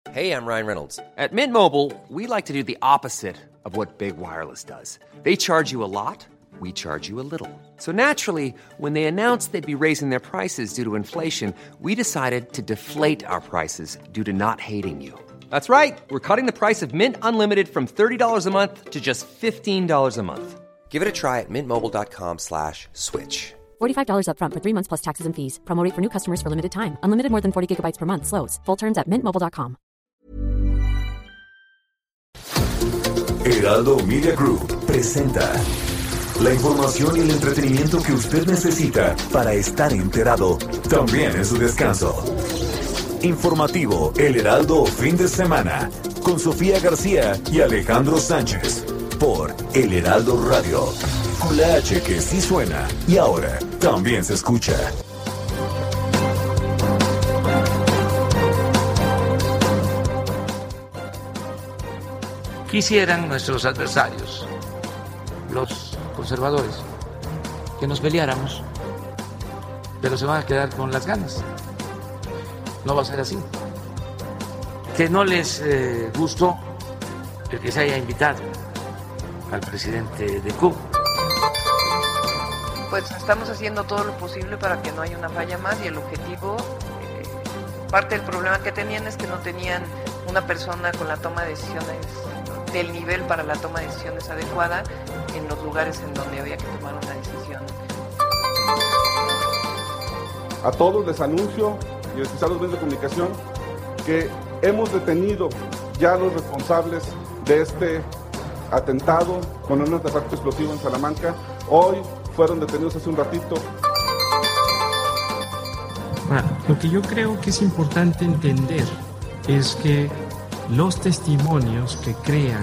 Hey, I'm Ryan Reynolds. At Mint Mobile, we like to do the opposite of what Big Wireless does. They charge you a lot, we charge you a little. So naturally, when they announced they'd be raising their prices due to inflation, we decided to deflate our prices due to not hating you. That's right. We're cutting the price of Mint Unlimited from $30 a month to just $15 a month. Give it a try at mintmobile.com/switch. $45 up front for 3 months plus taxes and fees. Promo rate for new customers for limited time. Unlimited more than 40 gigabytes per month. Slows full terms at mintmobile.com. Heraldo Media Group presenta la información y el entretenimiento que usted necesita para estar enterado, también en su descanso. Informativo El Heraldo Fin de Semana, con Sofía García y Alejandro Sánchez, por El Heraldo Radio, con la H que sí suena y ahora también se escucha. Quisieran nuestros adversarios, los conservadores, que nos peleáramos, pero se van a quedar con las ganas. No va a ser así. Que no les gustó el que se haya invitado al presidente de Cuba. Pues estamos haciendo todo lo posible para que no haya una falla más y el objetivo, parte del problema que tenían es que no tenían una persona con la toma de decisiones del nivel para la toma de decisiones adecuada en los lugares en donde había que tomar una decisión. A todos les anuncio, y en especial a los medios de comunicación, que hemos detenido ya a los responsables de este atentado con un artefacto explosivo en Salamanca. Hoy fueron detenidos hace un ratito. Lo que yo creo que es importante entender es que los testimonios que crean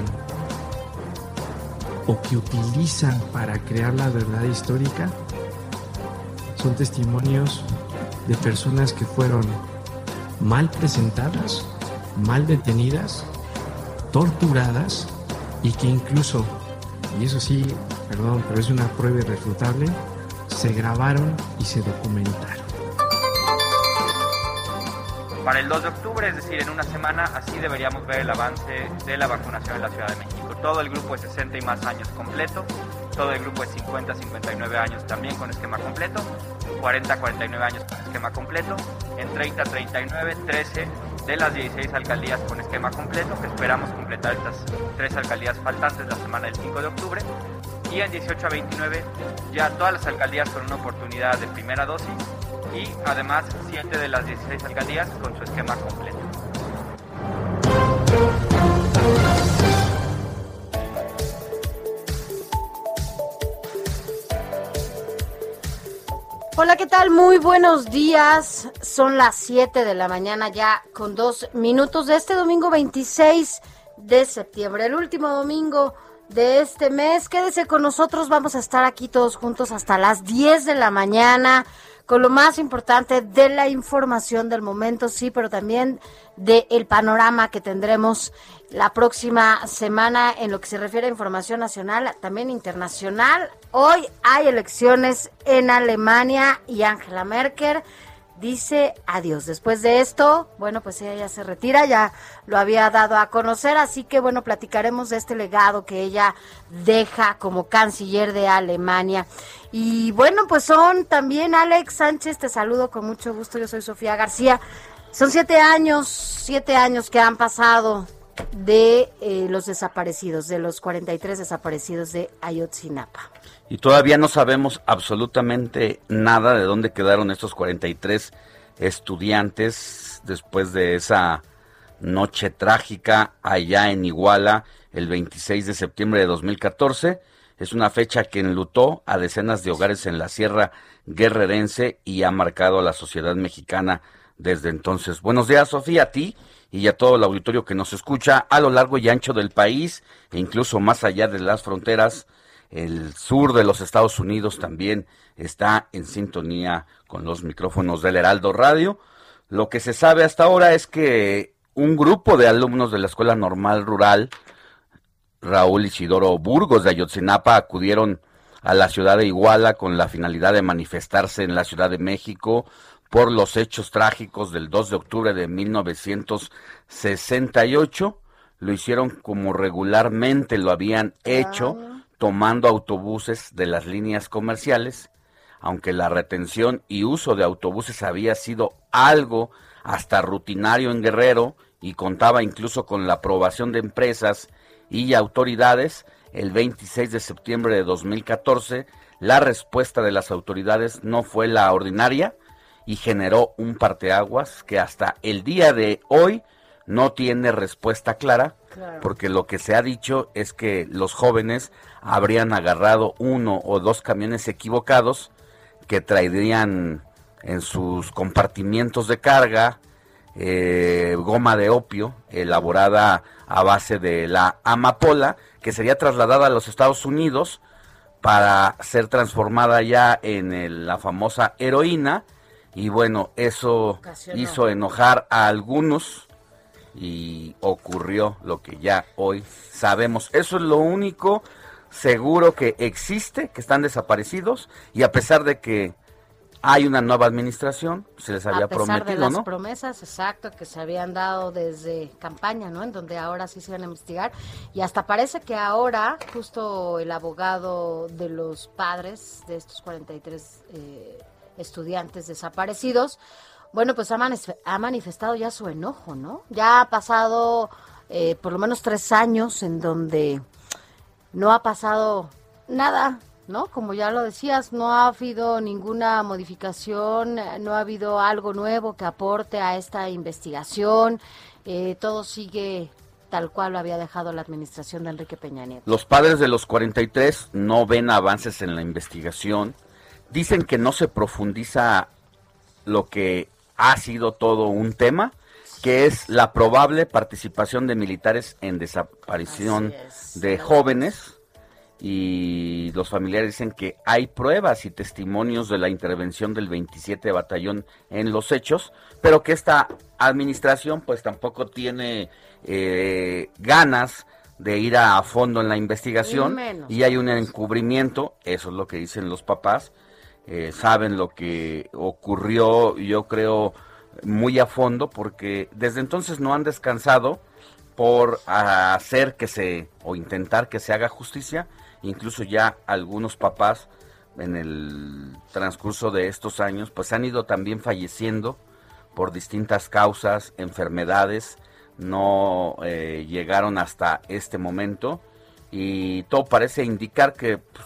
o que utilizan para crear la verdad histórica son testimonios de personas que fueron mal presentadas, mal detenidas, torturadas y que incluso, y eso sí, perdón, pero es una prueba irrefutable, se grabaron y se documentaron. Para el 2 de octubre, es decir, en una semana, así deberíamos ver el avance de la vacunación en la Ciudad de México. Todo el grupo de 60 y más años completo, todo el grupo de 50 a 59 años también con esquema completo, 40 a 49 años con esquema completo, en 30 a 39, 13 de las 16 alcaldías con esquema completo, que esperamos completar estas 3 alcaldías faltantes la semana del 5 de octubre, y en 18 a 29 ya todas las alcaldías con una oportunidad de primera dosis, y además 7 de las 16 alcaldías con su esquema completo. Hola, ¿qué tal? Muy buenos días. Son las 7 de la mañana ya con 2 minutos de este domingo 26 de septiembre, el último domingo de este mes. Quédese con nosotros, vamos a estar aquí todos juntos hasta las 10 de la mañana con lo más importante de la información del momento, sí, pero también del panorama que tendremos la próxima semana en lo que se refiere a información nacional, también internacional. Hoy hay elecciones en Alemania y Angela Merkel dice adiós. Después de esto, bueno, pues ella ya se retira, ya lo había dado a conocer, así que bueno, platicaremos de este legado que ella deja como canciller de Alemania. Y bueno, pues son también Alex Sánchez, te saludo con mucho gusto, yo soy Sofía García. Son 7 años que han pasado de los desaparecidos, de los 43 desaparecidos de Ayotzinapa. Y todavía no sabemos absolutamente nada de dónde quedaron estos 43 estudiantes después de esa noche trágica allá en Iguala el 26 de septiembre de 2014. Es una fecha que enlutó a decenas de hogares en la Sierra Guerrerense y ha marcado a la sociedad mexicana desde entonces. Buenos días, Sofía, a ti y a todo el auditorio que nos escucha a lo largo y ancho del país e incluso más allá de las fronteras. El sur de los Estados Unidos también está en sintonía con los micrófonos del Heraldo Radio. Lo que se sabe hasta ahora es que un grupo de alumnos de la Escuela Normal Rural Raúl Isidoro Burgos de Ayotzinapa acudieron a la ciudad de Iguala con la finalidad de manifestarse en la Ciudad de México por los hechos trágicos del 2 de octubre de 1968. Lo hicieron como regularmente lo habían hecho, tomando autobuses de las líneas comerciales, aunque la retención y uso de autobuses había sido algo hasta rutinario en Guerrero y contaba incluso con la aprobación de empresas y autoridades. El 26 de septiembre de 2014, la respuesta de las autoridades no fue la ordinaria y generó un parteaguas que hasta el día de hoy no tiene respuesta clara, porque lo que se ha dicho es que los jóvenes habrían agarrado 1 o 2 camiones equivocados que traerían en sus compartimientos de carga goma de opio elaborada a base de la amapola, que sería trasladada a los Estados Unidos para ser transformada ya en la famosa heroína. Y bueno, eso hizo enojar a algunos y ocurrió lo que ya hoy sabemos. Eso es lo único seguro que existe, que están desaparecidos, y a pesar de que hay una nueva administración, se les había prometido, ¿no? A pesar de las promesas, exacto, que se habían dado desde campaña, ¿no? En donde ahora sí se van a investigar, y hasta parece que ahora justo el abogado de los padres de estos 43 estudiantes desaparecidos, bueno, pues ha manifestado ya su enojo, ¿no? Ya ha pasado por lo menos 3 años en donde no ha pasado nada, ¿no? Como ya lo decías, no ha habido ninguna modificación, no ha habido algo nuevo que aporte a esta investigación, todo sigue tal cual lo había dejado la administración de Enrique Peña Nieto. Los padres de los 43 no ven avances en la investigación, dicen que no se profundiza lo que ha sido todo un tema, que es la probable participación de militares en desaparición de jóvenes, y los familiares dicen que hay pruebas y testimonios de la intervención del 27 Batallón en los hechos, pero que esta administración pues tampoco tiene ganas de ir a fondo en la investigación, y hay un encubrimiento, eso es lo que dicen los papás. Saben lo que ocurrió, yo creo, muy a fondo, porque desde entonces no han descansado por hacer o intentar que se haga justicia. Incluso ya algunos papás en el transcurso de estos años pues han ido también falleciendo por distintas causas, enfermedades, no llegaron hasta este momento, y todo parece indicar que pues,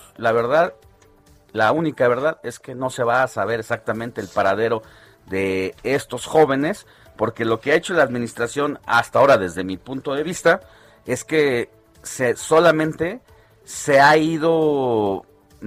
la única verdad es que no se va a saber exactamente el paradero de estos jóvenes, porque lo que ha hecho la administración hasta ahora, desde mi punto de vista, es que solamente se ha ido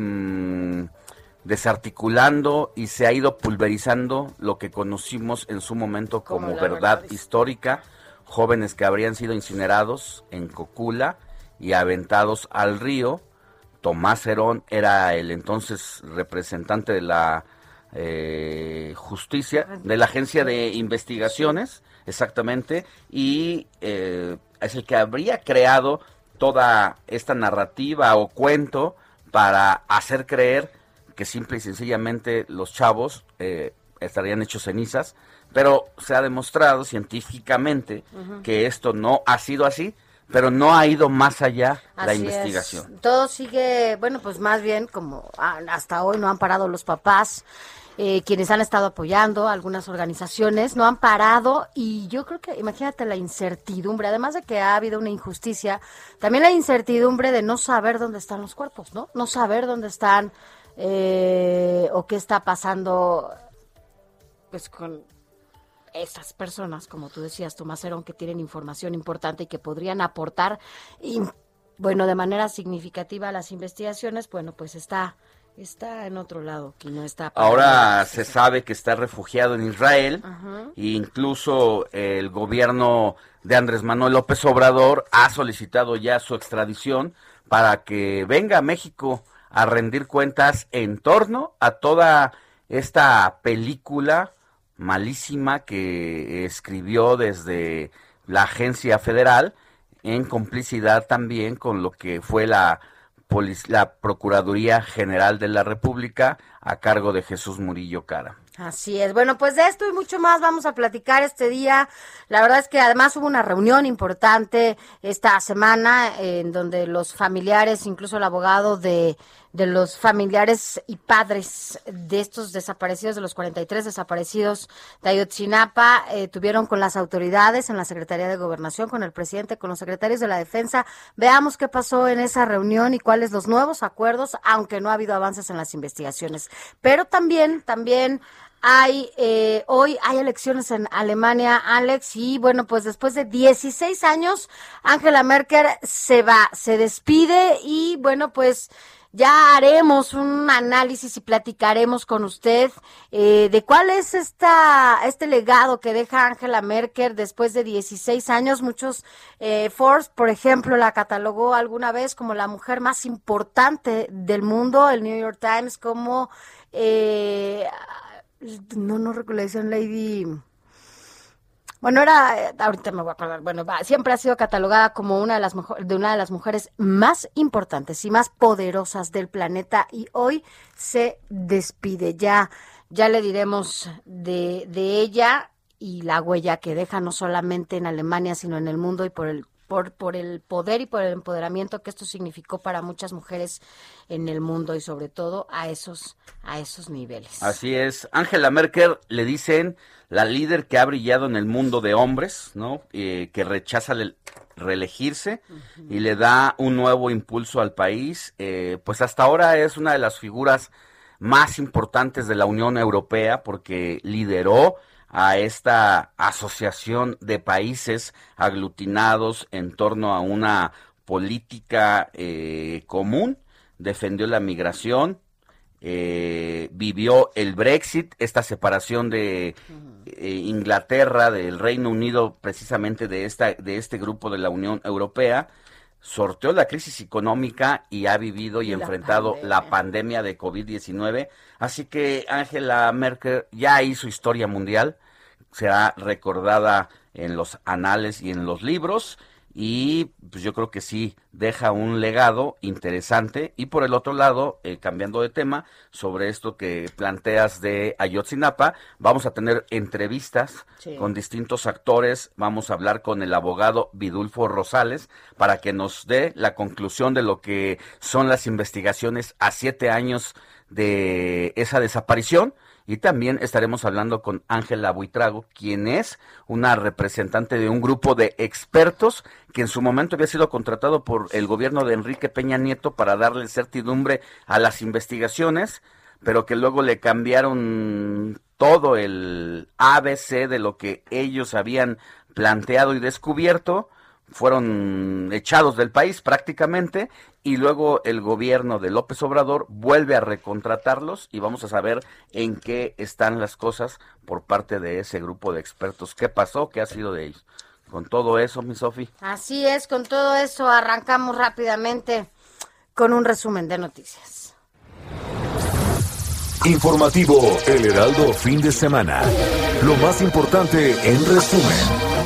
desarticulando y se ha ido pulverizando lo que conocimos en su momento como verdad histórica, jóvenes que habrían sido incinerados en Cocula y aventados al río. Tomás Herón era el entonces representante de la justicia, de la agencia de investigaciones, exactamente, y es el que habría creado toda esta narrativa o cuento para hacer creer que simple y sencillamente los chavos estarían hechos cenizas, pero se ha demostrado científicamente que esto no ha sido así, pero no ha ido más allá la investigación. Todo sigue, bueno, pues más bien como hasta hoy no han parado los papás, quienes han estado apoyando, algunas organizaciones no han parado, y yo creo que, imagínate la incertidumbre, además de que ha habido una injusticia, también la incertidumbre de no saber dónde están los cuerpos, ¿no? No saber dónde están o qué está pasando pues con esas personas, como tú decías, Tomás Herón, que tienen información importante y que podrían aportar, y bueno, de manera significativa a las investigaciones. Bueno, pues está en otro lado, que no está. Ahora se sabe que está refugiado en Israel, e incluso el gobierno de Andrés Manuel López Obrador ha solicitado ya su extradición para que venga a México a rendir cuentas en torno a toda esta película malísima que escribió desde la agencia federal, en complicidad también con lo que fue la Procuraduría General de la República a cargo de Jesús Murillo Cara. Así es. Bueno, pues de esto y mucho más vamos a platicar este día. La verdad es que además hubo una reunión importante esta semana en donde los familiares, incluso el abogado de los familiares y padres de estos desaparecidos, de los 43 desaparecidos de Ayotzinapa, tuvieron con las autoridades en la Secretaría de Gobernación, con el presidente, con los secretarios de la Defensa. Veamos qué pasó en esa reunión y cuáles los nuevos acuerdos, aunque no ha habido avances en las investigaciones. Pero también hoy hay elecciones en Alemania, Alex, y bueno, pues después de 16 años, Angela Merkel se despide y bueno, pues ya haremos un análisis y platicaremos con usted de cuál es este legado que deja Angela Merkel después de 16 años. Muchos, Forbes, por ejemplo, la catalogó alguna vez como la mujer más importante del mundo, el New York Times como, no recuerdo, le decían Lady... Bueno, ahorita me voy a acordar, siempre ha sido catalogada como una de las mujeres más importantes y más poderosas del planeta y hoy se despide. Ya le diremos de ella y la huella que deja no solamente en Alemania, sino en el mundo y por el poder y por el empoderamiento que esto significó para muchas mujeres en el mundo y sobre todo a esos niveles. Así es. Angela Merkel le dicen la líder que ha brillado en el mundo de hombres, ¿no? Que rechaza reelegirse y le da un nuevo impulso al país. Pues hasta ahora es una de las figuras más importantes de la Unión Europea porque lideró a esta asociación de países aglutinados en torno a una política común, defendió la migración, vivió el Brexit, esta separación de Inglaterra, del Reino Unido, precisamente de este grupo de la Unión Europea, sorteó la crisis económica y ha vivido y enfrentado la pandemia de COVID-19. Así que Angela Merkel ya hizo historia mundial, será recordada en los anales y en los libros y pues yo creo que sí deja un legado interesante. Y por el otro lado, cambiando de tema, sobre esto que planteas de Ayotzinapa, vamos a tener entrevistas con distintos actores, vamos a hablar con el abogado Vidulfo Rosales para que nos dé la conclusión de lo que son las investigaciones a 7 años de esa desaparición. Y también estaremos hablando con Ángela Buitrago, quien es una representante de un grupo de expertos que en su momento había sido contratado por el gobierno de Enrique Peña Nieto para darle certidumbre a las investigaciones, pero que luego le cambiaron todo el ABC de lo que ellos habían planteado y descubierto. Fueron echados del país prácticamente y luego el gobierno de López Obrador vuelve a recontratarlos y vamos a saber en qué están las cosas por parte de ese grupo de expertos. ¿Qué pasó? ¿Qué ha sido de ellos? Con todo eso, mi Sofi. Así es, con todo eso arrancamos rápidamente con un resumen de noticias. Informativo El Heraldo fin de semana. Lo más importante en resumen.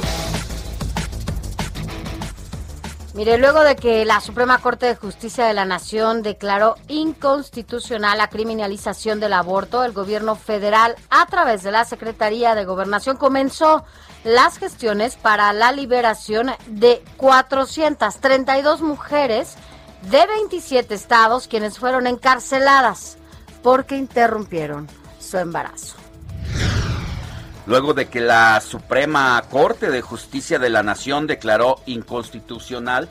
Mire, luego de que la Suprema Corte de Justicia de la Nación declaró inconstitucional la criminalización del aborto, el gobierno federal, a través de la Secretaría de Gobernación, comenzó las gestiones para la liberación de 432 mujeres de 27 estados, quienes fueron encarceladas porque interrumpieron su embarazo. Luego de que la Suprema Corte de Justicia de la Nación declaró inconstitucional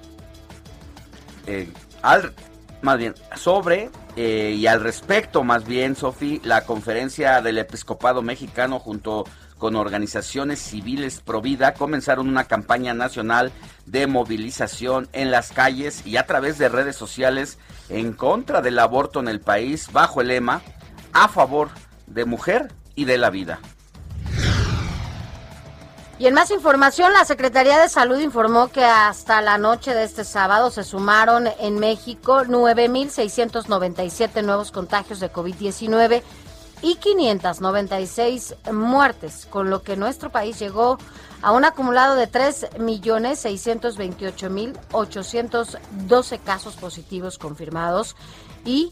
al respecto, Sofi, la Conferencia del Episcopado Mexicano junto con organizaciones civiles pro vida comenzaron una campaña nacional de movilización en las calles y a través de redes sociales en contra del aborto en el país bajo el lema a favor de mujer y de la vida. Y en más información, la Secretaría de Salud informó que hasta la noche de este sábado se sumaron en México 9,697 nuevos contagios de COVID-19 y 596 muertes, con lo que nuestro país llegó a un acumulado de 3.628.812 casos positivos confirmados y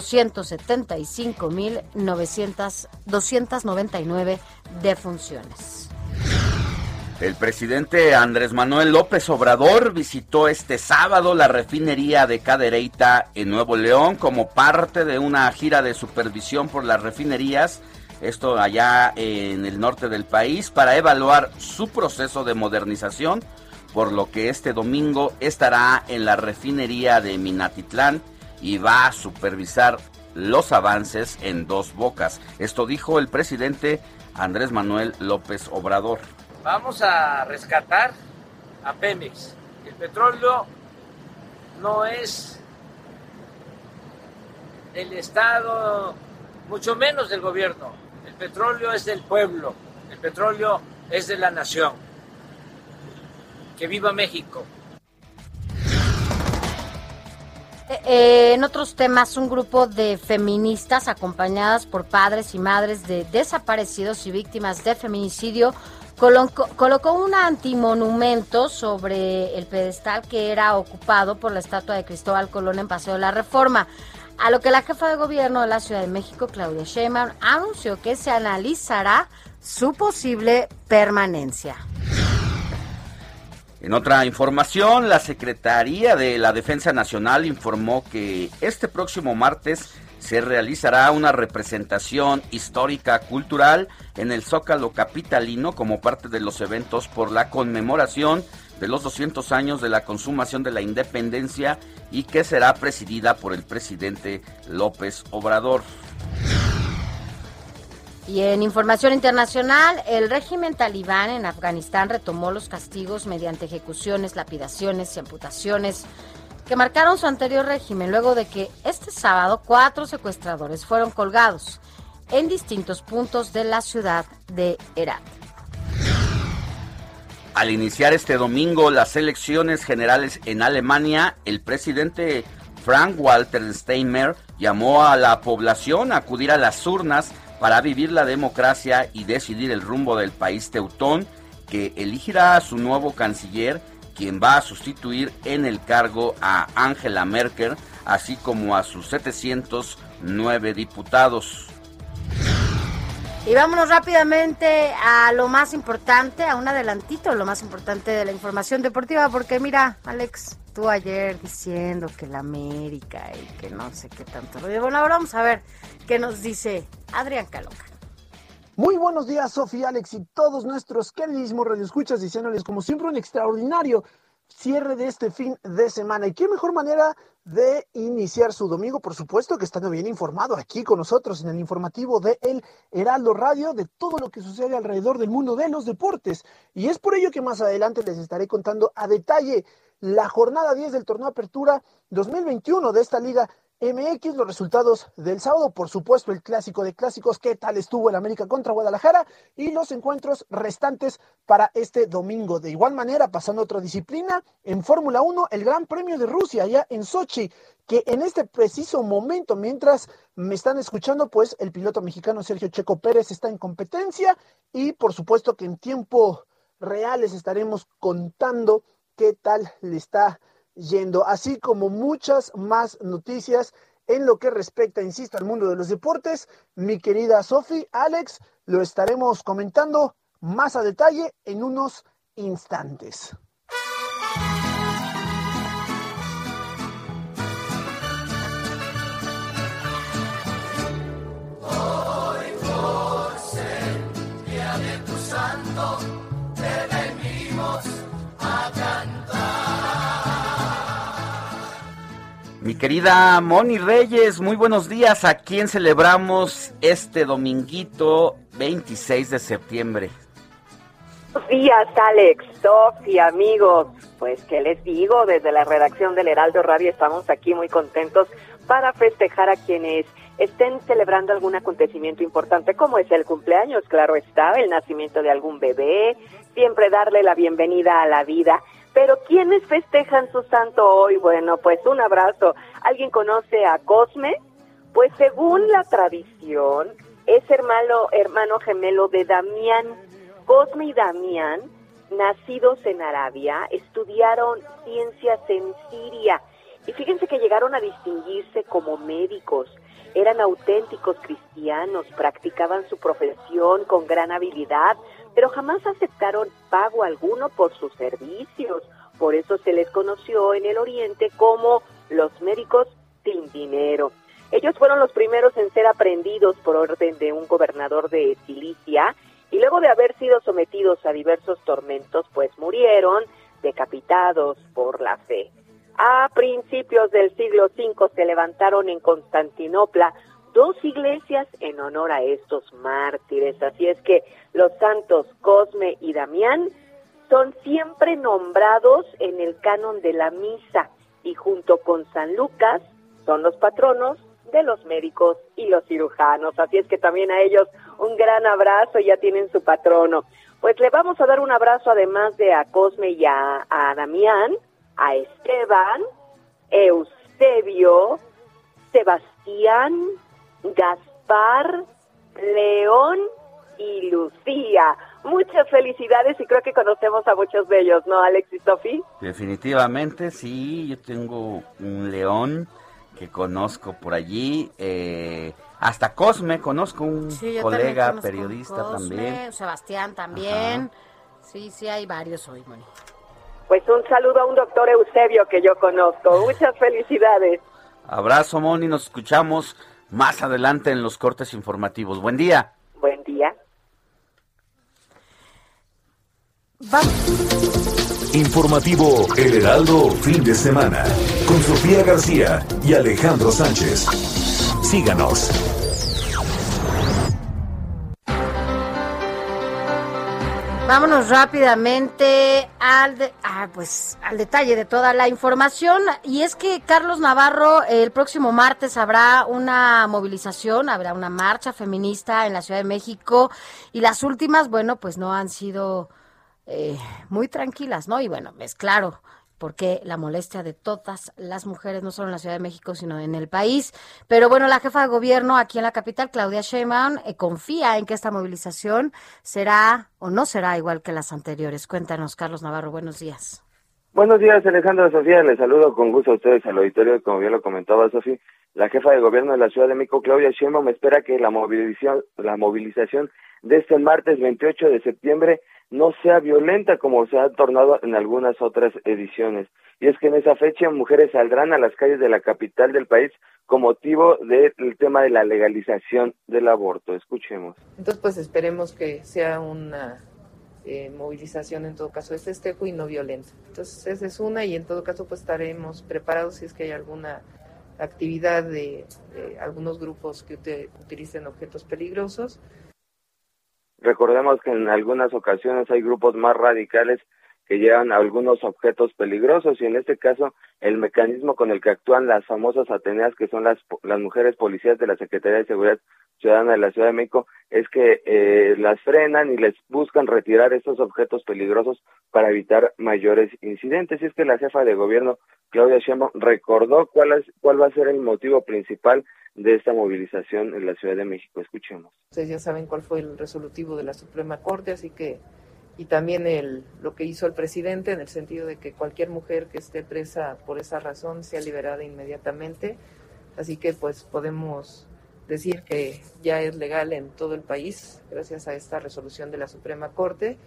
275.299 defunciones. El presidente Andrés Manuel López Obrador visitó este sábado la refinería de Cadereyta en Nuevo León como parte de una gira de supervisión por las refinerías, esto allá en el norte del país, para evaluar su proceso de modernización, por lo que este domingo estará en la refinería de Minatitlán y va a supervisar los avances en Dos Bocas. Esto dijo el presidente Andrés Manuel López Obrador. Vamos a rescatar a Pemex. El petróleo no es del Estado, mucho menos del gobierno. El petróleo es del pueblo. El petróleo es de la nación. ¡Que viva México! En otros temas, un grupo de feministas acompañadas por padres y madres de desaparecidos y víctimas de feminicidio colocó un antimonumento sobre el pedestal que era ocupado por la estatua de Cristóbal Colón en Paseo de la Reforma, a lo que la jefa de gobierno de la Ciudad de México, Claudia Sheinbaum, anunció que se analizará su posible permanencia. En otra información, la Secretaría de la Defensa Nacional informó que este próximo martes se realizará una representación histórica cultural en el Zócalo capitalino como parte de los eventos por la conmemoración de los 200 años de la consumación de la independencia y que será presidida por el presidente López Obrador. Y en información internacional, el régimen talibán en Afganistán retomó los castigos mediante ejecuciones, lapidaciones y amputaciones que marcaron su anterior régimen luego de que este sábado 4 secuestradores fueron colgados en distintos puntos de la ciudad de Herat. Al iniciar este domingo las elecciones generales en Alemania, el presidente Frank-Walter Steinmeier llamó a la población a acudir a las urnas para vivir la democracia y decidir el rumbo del país teutón, que elegirá a su nuevo canciller, quien va a sustituir en el cargo a Angela Merkel, así como a sus 709 diputados. Y vámonos rápidamente a lo más importante, a un adelantito, lo más importante de la información deportiva, porque mira, Alex, tú ayer diciendo que la América y que no sé qué tanto. Bueno, ahora vamos a ver qué nos dice Adrián Caloca. Muy buenos días, Sofía, Alex y todos nuestros queridísimos radioescuchas, diciéndoles como siempre un extraordinario cierre de este fin de semana. Y qué mejor manera de iniciar su domingo, por supuesto, que estando bien informado aquí con nosotros en el informativo de El Heraldo Radio, de todo lo que sucede alrededor del mundo de los deportes. Y es por ello que más adelante les estaré contando a detalle la jornada 10 del torneo Apertura 2021 de esta Liga MX, los resultados del sábado, por supuesto el clásico de clásicos, qué tal estuvo el América contra Guadalajara, y los encuentros restantes para este domingo. De igual manera, pasando a otra disciplina, en Fórmula 1, el Gran Premio de Rusia, allá en Sochi, que en este preciso momento, mientras me están escuchando, pues el piloto mexicano Sergio Checo Pérez está en competencia, y por supuesto que en tiempo real les estaremos contando qué tal le está yendo, así como muchas más noticias en lo que respecta, insisto, al mundo de los deportes. Mi querida Sofi, Alex, lo estaremos comentando más a detalle en unos instantes. Hoy por ser día de tu santo, te venimos a cantar. Mi querida Moni Reyes, muy buenos días. ¿A quién celebramos este dominguito 26 de septiembre? Buenos días, Alex, Sofi, amigos. Pues, ¿qué les digo? Desde la redacción del Heraldo Radio estamos aquí muy contentos para festejar a quienes estén celebrando algún acontecimiento importante, como es el cumpleaños, claro está, el nacimiento de algún bebé, siempre darle la bienvenida a la vida. Pero ¿quiénes festejan su santo hoy? Bueno, pues un abrazo. ¿Alguien conoce a Cosme? Pues según la tradición, es hermano gemelo de Damián. Cosme y Damián, nacidos en Arabia, estudiaron ciencias en Siria. Y fíjense que llegaron a distinguirse como médicos. Eran auténticos cristianos, practicaban su profesión con gran habilidad, pero jamás aceptaron pago alguno por sus servicios. Por eso se les conoció en el Oriente como los médicos sin dinero. Ellos fueron los primeros en ser aprehendidos por orden de un gobernador de Cilicia, y luego de haber sido sometidos a diversos tormentos, pues murieron decapitados por la fe. A principios del siglo V se levantaron en Constantinopla 2 iglesias en honor a estos mártires. Así es que los santos Cosme y Damián son siempre nombrados en el canon de la misa, y junto con San Lucas son los patronos de los médicos y los cirujanos. Así es que también a ellos un gran abrazo, ya tienen su patrono. Pues le vamos a dar un abrazo además de a Cosme y a Damián, a Esteban, Eusebio, Sebastián, Gaspar, León y Lucía. Muchas felicidades, y creo que conocemos a muchos de ellos, ¿no, Alex y Sofi? Definitivamente, sí, yo tengo un León que conozco por allí, hasta Cosme, conozco un colega conozco periodista Cosme, también. Sebastián también. Ajá. Sí, hay varios hoy, Moni. Pues un saludo a un doctor Eusebio que yo conozco. Muchas felicidades. Abrazo, Moni, nos escuchamos más adelante en los cortes informativos. Buen día. Buen día. Informativo El Heraldo, fin de semana, con Sofía García y Alejandro Sánchez. Síganos. Vámonos rápidamente al detalle de toda la información, y es que Carlos Navarro, el próximo martes habrá una movilización, habrá una marcha feminista en la Ciudad de México, y las últimas, bueno, pues no han sido muy tranquilas, ¿no? Y bueno, es claro, porque la molestia de todas las mujeres, no solo en la Ciudad de México, sino en el país. Pero bueno, la jefa de gobierno aquí en la capital, Claudia Sheinbaum, confía en que esta movilización será o no será igual que las anteriores. Cuéntanos, Carlos Navarro, buenos días. Buenos días, Alejandra, Sofía, les saludo con gusto a ustedes al auditorio. Como bien lo comentaba Sofía, la jefa de gobierno de la Ciudad de México, Claudia Sheinbaum, espera que la movilización de este martes 28 de septiembre no sea violenta como se ha tornado en algunas otras ediciones. Y es que en esa fecha mujeres saldrán a las calles de la capital del país con motivo del tema de la legalización del aborto. Escuchemos. Entonces, pues esperemos que sea una movilización en todo caso de festejo y no violenta. Entonces, esa es una, y en todo caso pues estaremos preparados si es que hay alguna actividad de algunos grupos que utilicen objetos peligrosos. Recordemos que en algunas ocasiones hay grupos más radicales que llevan algunos objetos peligrosos, y en este caso el mecanismo con el que actúan las famosas Ateneas, que son las mujeres policías de la Secretaría de Seguridad Ciudadana de la Ciudad de México, es que las frenan y les buscan retirar estos objetos peligrosos para evitar mayores incidentes. Y es que la jefa de gobierno, Claudia Sheinbaum, recordó cuál va a ser el motivo principal de esta movilización en la Ciudad de México. Escuchemos. Ustedes ya saben cuál fue el resolutivo de la Suprema Corte, así que, y también lo que hizo el presidente, en el sentido de que cualquier mujer que esté presa por esa razón sea liberada inmediatamente. Así que pues podemos decir que ya es legal en todo el país gracias a esta resolución de la Suprema Corte.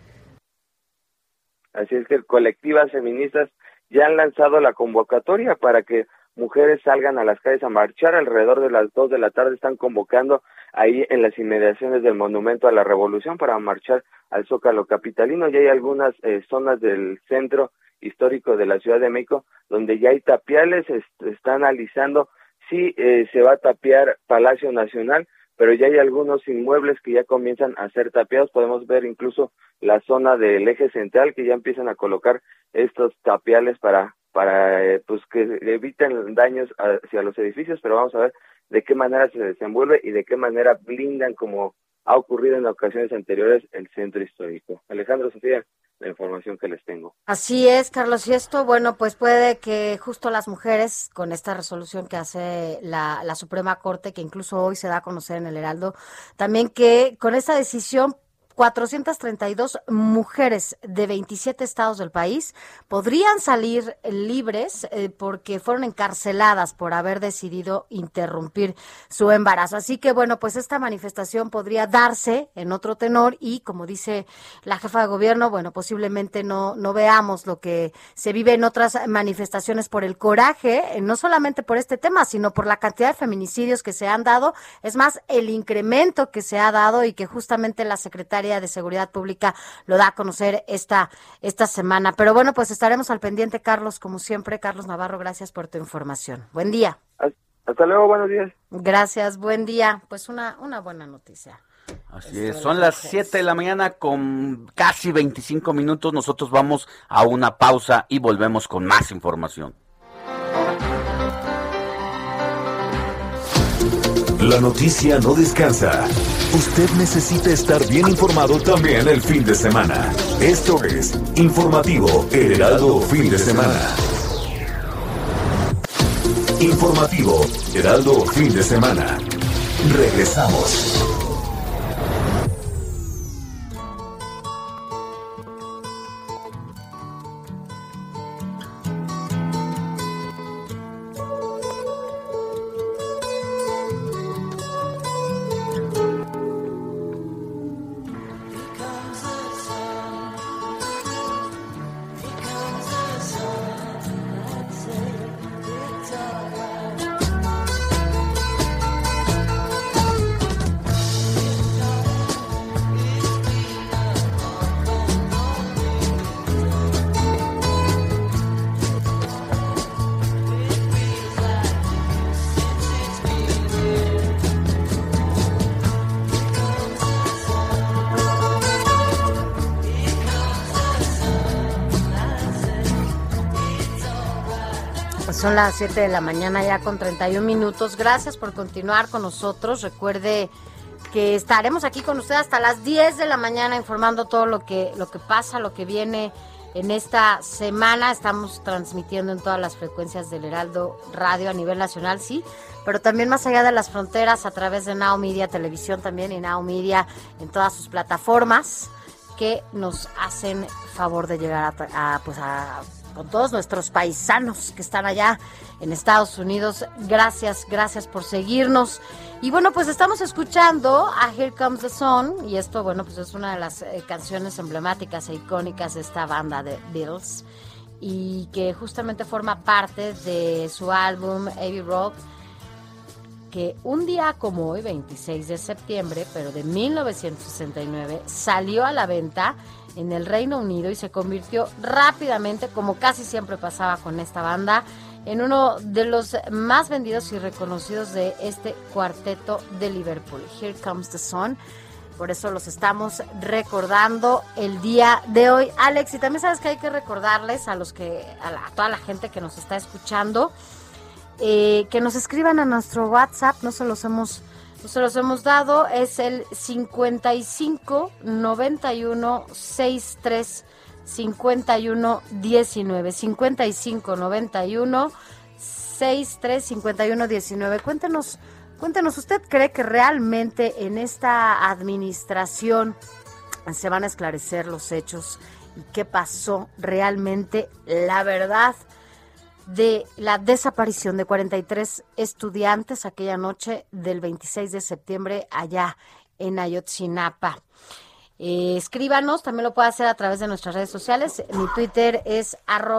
Así es que colectivas feministas ya han lanzado la convocatoria para que mujeres salgan a las calles a marchar. Alrededor de las 2 de la tarde están convocando ahí en las inmediaciones del Monumento a la Revolución para marchar al Zócalo capitalino. Ya hay algunas zonas del centro histórico de la Ciudad de México donde ya hay tapiales. Están analizando si se va a tapiar Palacio Nacional, pero ya hay algunos inmuebles que ya comienzan a ser tapiados. Podemos ver incluso la zona del eje central que ya empiezan a colocar estos tapiales para pues que eviten daños hacia los edificios, pero vamos a ver de qué manera se desenvuelve y de qué manera blindan como ha ocurrido en ocasiones anteriores el centro histórico. Alejandro, Sofía, la información que les tengo. Así es, Carlos, y esto, bueno, pues puede que justo las mujeres, con esta resolución que hace la Suprema Corte, que incluso hoy se da a conocer en el Heraldo, también que con esta decisión 432 mujeres de 27 estados del país podrían salir libres porque fueron encarceladas por haber decidido interrumpir su embarazo. Así que, bueno, pues esta manifestación podría darse en otro tenor y, como dice la jefa de gobierno, bueno, posiblemente no veamos lo que se vive en otras manifestaciones por el coraje, no solamente por este tema, sino por la cantidad de feminicidios que se han dado. Es más, el incremento que se ha dado y que justamente la secretaria de Seguridad Pública lo da a conocer esta semana. Pero bueno, pues estaremos al pendiente, Carlos, como siempre. Carlos Navarro, gracias por tu información. Buen día. Hasta luego, buenos días. Gracias, buen día. Pues una buena noticia. Así es, son las 7 de la mañana con casi 25 minutos. Nosotros vamos a una pausa y volvemos con más información. La noticia no descansa. Usted necesita estar bien informado también el fin de semana. Esto es Informativo El Heraldo Fin de Semana. Informativo Heraldo Fin de Semana. Regresamos. Son las 7 de la mañana ya con 31 minutos. Gracias por continuar con nosotros. Recuerde que estaremos aquí con usted hasta las 10 de la mañana informando todo lo que pasa, lo que viene en esta semana. Estamos transmitiendo en todas las frecuencias del Heraldo Radio a nivel nacional, sí, pero también más allá de las fronteras a través de Now Media Televisión también y Now Media en todas sus plataformas que nos hacen favor de llegar con todos nuestros paisanos que están allá en Estados Unidos. Gracias por seguirnos. Y bueno, pues estamos escuchando a Here Comes the Sun, y esto, bueno, pues es una de las canciones emblemáticas e icónicas de esta banda de Beatles, y que justamente forma parte de su álbum Abbey Road, que un día como hoy, 26 de septiembre, pero de 1969, salió a la venta en el Reino Unido y se convirtió rápidamente, como casi siempre pasaba con esta banda, en uno de los más vendidos y reconocidos de este cuarteto de Liverpool. Here Comes the Sun. Por eso los estamos recordando el día de hoy, Alex. Y también sabes que hay que recordarles a toda la gente que nos está escuchando, que nos escriban a nuestro WhatsApp. No se los hemos dado, es el 55 91 63 51 19, 55 91 63 51 19. Cuéntenos, ¿usted cree que realmente en esta administración se van a esclarecer los hechos y qué pasó realmente, la verdad de la desaparición de 43 estudiantes aquella noche del 26 de septiembre allá en Ayotzinapa? Escríbanos, también lo puede hacer a través de nuestras redes sociales. Mi Twitter es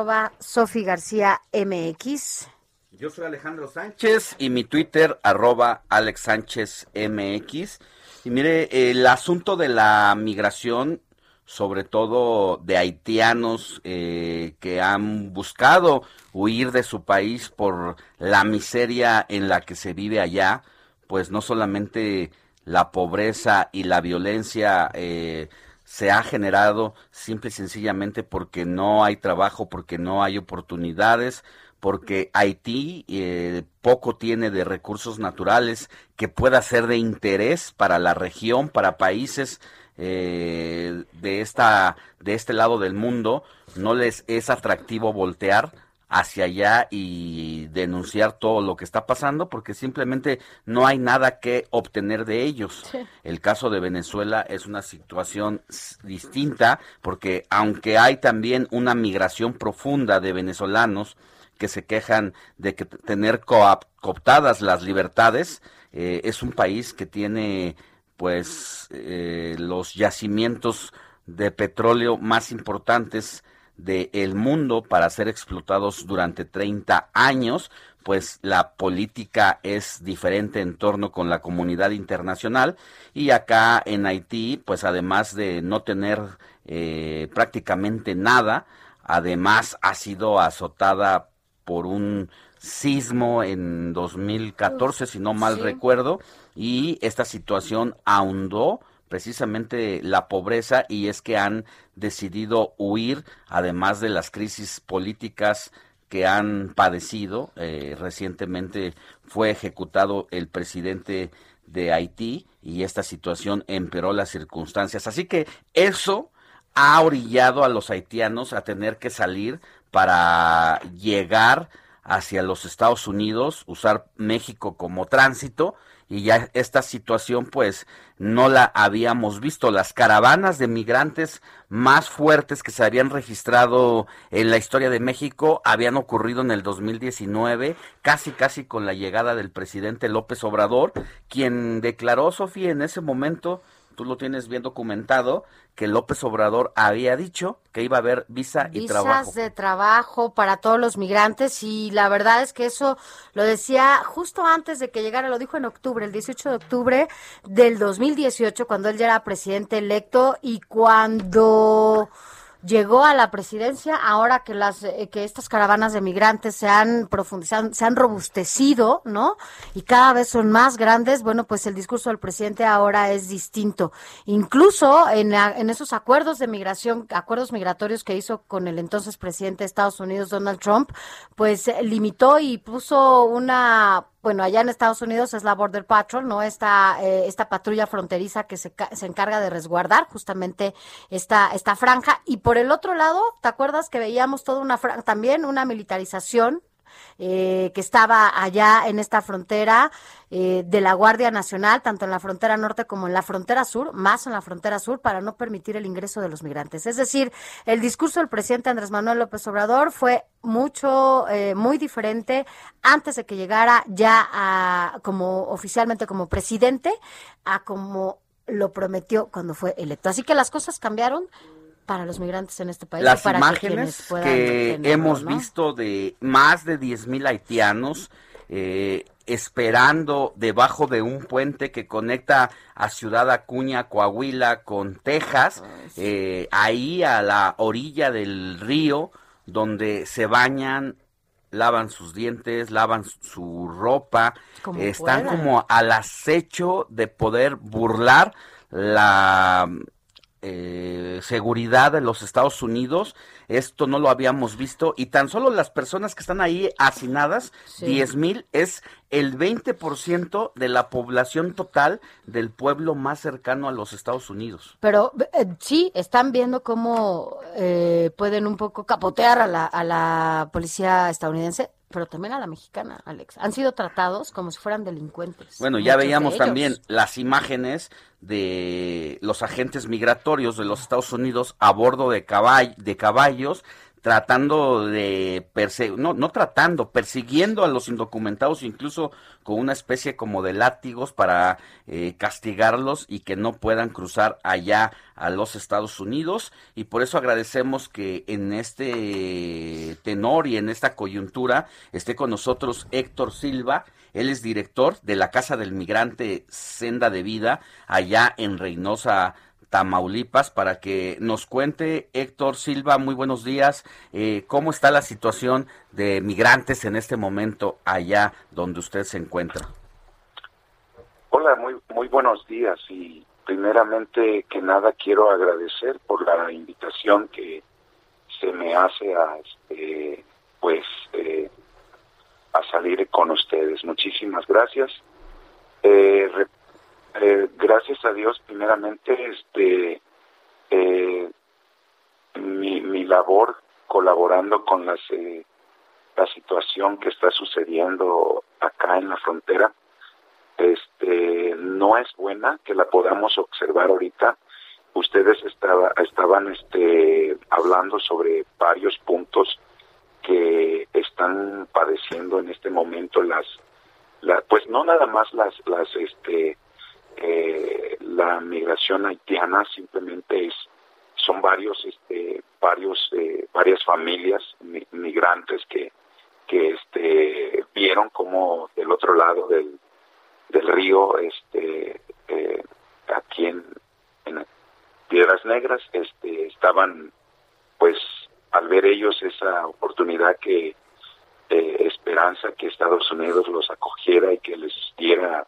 @SofiGarciaMX. Yo soy Alejandro Sánchez y mi Twitter @AlexSánchezMX. Y mire, el asunto de la migración, sobre todo de haitianos que han buscado huir de su país por la miseria en la que se vive allá, pues no solamente la pobreza y la violencia se ha generado simple y sencillamente porque no hay trabajo, porque no hay oportunidades, porque Haití poco tiene de recursos naturales que pueda ser de interés para la región, para países de este lado del mundo. No les es atractivo voltear hacia allá y denunciar todo lo que está pasando porque simplemente no hay nada que obtener de ellos. Sí. El caso de Venezuela es una situación distinta porque aunque hay también una migración profunda de venezolanos que se quejan de que tener cooptadas las libertades, es un país que tiene pues los yacimientos de petróleo más importantes del mundo para ser explotados durante 30 años, pues la política es diferente en torno con la comunidad internacional y acá en Haití, pues además de no tener prácticamente nada, además ha sido azotada por un sismo en 2014, si no mal recuerdo, y esta situación ahondó precisamente la pobreza y es que han decidido huir, además de las crisis políticas que han padecido. Recientemente fue ejecutado el presidente de Haití y esta situación empeoró las circunstancias. Así que eso ha orillado a los haitianos a tener que salir para llegar hacia los Estados Unidos, usar México como tránsito, y ya esta situación pues no la habíamos visto. Las caravanas de migrantes más fuertes que se habían registrado en la historia de México habían ocurrido en el 2019, casi con la llegada del presidente López Obrador, quien declaró, Sofía, en ese momento, tú lo tienes bien documentado, que López Obrador había dicho que iba a haber visa y trabajo. Visas de trabajo para todos los migrantes, y la verdad es que eso lo decía justo antes de que llegara, lo dijo en octubre, el 18 de octubre del 2018, cuando él ya era presidente electo, y cuando llegó a la presidencia, ahora que estas caravanas de migrantes se han profundizado, se han robustecido, ¿no? Y cada vez son más grandes. Bueno, pues el discurso del presidente ahora es distinto. Incluso en esos acuerdos de migración, acuerdos migratorios que hizo con el entonces presidente de Estados Unidos, Donald Trump, pues limitó y puso allá en Estados Unidos es la Border Patrol, ¿no? Esta patrulla fronteriza que se encarga de resguardar justamente esta franja. Y por el otro lado, ¿te acuerdas que veíamos toda también una militarización que estaba allá en esta frontera de la Guardia Nacional, tanto en la frontera norte como en la frontera sur, más en la frontera sur, para no permitir el ingreso de los migrantes? Es decir, el discurso del presidente Andrés Manuel López Obrador fue muy diferente antes de que llegara ya oficialmente como presidente, a como lo prometió cuando fue electo. Así que las cosas cambiaron para los migrantes en este país. Las para imágenes que hemos visto de más de 10,000 haitianos esperando debajo de un puente que conecta a Ciudad Acuña, Coahuila, con Texas, ahí a la orilla del río, donde se bañan, lavan sus dientes, lavan su ropa, están como al acecho de poder burlar la seguridad de los Estados Unidos. Esto no lo habíamos visto, y tan solo las personas que están ahí hacinadas, 10,000, es el 20% de la población total del pueblo más cercano a los Estados Unidos. Pero sí, están viendo cómo pueden un poco capotear a la policía estadounidense, pero también a la mexicana, Alex. Han sido tratados como si fueran delincuentes. Bueno, ya veíamos también las imágenes de los agentes migratorios de los Estados Unidos a bordo de caballos, tratando de persiguiendo a los indocumentados, incluso con una especie como de látigos para castigarlos y que no puedan cruzar allá a los Estados Unidos. Y por eso agradecemos que en este tenor y en esta coyuntura esté con nosotros Héctor Silva. Él es director de la Casa del Migrante Senda de Vida allá en Reynosa, Tamaulipas, para que nos cuente. Héctor Silva, muy buenos días. ¿Cómo está la situación de migrantes en este momento allá donde usted se encuentra? Hola, muy buenos días, y primeramente que nada quiero agradecer por la invitación que se me hace a a salir con ustedes. Muchísimas gracias. Gracias a Dios, primeramente, mi labor colaborando con la situación que está sucediendo acá en la frontera, no es buena, que la podamos observar ahorita. Ustedes estaban hablando sobre varios puntos que están padeciendo en este momento pues no nada más la migración haitiana, simplemente son varias familias migrantes que vieron como del otro lado del río, aquí en Piedras Negras, estaban, pues, al ver ellos esa oportunidad que esperanza que Estados Unidos los acogiera y que les diera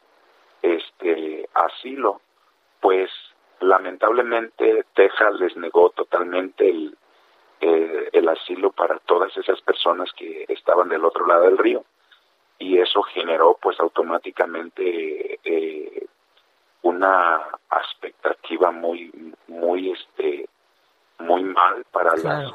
asilo, pues lamentablemente Texas les negó totalmente el asilo para todas esas personas que estaban del otro lado del río, y eso generó pues automáticamente una expectativa muy mal para claro.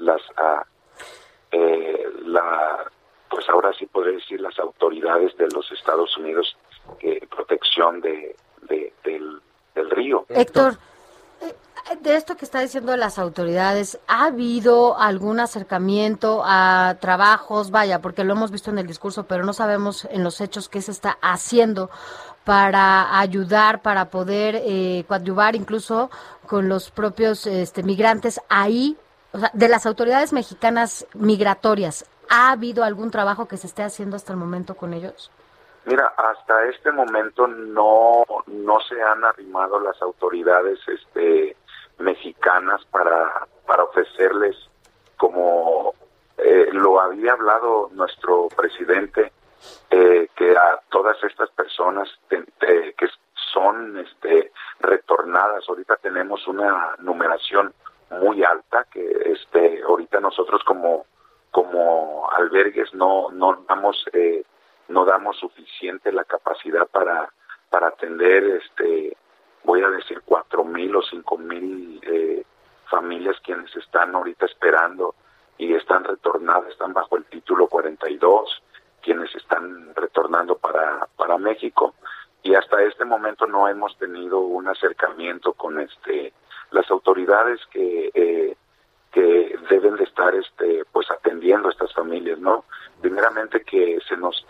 Pues ahora sí podría decir las autoridades de los Estados Unidos, protección del río. Héctor, de esto que está diciendo las autoridades, ¿ha habido algún acercamiento a trabajos? Vaya, porque lo hemos visto en el discurso, pero no sabemos en los hechos qué se está haciendo para ayudar, para poder coadyuvar incluso con los propios migrantes ahí, o sea, de las autoridades mexicanas migratorias. ¿Ha habido algún trabajo que se esté haciendo hasta el momento con ellos? Mira, hasta este momento no se han arrimado las autoridades mexicanas para ofrecerles, como lo había hablado nuestro presidente, que a todas estas personas que son retornadas, ahorita tenemos una numeración muy alta, que ahorita nosotros como albergues no damos suficiente la capacidad para atender, voy a decir 4,000 o 5,000 familias quienes están ahorita esperando y están retornadas, están bajo el título 42, quienes están retornando para México, y hasta este momento no hemos tenido un acercamiento con las autoridades que deben de estar pues atendiendo a estas familias, ¿no? Primeramente que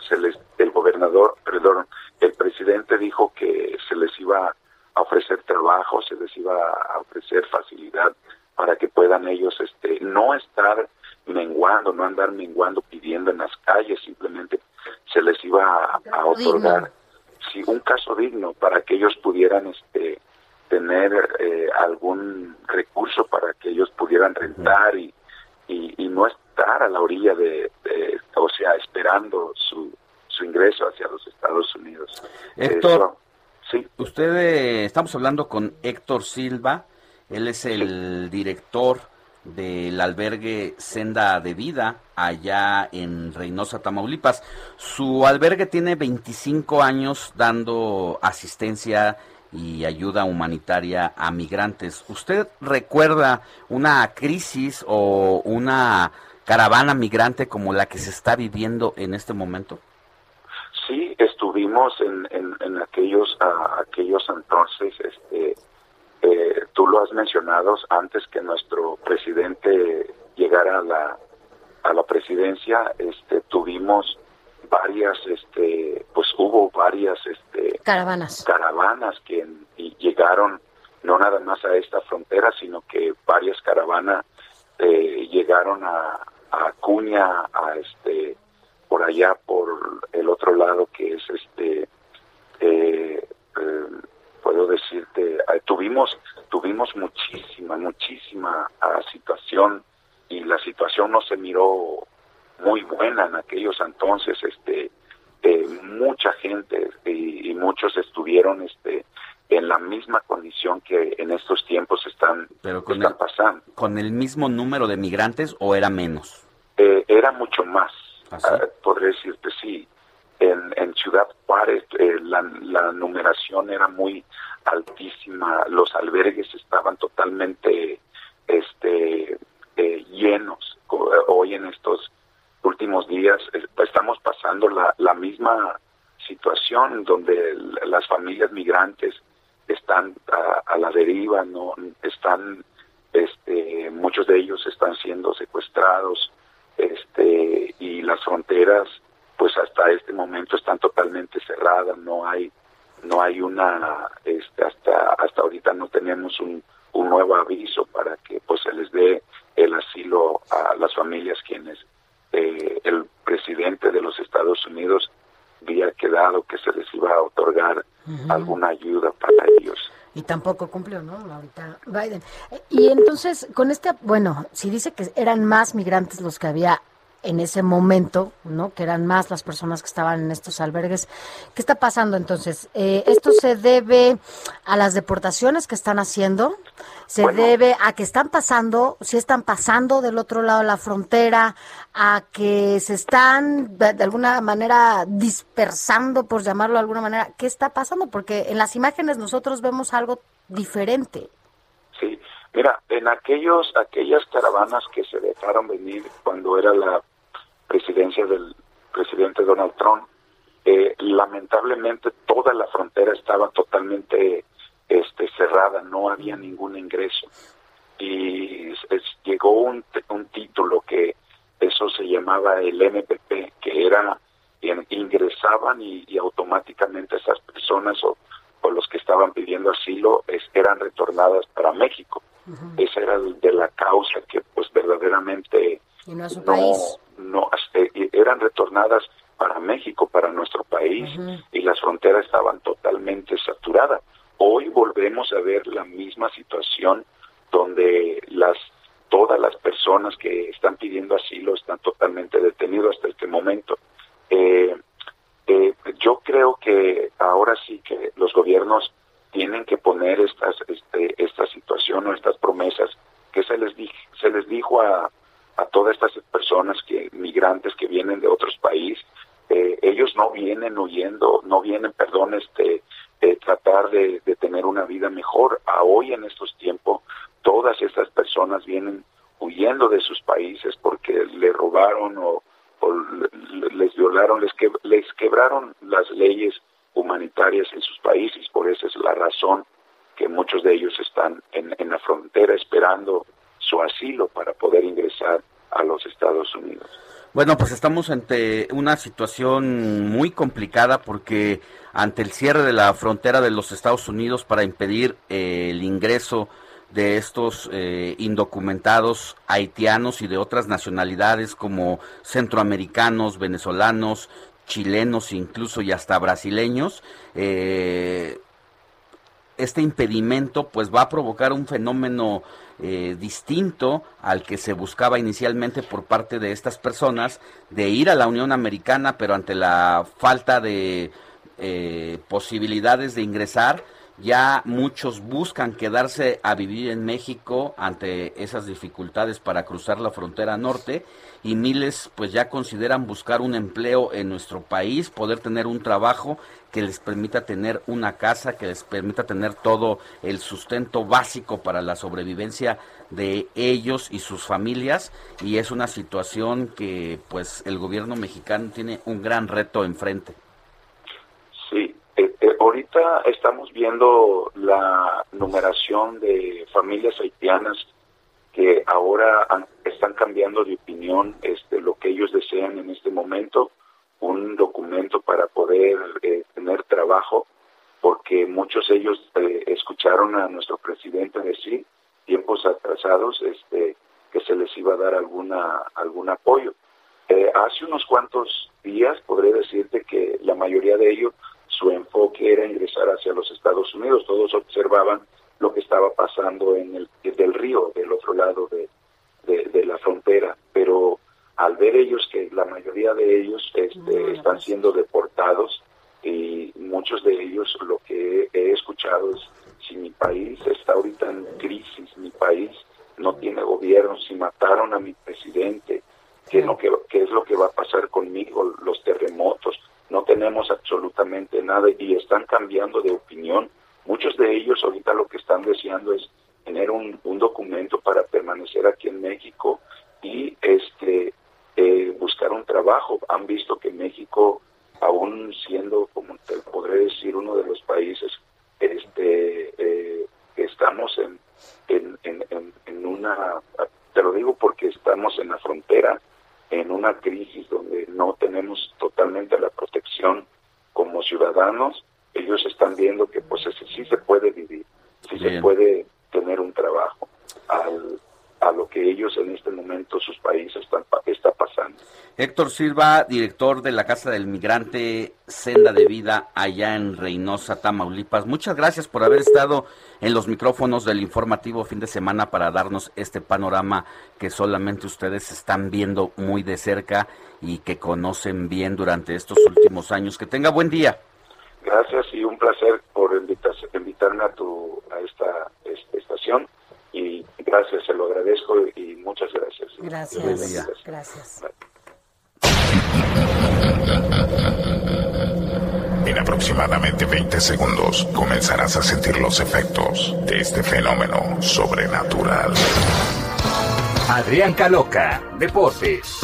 el presidente dijo que se les iba a ofrecer trabajo, se les iba a ofrecer facilidad para que puedan ellos no estar menguando, no andar menguando pidiendo en las calles, simplemente se les iba a otorgar un caso digno para que ellos pudieran tener algún recurso para que ellos pudieran rentar y no estar a la orilla o sea, esperando su ingreso hacia los Estados Unidos. Héctor, sí. Estamos hablando con Héctor Silva, él es el director del albergue Senda de Vida, allá en Reynosa, Tamaulipas. Su albergue tiene 25 años dando asistencia y ayuda humanitaria a migrantes. ¿Usted recuerda una crisis o una caravana migrante como la que se está viviendo en este momento? Sí, estuvimos en aquellos entonces, tú lo has mencionado, antes que nuestro presidente llegara a la presidencia, tuvimos varias, pues hubo varias caravanas que llegaron no nada más a esta frontera, sino que varias caravanas llegaron a Acuña, por allá por el otro lado, que es puedo decirte, tuvimos muchísima situación, y la situación no se miró muy buena en aquellos entonces. Mucha gente y muchos estuvieron en la misma condición que en estos tiempos están pasando. ¿Con el mismo número de migrantes o era menos? Era mucho más. Podría decirte, sí. En Ciudad Juárez la numeración era muy altísima, los albergues estaban totalmente llenos. Hoy en estos últimos días estamos pasando la misma situación, donde las familias migrantes están a la deriva, no están, muchos de ellos están siendo secuestrados, y las fronteras pues hasta este momento están totalmente cerradas, no hay una, hasta ahorita no tenemos un nuevo aviso para que pues se les dé el asilo a las familias quienes el presidente de los Estados Unidos había quedado que se les iba a otorgar alguna ayuda para ellos. Y tampoco cumplió, ¿no? Ahorita Biden. Y entonces, con si dice que eran más migrantes los que había en ese momento, ¿no? Que eran más las personas que estaban en estos albergues. ¿Qué está pasando entonces? ¿Esto se debe a las deportaciones que están haciendo? ¿Se debe a que están pasando del otro lado de la frontera, a que se están de alguna manera dispersando, por llamarlo de alguna manera? ¿Qué está pasando? Porque en las imágenes nosotros vemos algo diferente. Sí, mira, en aquellas caravanas que se dejaron venir cuando era la presidencia del presidente Donald Trump, lamentablemente toda la frontera estaba totalmente cerrada, no había ningún ingreso. Y llegó un título que eso se llamaba el MPP, que era, ingresaban y automáticamente esas personas o los que estaban pidiendo asilo eran retornadas para México. Esa era de la causa que pues verdaderamente y no a su país. Eran retornadas para México, para nuestro país, y las fronteras estaban totalmente saturadas. Hoy volvemos a ver la misma situación donde todas las personas que están pidiendo asilo están totalmente detenidos hasta este momento. Yo creo que ahora sí que los gobiernos tienen que poner esta situación o estas promesas que se les dijo a todas estas personas migrantes que vienen de otros países. Ellos no vienen huyendo, no vienen, tratar de tener una vida mejor. Hoy en estos tiempos todas estas personas vienen huyendo de sus países porque le robaron o les violaron, les quebraron las leyes humanitarias en sus países. Por eso es la razón que muchos de ellos están en la frontera esperando su asilo para poder ingresar a los Estados Unidos. Bueno, pues estamos ante una situación muy complicada porque ante el cierre de la frontera de los Estados Unidos para impedir el ingreso de estos indocumentados haitianos y de otras nacionalidades como centroamericanos, venezolanos, chilenos incluso y hasta brasileños, este impedimento pues va a provocar un fenómeno distinto al que se buscaba inicialmente por parte de estas personas de ir a la Unión Americana, pero ante la falta de posibilidades de ingresar, ya muchos buscan quedarse a vivir en México ante esas dificultades para cruzar la frontera norte, y miles pues ya consideran buscar un empleo en nuestro país, poder tener un trabajo que les permita tener una casa, que les permita tener todo el sustento básico para la sobrevivencia de ellos y sus familias, y es una situación que pues el gobierno mexicano tiene un gran reto enfrente. Sí, ahorita estamos viendo la numeración de familias haitianas que ahora están cambiando de opinión, lo que ellos desean en este momento, un documento para poder tener trabajo, porque muchos de ellos escucharon a nuestro presidente decir tiempos atrasados que se les iba a dar algún apoyo. Hace unos cuantos días podré decirte que la mayoría de ellos, su enfoque era ingresar hacia los Estados Unidos. Todos observaban lo que estaba pasando del río, del otro lado de la frontera, pero al ver ellos que la mayoría de ellos están siendo deportados, y muchos de ellos lo que he escuchado es: si mi país está ahorita en crisis, mi país no tiene gobierno, si mataron a mi presidente, ¿qué es lo que va a pasar conmigo? Los terremotos, no tenemos absolutamente nada, y están cambiando de opinión. Muchos de ellos ahorita lo que están deseando es tener un documento para permanecer aquí en México y buscar un trabajo. Han visto que México, aún siendo, como te podré decir, uno de los países que estamos en una, te lo digo porque estamos en la frontera, en una crisis donde no tenemos totalmente la protección como ciudadanos. Ellos están viendo que pues sí se puede vivir, sí Bien. se puede tener un trabajo a lo que ellos en este momento, sus países está pasando. Héctor Silva, director de la Casa del Migrante Senda de Vida allá en Reynosa, Tamaulipas. Muchas gracias por haber estado en los micrófonos del informativo fin de semana para darnos este panorama que solamente ustedes están viendo muy de cerca y que conocen bien durante estos últimos años. Que tenga buen día. Gracias y un placer por invitarme a esta estación, y gracias, se lo agradezco y muchas gracias. Gracias. En aproximadamente 20 segundos comenzarás a sentir los efectos de este fenómeno sobrenatural. Adrián Caloca, Deportes.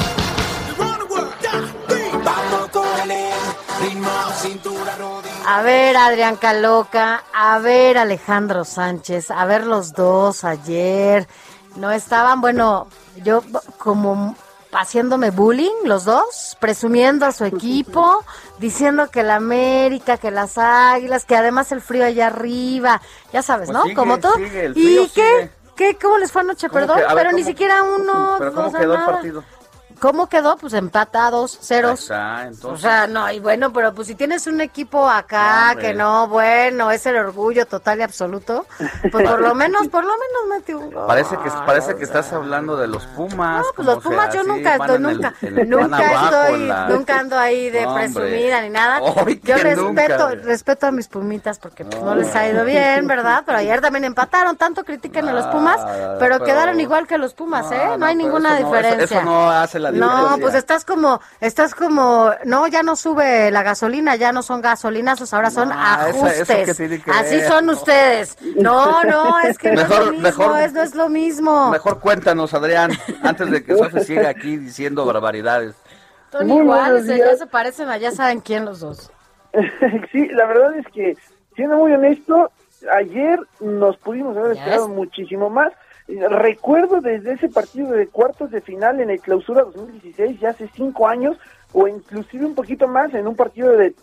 A ver, Adrián Caloca, a ver, Alejandro Sánchez, a ver los dos ayer. No estaban, bueno, yo como haciéndome bullying, los dos, presumiendo a su equipo, diciendo que la América, que las Águilas, que además el frío allá arriba, ya sabes, Pues ¿no? sigue, Como todo. sigue, el frío ¿Y sigue. cómo les fue anoche? ¿Cómo Perdón, que- a ver, pero ni cómo- siquiera uno, ¿Pero cómo dos, quedó el nada. partido? ¿Cómo quedó? Pues empatados, ceros. Está, O entonces. sea, no, y bueno, pero pues si tienes un equipo acá hombre. que no, bueno, es el orgullo total y absoluto, pues por lo menos mete un gol. Parece que estás hablando de los Pumas. No, pues como los Pumas sea, yo así, nunca, van en nunca, van abajo nunca ando ahí de No, hombre. presumida ni nada. Ay, Yo que nunca. respeto a mis Pumitas porque pues, no les ha ido bien, ¿verdad? Pero ayer también empataron, tanto critican a los Pumas, pero quedaron igual que los Pumas, ¿eh? No hay pero ninguna eso no, diferencia. eso no hace la diferencia. No, pues estás como, no, ya no sube la gasolina, ya no son gasolinazos, ahora son ajustes. ¿eso qué tiene que Así ver? son ustedes. No, es que no es lo mismo, no es lo mismo. Mejor cuéntanos, Adrián, antes de que Sofía siga aquí diciendo barbaridades. Son Muy iguales, buenos ya días. se parecen a ya saben quién los dos. Sí, la verdad es que, siendo muy honesto, ayer nos pudimos haber esperado muchísimo más. Recuerdo desde ese partido de cuartos de final en el Clausura 2016, ya hace 5 años, o inclusive un poquito más, en un partido de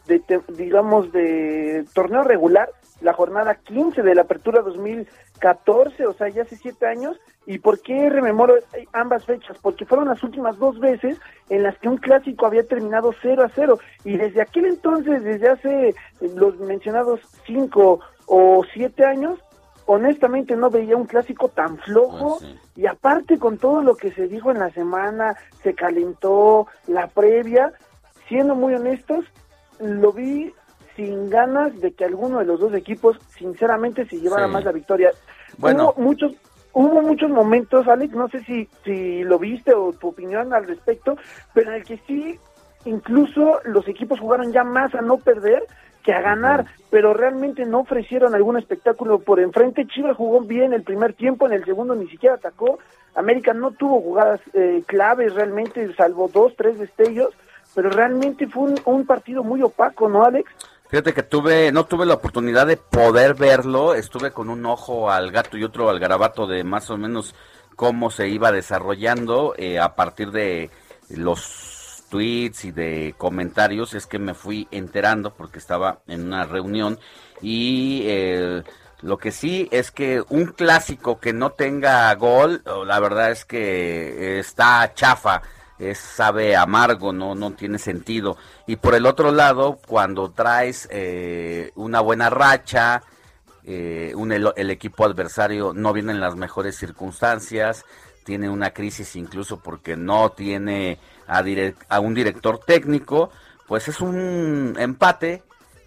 torneo regular, la jornada 15 de la Apertura 2014, o sea, ya hace 7 años. ¿Y por qué rememoro ambas fechas? Porque fueron las últimas 2 veces en las que un clásico había terminado 0-0, y desde aquel entonces, desde hace los mencionados 5 o 7 años, honestamente no veía un clásico tan flojo. Y aparte, con todo lo que se dijo en la semana, se calentó la previa, siendo muy honestos, lo vi sin ganas de que alguno de los dos equipos sinceramente se llevara más la victoria. Bueno. Hubo muchos momentos, Alex, no sé si lo viste o tu opinión al respecto, pero en el que sí, incluso los equipos jugaron ya más a no perder que a ganar, pero realmente no ofrecieron algún espectáculo por enfrente. Chivas jugó bien el primer tiempo, en el segundo ni siquiera atacó. América no tuvo jugadas claves realmente, salvo 2, 3 destellos, pero realmente fue un partido muy opaco, ¿no, Alex? Fíjate que no tuve la oportunidad de poder verlo, estuve con un ojo al gato y otro al garabato de más o menos cómo se iba desarrollando a partir de los tweets y de comentarios, es que me fui enterando porque estaba en una reunión y lo que sí es que un clásico que no tenga gol, la verdad es que está chafa. Sabe amargo, no tiene sentido. Y por el otro lado, cuando traes una buena racha, el equipo adversario no viene en las mejores circunstancias, tiene una crisis incluso porque no tiene a un director técnico, pues es un empate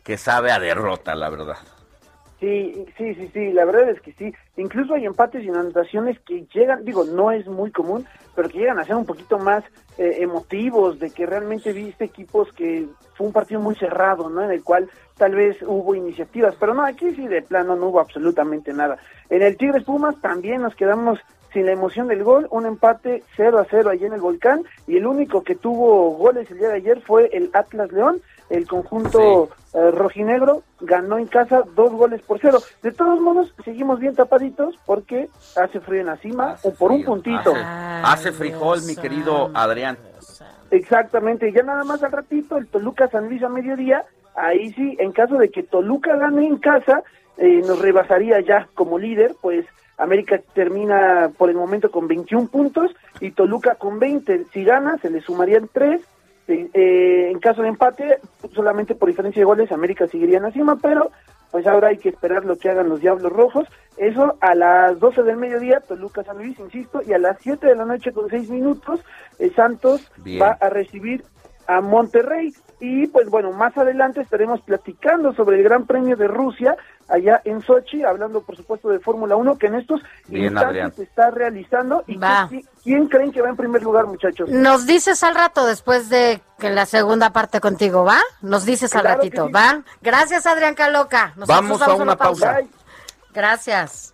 que sabe a derrota, la verdad. Sí, la verdad es que sí. Incluso hay empates y anotaciones que llegan, no es muy común, pero que llegan a ser un poquito más emotivos, de que realmente viste equipos que fue un partido muy cerrado, ¿no? En el cual tal vez hubo iniciativas, pero no, aquí sí de plano no hubo absolutamente nada. En el Tigres Pumas también nos quedamos sin la emoción del gol, un empate 0-0 allí en el Volcán, y el único que tuvo goles el día de ayer fue el Atlas León. El conjunto rojinegro ganó en casa 2-0. De todos modos, seguimos bien tapaditos porque hace frío en la cima, o por un puntito. Hace frijol, mi querido Adrián. Exactamente, ya nada más al ratito, el Toluca San Luis a mediodía, ahí sí, en caso de que Toluca gane en casa, nos rebasaría ya como líder, pues América termina por el momento con 21 puntos y Toluca con 20. Si gana, se le sumarían 3. En caso de empate, solamente por diferencia de goles, América seguiría en la cima, pero pues ahora hay que esperar lo que hagan los Diablos Rojos. Eso a las 12 del mediodía, Toluca San Luis, insisto, y a las 7 de la noche con 6 minutos, Santos va a recibir a Monterrey. Y pues bueno, más adelante estaremos platicando sobre el Gran Premio de Rusia, allá en Sochi, hablando por supuesto de Fórmula 1, que en estos instantes se está realizando. ¿Y quién creen que va en primer lugar, muchachos? Nos dices al rato, después de que la segunda parte contigo, ¿va? Nos dices al ratito, sí. ¿Va? Gracias, Adrián Caloca. Vamos a una pausa. Gracias.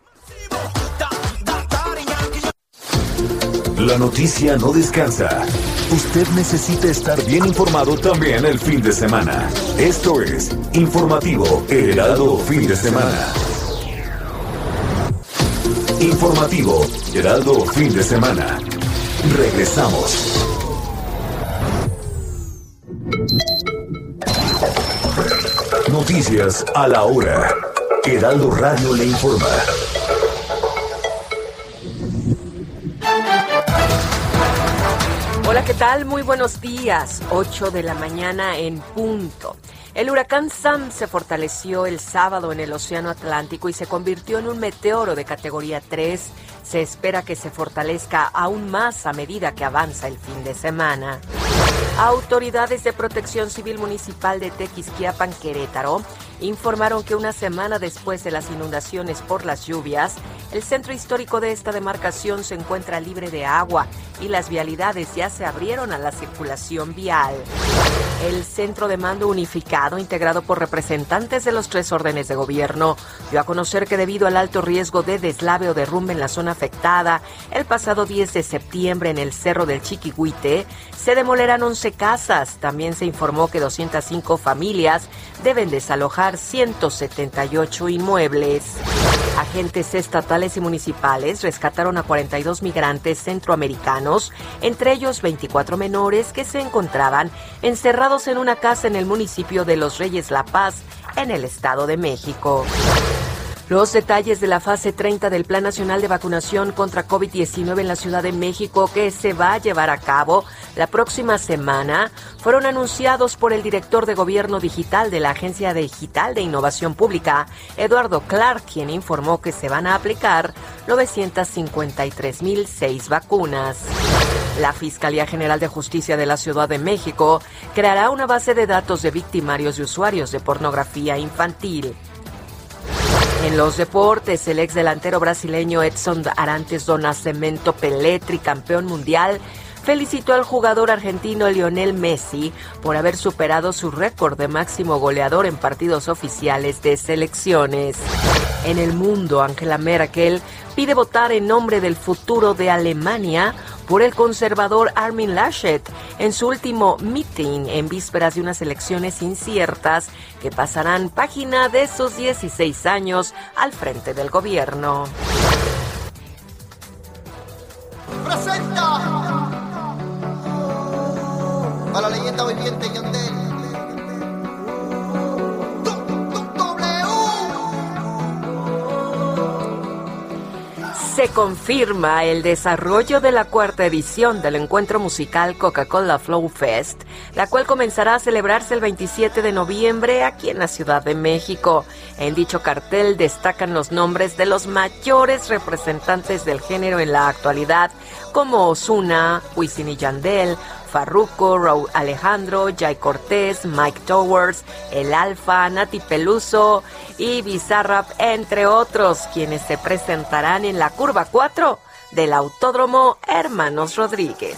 La noticia no descansa. Usted necesita estar bien informado también el fin de semana. Esto es Informativo El Heraldo Fin de Semana. Informativo Heraldo Fin de Semana. Regresamos. Noticias a la hora. Heraldo Radio le informa. Hola, ¿qué tal? Muy buenos días. 8 de la mañana en punto. El huracán Sam se fortaleció el sábado en el Océano Atlántico y se convirtió en un meteoro de categoría 3. Se espera que se fortalezca aún más a medida que avanza el fin de semana. Autoridades de Protección Civil Municipal de Tequisquiapan, Querétaro, informaron que una semana después de las inundaciones por las lluvias, el centro histórico de esta demarcación se encuentra libre de agua y las vialidades ya se abrieron a la circulación vial. El Centro de Mando Unificado, integrado por representantes de los 3 órdenes de gobierno, dio a conocer que debido al alto riesgo de deslave o derrumbe en la zona afectada, el pasado 10 de septiembre en el Cerro del Chiquihuite, se demolerán 11 casas. También se informó que 205 familias deben desalojar 178 inmuebles. Agentes estatales y municipales rescataron a 42 migrantes centroamericanos, entre ellos 24 menores que se encontraban encerrados en una casa en el municipio de Los Reyes La Paz, en el Estado de México. Los detalles de la fase 30 del Plan Nacional de Vacunación contra COVID-19 en la Ciudad de México, que se va a llevar a cabo la próxima semana, fueron anunciados por el director de Gobierno Digital de la Agencia Digital de Innovación Pública, Eduardo Clark, quien informó que se van a aplicar 953,006 vacunas. La Fiscalía General de Justicia de la Ciudad de México creará una base de datos de victimarios y usuarios de pornografía infantil. En los deportes, el ex delantero brasileño Edson Arantes do Nascimento Pelé, tricampeón mundial, felicitó al jugador argentino Lionel Messi por haber superado su récord de máximo goleador en partidos oficiales de selecciones. En el mundo, Angela Merkel pide votar en nombre del futuro de Alemania por el conservador Armin Laschet en su último meeting en vísperas de unas elecciones inciertas que pasarán página de sus 16 años al frente del gobierno. Presenta a la leyenda viviente Yandel. Se confirma el desarrollo de la 4ª edición del encuentro musical Coca-Cola Flow Fest, la cual comenzará a celebrarse el 27 de noviembre aquí en la Ciudad de México. En dicho cartel destacan los nombres de los mayores representantes del género en la actualidad, como Ozuna, Wisin y Yandel, Farruko, Raúl Alejandro, Jay Cortés, Mike Towers, El Alfa, Nati Peluso y Bizarrap, entre otros, quienes se presentarán en la Curva 4 del Autódromo Hermanos Rodríguez.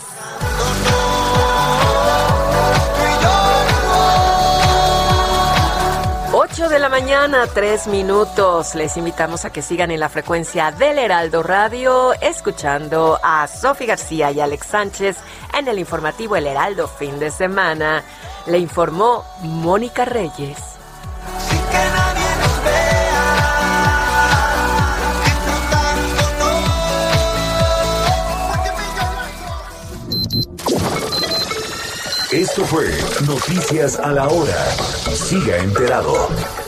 De la mañana, 3 minutos. Les invitamos a que sigan en la frecuencia del Heraldo Radio, escuchando a Sofi García y Alex Sánchez en el informativo El Heraldo Fin de Semana. Le informó Mónica Reyes. Esto fue Noticias a la Hora. Siga enterado.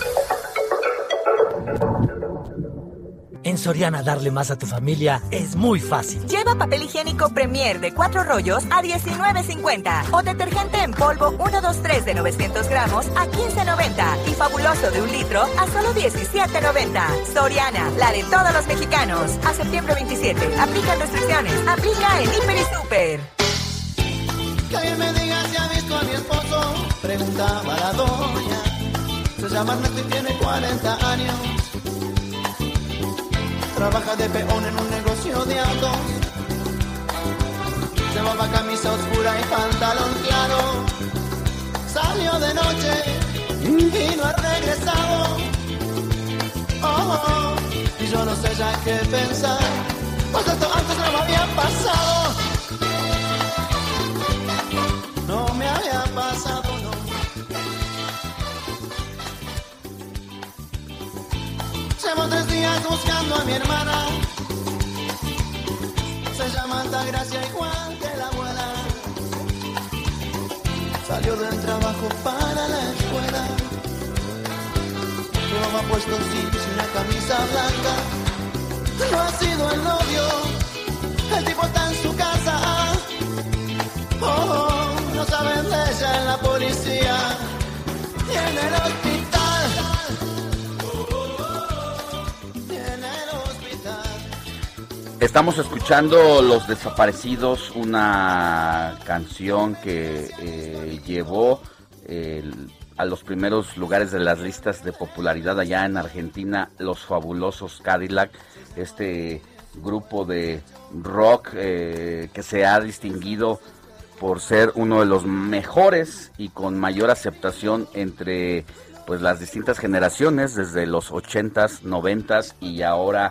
En Soriana, darle más a tu familia es muy fácil. Lleva papel higiénico Premier de 4 rollos a $19.50 o detergente en polvo 123 de 900 gramos a $15.90 y fabuloso de 1 litro a solo $17.90. Soriana, la de todos los mexicanos. A septiembre 27. Aplican restricciones. Aplica en Hiper y Super. Que alguien me diga si ha visto a mi esposo, preguntaba la doña. Se llama Ernesto y tiene 40 años. Trabaja de peón en un negocio de autos. Llevaba camisa oscura y pantalón claro. Salió de noche y no ha regresado. Oh, oh, y yo no sé ya qué pensar, pues esto antes no me había pasado. No me había pasado, no. Llevo 3 días buscando a mi hermana. Se llama Altagracia igual que la abuela. Salió del trabajo para la escuela. Llevaba puesto jeans y una camisa blanca. No ha sido el novio, el tipo está en su casa. Oh, oh, no saben de ella en la policía y en el hospital. Estamos escuchando Los Desaparecidos, una canción que llevó a los primeros lugares de las listas de popularidad allá en Argentina, Los Fabulosos Cadillac, este grupo de rock que se ha distinguido por ser uno de los mejores y con mayor aceptación entre pues las distintas generaciones, desde los 80s, 90s y ahora.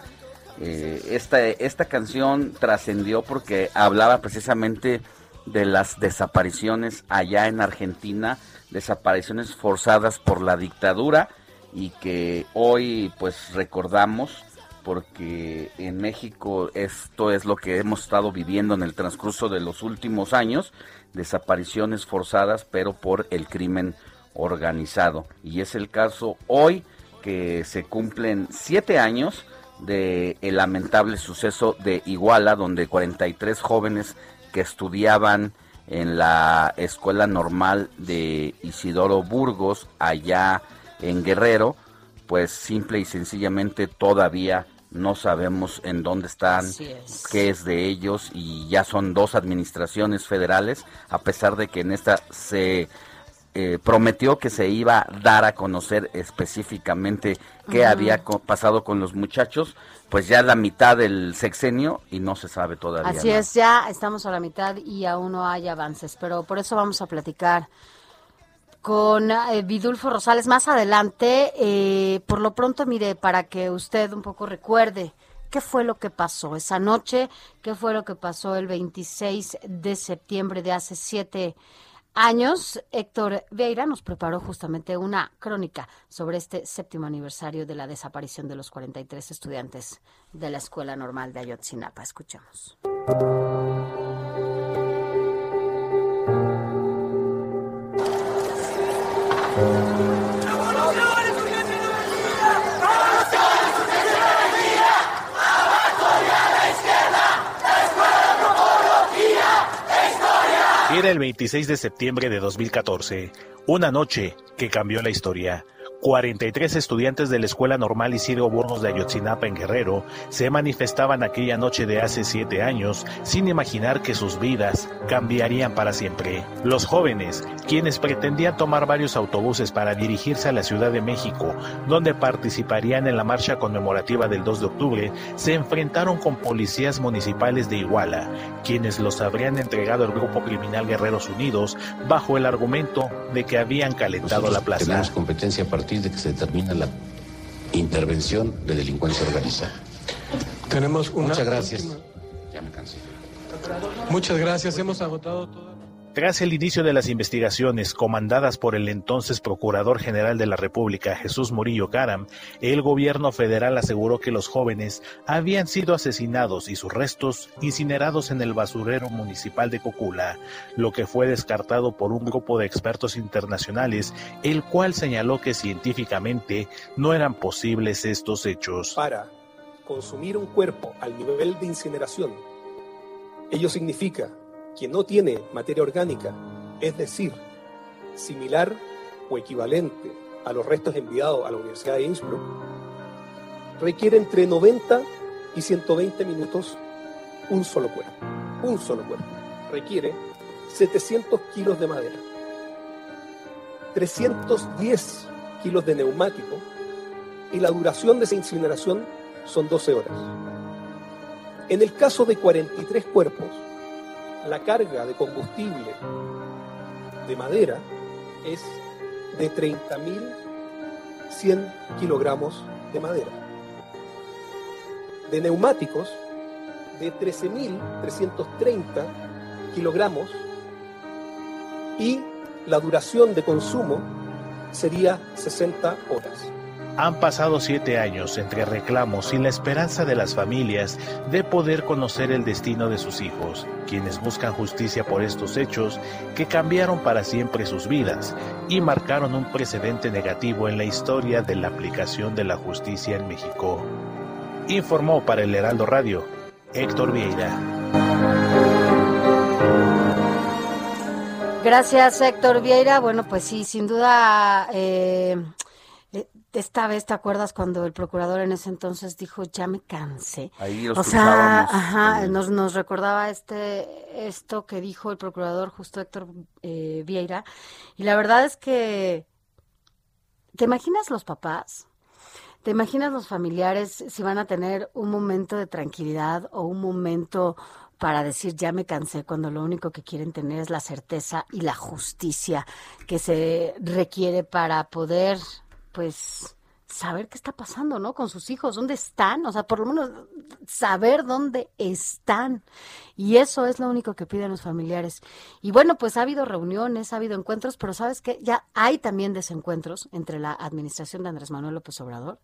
Esta canción trascendió porque hablaba precisamente de las desapariciones allá en Argentina, desapariciones forzadas por la dictadura y que hoy pues recordamos porque en México esto es lo que hemos estado viviendo en el transcurso de los últimos años, desapariciones forzadas pero por el crimen organizado. Y es el caso hoy que se cumplen 7 años de el lamentable suceso de Iguala, donde 43 jóvenes que estudiaban en la Escuela Normal de Isidoro Burgos, allá en Guerrero, pues simple y sencillamente todavía no sabemos en dónde están, qué es de ellos, y ya son 2 administraciones federales, a pesar de que en esta se prometió que se iba a dar a conocer específicamente qué había pasado con los muchachos, pues ya la mitad del sexenio y no se sabe todavía. Así es, ya estamos a la mitad y aún no hay avances, pero por eso vamos a platicar con Vidulfo Rosales más adelante. Por lo pronto, mire, para que usted un poco recuerde qué fue lo que pasó esa noche, qué fue lo que pasó el 26 de septiembre de hace 7 años, Héctor Vieira nos preparó justamente una crónica sobre este 7º aniversario de la desaparición de los 43 estudiantes de la Escuela Normal de Ayotzinapa. Escuchemos. Era el 26 de septiembre de 2014, una noche que cambió la historia, 43 estudiantes de la Escuela Normal Isidro Burgos de Ayotzinapa en Guerrero se manifestaban aquella noche de hace 7 años sin imaginar que sus vidas cambiarían para siempre. Los jóvenes, quienes pretendían tomar varios autobuses para dirigirse a la Ciudad de México, donde participarían en la marcha conmemorativa del 2 de octubre, se enfrentaron con policías municipales de Iguala, quienes los habrían entregado al grupo criminal Guerreros Unidos bajo el argumento de que habían calentado la plaza. Tenemos competencia a partir de que se determina la intervención de delincuencia organizada. Tenemos una... Muchas gracias. Ya me cansé. Muchas gracias, hemos agotado todo. Tras el inicio de las investigaciones comandadas por el entonces Procurador General de la República, Jesús Murillo Caram, el gobierno federal aseguró que los jóvenes habían sido asesinados y sus restos incinerados en el basurero municipal de Cocula, lo que fue descartado por un grupo de expertos internacionales, el cual señaló que científicamente no eran posibles estos hechos. Para consumir un cuerpo al nivel de incineración, ello significa que no tiene materia orgánica, es decir, similar o equivalente a los restos enviados a la Universidad de Innsbruck, requiere entre 90 y 120 minutos un solo cuerpo. Un solo cuerpo. Requiere 700 kilos de madera, 310 kilos de neumático y la duración de esa incineración son 12 horas. En el caso de 43 cuerpos, la carga de combustible de madera es de 30.100 kilogramos de madera. De neumáticos, de 13.330 kilogramos, y la duración de consumo sería 60 horas. Han pasado 7 años entre reclamos y la esperanza de las familias de poder conocer el destino de sus hijos, quienes buscan justicia por estos hechos que cambiaron para siempre sus vidas y marcaron un precedente negativo en la historia de la aplicación de la justicia en México. Informó para el Heraldo Radio, Héctor Vieira. Gracias, Héctor Vieira. Bueno, pues sí, sin duda... Esta vez, ¿te acuerdas cuando el procurador en ese entonces dijo, ya me cansé? Ahí lo escuchábamos. Nos recordaba esto que dijo el procurador justo Héctor Vieira. Y la verdad es que, ¿te imaginas los papás? ¿Te imaginas los familiares si van a tener un momento de tranquilidad o un momento para decir ya me cansé, cuando lo único que quieren tener es la certeza y la justicia que se requiere para poder... pues saber qué está pasando, ¿no? Con sus hijos, ¿dónde están? O sea, por lo menos saber dónde están. Y eso es lo único que piden los familiares. Y bueno, pues ha habido reuniones, ha habido encuentros, pero ¿sabes qué? Ya hay también desencuentros entre la administración de Andrés Manuel López Obrador,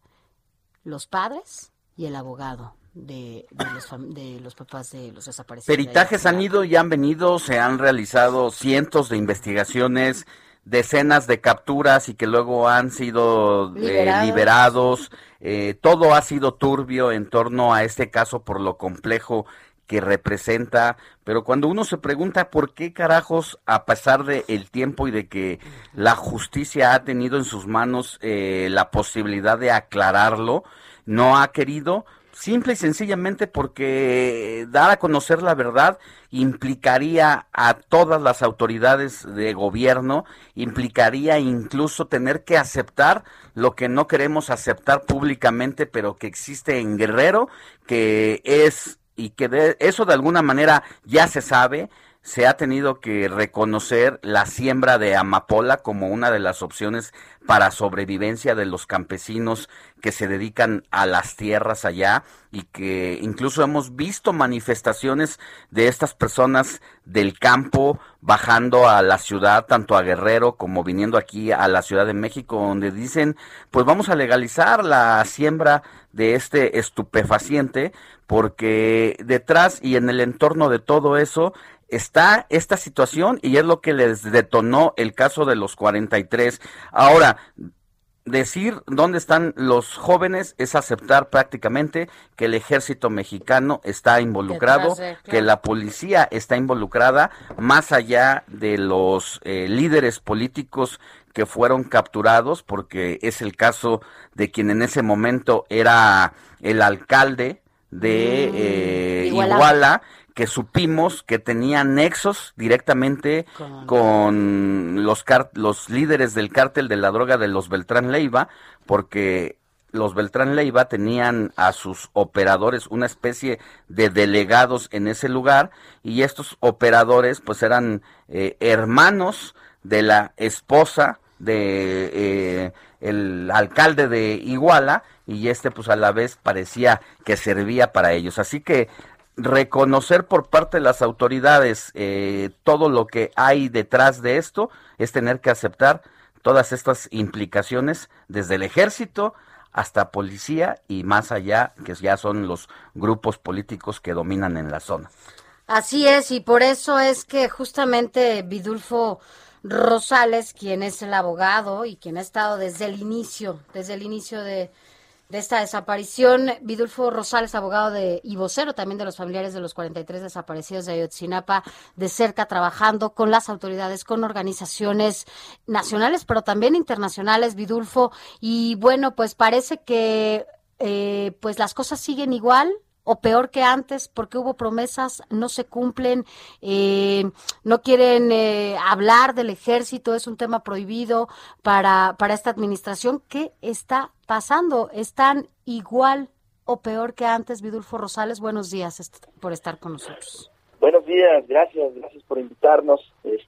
los padres y el abogado de los papás de los desaparecidos. Peritajes han ido y han venido, se han realizado cientos de investigaciones, decenas de capturas y que luego han sido liberados. Todo ha sido turbio en torno a este caso por lo complejo que representa, pero cuando uno se pregunta por qué carajos, a pesar de el tiempo y de que la justicia ha tenido en sus manos la posibilidad de aclararlo, no ha querido, simple y sencillamente porque dar a conocer la verdad implicaría a todas las autoridades de gobierno, implicaría incluso tener que aceptar lo que no queremos aceptar públicamente, pero que existe en Guerrero, que es, y que eso de alguna manera ya se sabe. Se ha tenido que reconocer la siembra de amapola como una de las opciones para sobrevivencia de los campesinos que se dedican a las tierras allá, y que incluso hemos visto manifestaciones de estas personas del campo bajando a la ciudad, tanto a Guerrero como viniendo aquí a la Ciudad de México, donde dicen, pues vamos a legalizar la siembra de este estupefaciente, porque detrás y en el entorno de todo eso está esta situación, y es lo que les detonó el caso de los 43. Ahora, decir dónde están los jóvenes es aceptar prácticamente que el ejército mexicano está involucrado, que la policía está involucrada, más allá de los líderes políticos que fueron capturados, porque es el caso de quien en ese momento era el alcalde de Iguala, que supimos que tenía nexos directamente con los líderes del cártel de la droga de los Beltrán Leiva, porque los Beltrán Leiva tenían a sus operadores, una especie de delegados en ese lugar, y estos operadores pues eran hermanos de la esposa de el alcalde de Iguala, y pues a la vez parecía que servía para ellos. Así que reconocer por parte de las autoridades todo lo que hay detrás de esto es tener que aceptar todas estas implicaciones desde el ejército hasta policía y más allá, que ya son los grupos políticos que dominan en la zona. Así es, y por eso es que justamente Vidulfo Rosales, quien es el abogado y quien ha estado desde el inicio de esta desaparición, Vidulfo Rosales, abogado y vocero también de los familiares de los 43 desaparecidos de Ayotzinapa, de cerca trabajando con las autoridades, con organizaciones nacionales, pero también internacionales, Vidulfo, y bueno, pues parece que pues las cosas siguen igual o peor que antes, porque hubo promesas, no se cumplen, no quieren hablar del ejército, es un tema prohibido para esta administración. ¿Qué está pasando? ¿Están igual o peor que antes? Vidulfo Rosales, buenos días por estar con nosotros. Buenos días, gracias por invitarnos.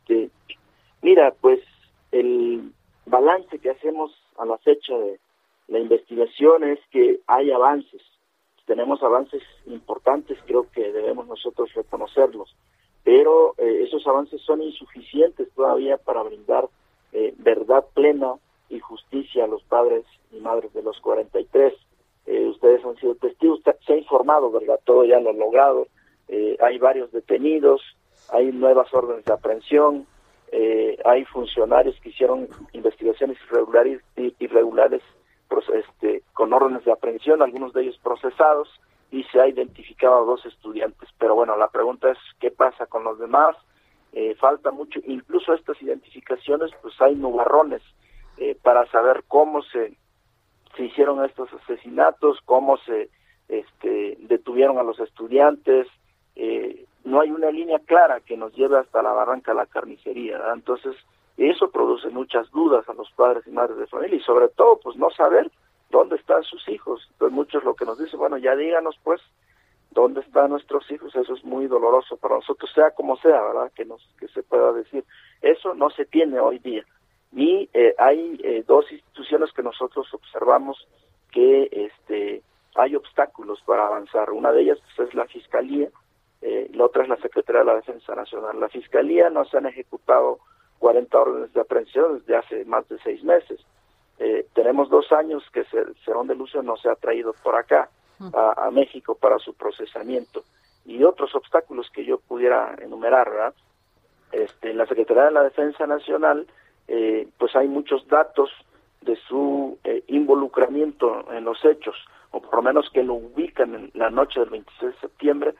Mira, pues el balance que hacemos a la fecha de la investigación es que hay avances. Tenemos avances importantes, creo que debemos nosotros reconocerlos, pero esos avances son insuficientes todavía para brindar verdad plena y justicia a los padres y madres de los 43. Ustedes han sido testigos, se ha informado, ¿verdad? Todo ya lo logrado, hay varios detenidos, hay nuevas órdenes de aprehensión, hay funcionarios que hicieron investigaciones irregulares con órdenes de aprehensión, algunos de ellos procesados, y se ha identificado a 2 estudiantes. Pero bueno, la pregunta es, ¿qué pasa con los demás? Falta mucho, incluso estas identificaciones, pues hay nubarrones para saber cómo se hicieron estos asesinatos, cómo se detuvieron a los estudiantes. No hay una línea clara que nos lleve hasta la Barranca de la Carnicería, ¿verdad? Entonces, eso produce muchas dudas a los padres y madres de familia, y sobre todo, pues no saber dónde están sus hijos. Entonces muchos lo que nos dicen, bueno, ya díganos pues dónde están nuestros hijos. Eso es muy doloroso para nosotros, sea como sea, ¿verdad? Que se pueda decir. Eso no se tiene hoy día. Y hay 2 instituciones que nosotros observamos que hay obstáculos para avanzar. Una de ellas pues, es la Fiscalía, la otra es la Secretaría de la Defensa Nacional. La Fiscalía no se han ejecutado 40 órdenes de aprehensión desde hace más de 6 meses. Tenemos 2 años que Cerón de Lucio no se ha traído por acá a México para su procesamiento, y otros obstáculos que yo pudiera enumerar, ¿verdad? En la Secretaría de la Defensa Nacional pues hay muchos datos de su involucramiento en los hechos, o por lo menos que lo ubican en la noche del 26 de septiembre,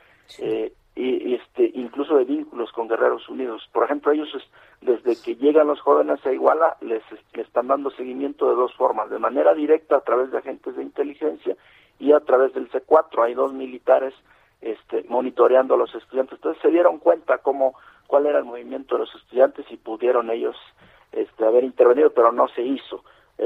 incluso de vínculos con Guerreros Unidos. Por ejemplo, ellos desde que llegan los jóvenes a Iguala les están dando seguimiento de 2 formas: de manera directa a través de agentes de inteligencia y a través del C4. Hay 2 militares monitoreando a los estudiantes. Entonces se dieron cuenta cuál era el movimiento de los estudiantes y pudieron ellos haber intervenido, pero no se hizo.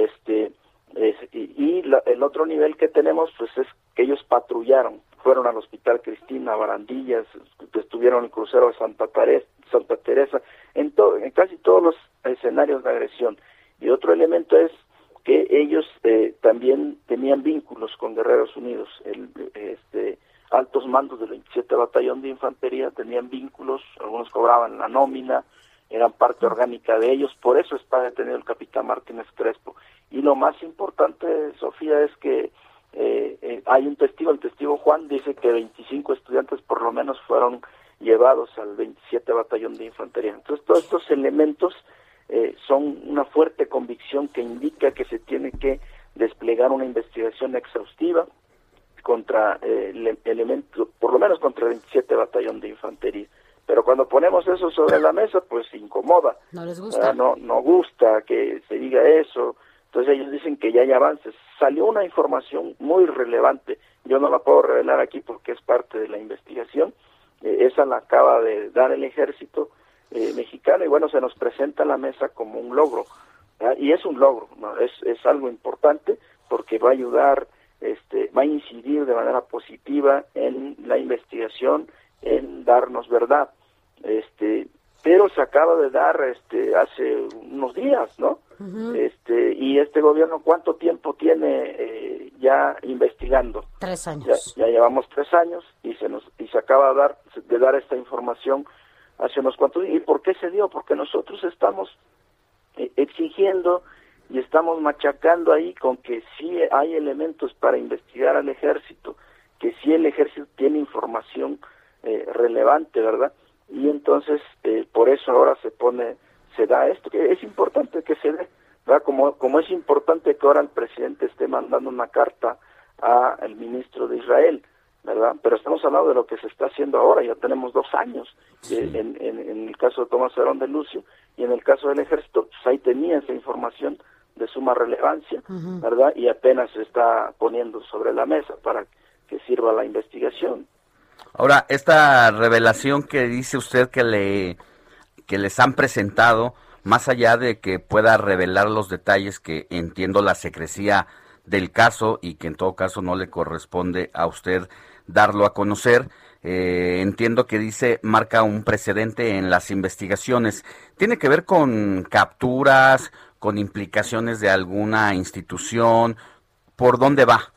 El otro nivel que tenemos pues es que ellos patrullaron, fueron al Hospital Cristina, Barandillas, estuvieron en el crucero de Santa Teresa, en casi todos los escenarios de agresión. Y otro elemento es que ellos también tenían vínculos con Guerreros Unidos. Altos mandos del 27 Batallón de Infantería tenían vínculos, algunos cobraban la nómina, eran parte orgánica de ellos, por eso está detenido el capitán Martínez Crespo. Y lo más importante, Sofía, es que hay un testigo, el testigo Juan dice que 25 estudiantes por lo menos fueron llevados al 27 Batallón de Infantería. Entonces todos estos elementos son una fuerte convicción que indica que se tiene que desplegar una investigación exhaustiva contra el elemento, por lo menos contra el 27 Batallón de Infantería. Pero cuando ponemos eso sobre la mesa, pues incomoda. No les gusta. No gusta que se diga eso. Entonces ellos dicen que ya hay avances. Salió una información muy relevante. Yo no la puedo revelar aquí porque es parte de la investigación. Esa la acaba de dar el ejército mexicano y bueno, se nos presenta en la mesa como un logro. Y es un logro, ¿no? Es algo importante porque va a ayudar, va a incidir de manera positiva en la investigación, en darnos verdad. Pero se acaba de dar hace unos días, ¿no? Uh-huh. Y este gobierno, ¿cuánto tiempo tiene ya investigando? 3 años. Ya llevamos 3 años y se acaba de dar esta información hace unos cuantos días. ¿Y por qué se dio? Porque nosotros estamos exigiendo y estamos machacando ahí con que sí hay elementos para investigar al ejército, que sí el ejército tiene información relevante, ¿verdad? Y entonces por eso ahora se da esto, que es importante que se dé, ¿verdad? Como es importante que ahora el presidente esté mandando una carta al ministro de Israel, ¿verdad? Pero estamos hablando de lo que se está haciendo ahora, ya tenemos 2 años, sí. En el caso de Tomás Herón de Lucio, y en el caso del ejército, pues ahí tenía esa información de suma relevancia, uh-huh. ¿verdad? Y apenas se está poniendo sobre la mesa para que sirva la investigación. Ahora, esta revelación que dice usted que les han presentado, más allá de que pueda revelar los detalles, que entiendo la secrecía del caso y que en todo caso no le corresponde a usted darlo a conocer, entiendo que marca un precedente en las investigaciones. ¿Tiene que ver con capturas, con implicaciones de alguna institución? ¿Por dónde va?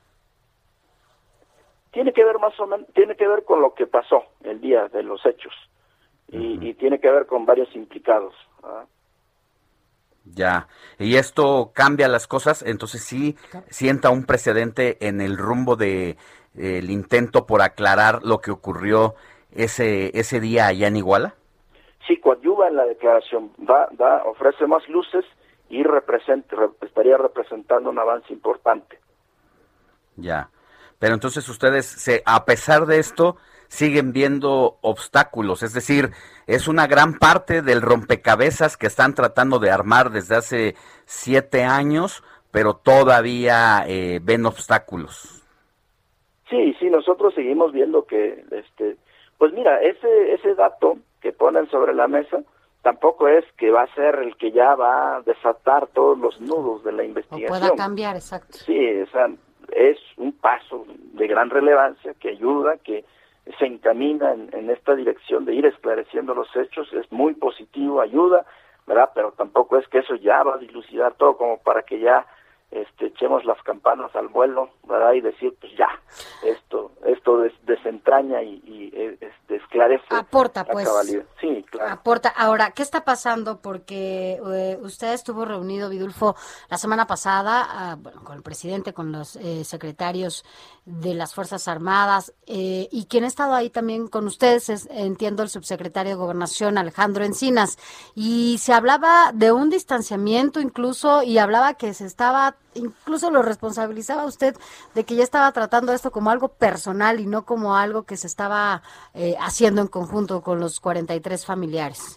Tiene que ver más o menos, tiene que ver con lo que pasó el día de los hechos y tiene que ver con varios implicados. ¿Ah? Ya, y esto cambia las cosas, entonces sí sienta un precedente en el rumbo de el intento por aclarar lo que ocurrió ese día allá en Iguala. Sí, coadyuva en la declaración, ofrece más luces y estaría representando un avance importante. Ya. Pero entonces ustedes, a pesar de esto, siguen viendo obstáculos, es decir, es una gran parte del rompecabezas que están tratando de armar desde hace 7 años, pero todavía ven obstáculos. Sí, nosotros seguimos viendo que, pues mira, ese dato que ponen sobre la mesa tampoco es que va a ser el que ya va a desatar todos los nudos de la investigación. O pueda cambiar, exacto. Sí, o sea, es un paso de gran relevancia que ayuda, que se encamina en esta dirección de ir esclareciendo los hechos, es muy positivo, ayuda, ¿verdad? Pero tampoco es que eso ya va a dilucidar todo como para que ya echemos las campanas al vuelo, ¿verdad? Y decir, pues ya, esto desentraña y esclarece. Aporta, pues. Cabalidad. Sí, claro. Aporta. Ahora, ¿qué está pasando? Porque usted estuvo reunido, Vidulfo, la semana pasada, con el presidente, con los secretarios de las Fuerzas Armadas, y quien ha estado ahí también con ustedes es, entiendo, el subsecretario de Gobernación, Alejandro Encinas, y se hablaba de un distanciamiento incluso, y hablaba que incluso lo responsabilizaba usted de que ya estaba tratando esto como algo personal y no como algo que se estaba haciendo en conjunto con los 43 familiares.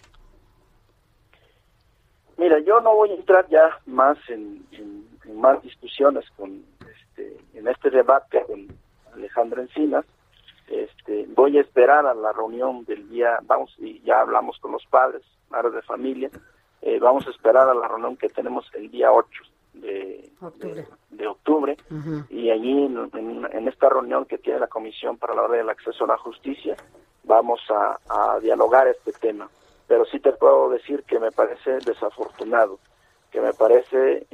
Mira, yo no voy a entrar ya más en más discusiones en este debate con Alejandro Encinas. Voy a esperar a la reunión del día, y ya hablamos con los padres de familia, vamos a esperar a la reunión que tenemos el día 8 de octubre, uh-huh. Y allí en esta reunión que tiene la Comisión para la Orden del Acceso a la Justicia vamos a dialogar este tema. Pero sí te puedo decir que me parece desafortunado, que me parece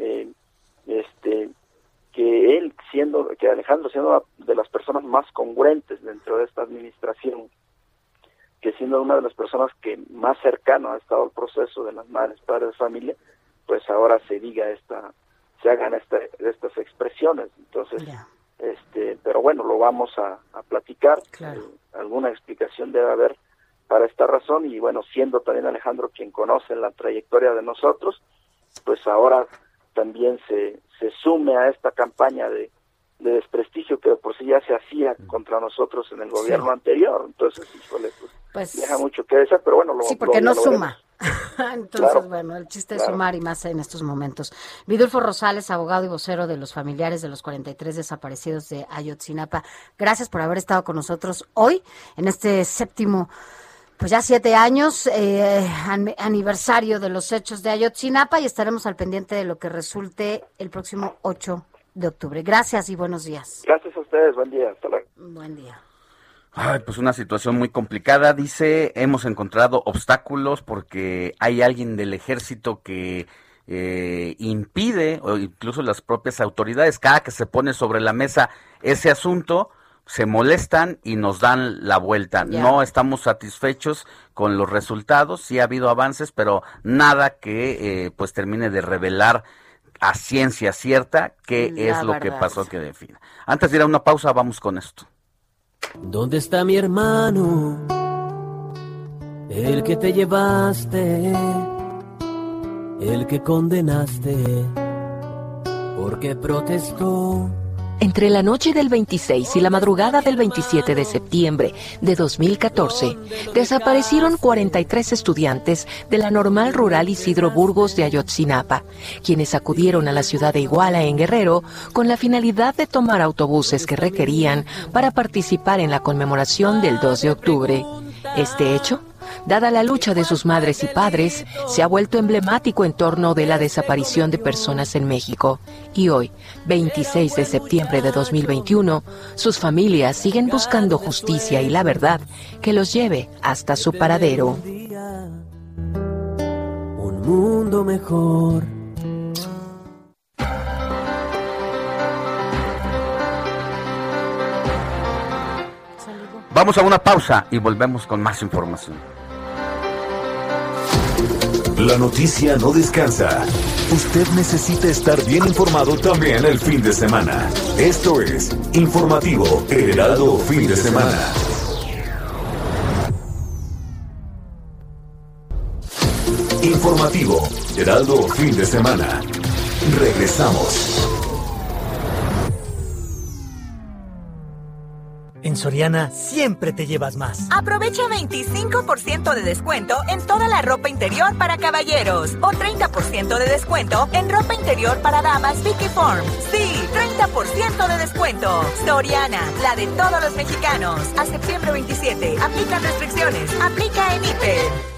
que Alejandro, siendo una de las personas más congruentes dentro de esta administración, que siendo una de las personas que más cercano ha estado al proceso de las madres, padres de familia, pues ahora se hagan estas expresiones. Entonces, pero bueno, lo vamos a platicar. Claro. Alguna explicación debe haber para esta razón, y bueno, siendo también Alejandro quien conoce la trayectoria de nosotros, pues ahora también se sume a esta campaña de desprestigio que por sí ya se hacía contra nosotros en el gobierno anterior. Entonces, híjole, pues deja mucho que desear, pero bueno, sí, porque no suma. Entonces, claro, bueno, el chiste es sumar, y más en estos momentos. Vidulfo Rosales, abogado y vocero de los familiares de los 43 desaparecidos de Ayotzinapa, gracias por haber estado con nosotros hoy en este séptimo, pues ya 7 años, aniversario de los hechos de Ayotzinapa, y estaremos al pendiente de lo que resulte el próximo 8 de octubre. Gracias y buenos días. Gracias a ustedes, buen día, hasta luego. Buen día. Ay, pues una situación muy complicada. Dice, hemos encontrado obstáculos porque hay alguien del ejército que impide, o incluso las propias autoridades, cada que se pone sobre la mesa ese asunto, se molestan y nos dan la vuelta. Yeah. No estamos satisfechos con los resultados, sí ha habido avances, pero nada que pues termine de revelar a ciencia cierta qué es lo que pasó que defina. Antes de ir a una pausa, vamos con esto. ¿Dónde está mi hermano? El que te llevaste, el que condenaste, porque protestó. Entre la noche del 26 y la madrugada del 27 de septiembre de 2014, desaparecieron 43 estudiantes de la Normal Rural Isidro Burgos de Ayotzinapa, quienes acudieron a la ciudad de Iguala, en Guerrero, con la finalidad de tomar autobuses que requerían para participar en la conmemoración del 2 de octubre. Este hecho, dada la lucha de sus madres y padres, se ha vuelto emblemático en torno de la desaparición de personas en México. Y hoy, 26 de septiembre de 2021, sus familias siguen buscando justicia y la verdad que los lleve hasta su paradero. Un mundo mejor. Vamos a una pausa y volvemos con más información. La noticia no descansa. Usted necesita estar bien informado también el fin de semana. Esto es Informativo El Heraldo Fin de Semana. Informativo Heraldo Fin de Semana. Regresamos. En Soriana siempre te llevas más. Aprovecha 25% de descuento en toda la ropa interior para caballeros o 30% de descuento en ropa interior para damas Vicky Form. Sí, 30% de descuento. Soriana, la de todos los mexicanos. A septiembre 27. Aplican restricciones. Aplica en Hiper.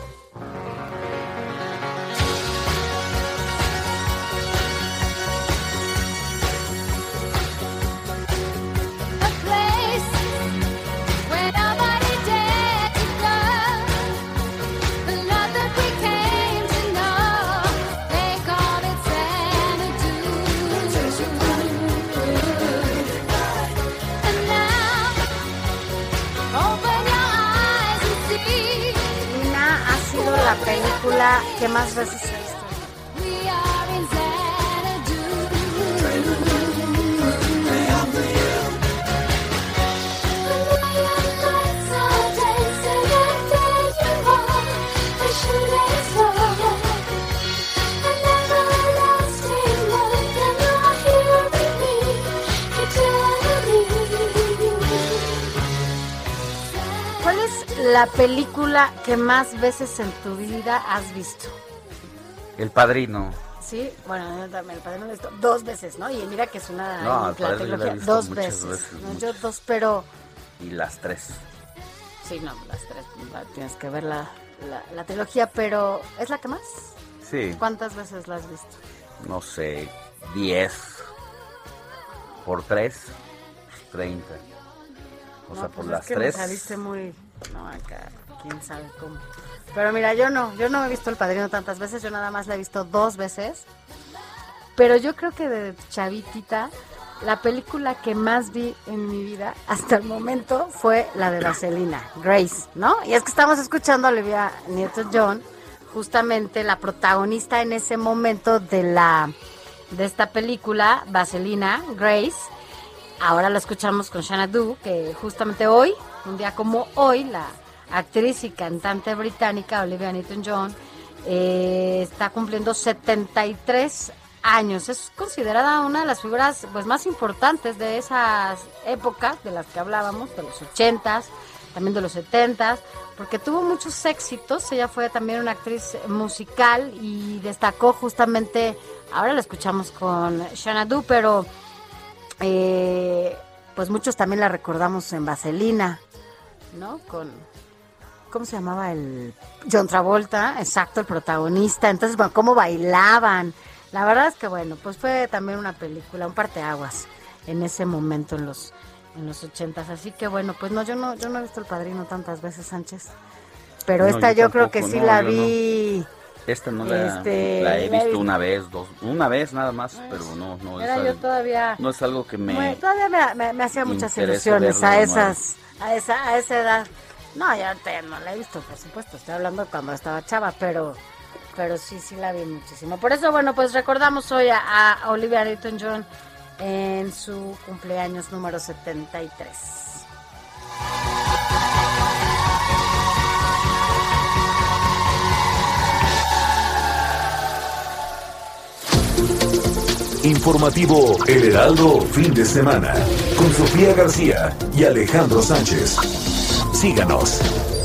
La película que más veces he visto. ¿Cuál es la película que más veces en tu vida has visto? El Padrino. Sí, bueno, yo también, El Padrino lo he visto 2 veces, ¿no? Y mira que es una no, trilogía, 2 veces. No, yo 2, pero... Y las 3. Sí, no, las 3, tienes que ver la trilogía, pero ¿es la que más? Sí. ¿Cuántas veces la has visto? No sé, 10 por 3, 30. O sea, por pues las es que 3. Me saliste muy... No, acá, quién sabe cómo. Pero mira, yo no he visto El Padrino tantas veces, yo nada más la he visto 2 veces. Pero yo creo que de chavitita, la película que más vi en mi vida hasta el momento fue la de Vaselina, Grace, ¿no? Y es que estamos escuchando a Olivia Newton-John, justamente la protagonista en ese momento de esta película, Vaselina, Grace. Ahora la escuchamos con Xanadu, que justamente hoy, un día como hoy, la actriz y cantante británica Olivia Newton-John está cumpliendo 73 años. Es considerada una de las figuras pues más importantes de esas épocas de las que hablábamos, de los 80s, también de los 70s, porque tuvo muchos éxitos. Ella fue también una actriz musical y destacó justamente, ahora la escuchamos con Xanadu, pero pues muchos también la recordamos en Vaselina, ¿no? Con, ¿cómo se llamaba? El John Travolta, exacto, el protagonista. Entonces, bueno, cómo bailaban. La verdad es que, bueno, pues fue también una película, un parteaguas en ese momento en los 80s. Así que, bueno, pues no, yo no he visto El Padrino tantas veces, Sánchez. Pero esta yo creo que sí la vi. No. Esta no la he visto una vez nada más, pero no era yo todavía, no es algo que todavía me hacía muchas ilusiones a esa edad. No, ya no la he visto, por supuesto, estoy hablando cuando estaba chava, pero sí la vi muchísimo. Por eso, bueno, pues recordamos hoy a Olivia Newton-John en su cumpleaños número 73. Informativo El Heraldo fin de semana con Sofía García y Alejandro Sánchez. Síganos.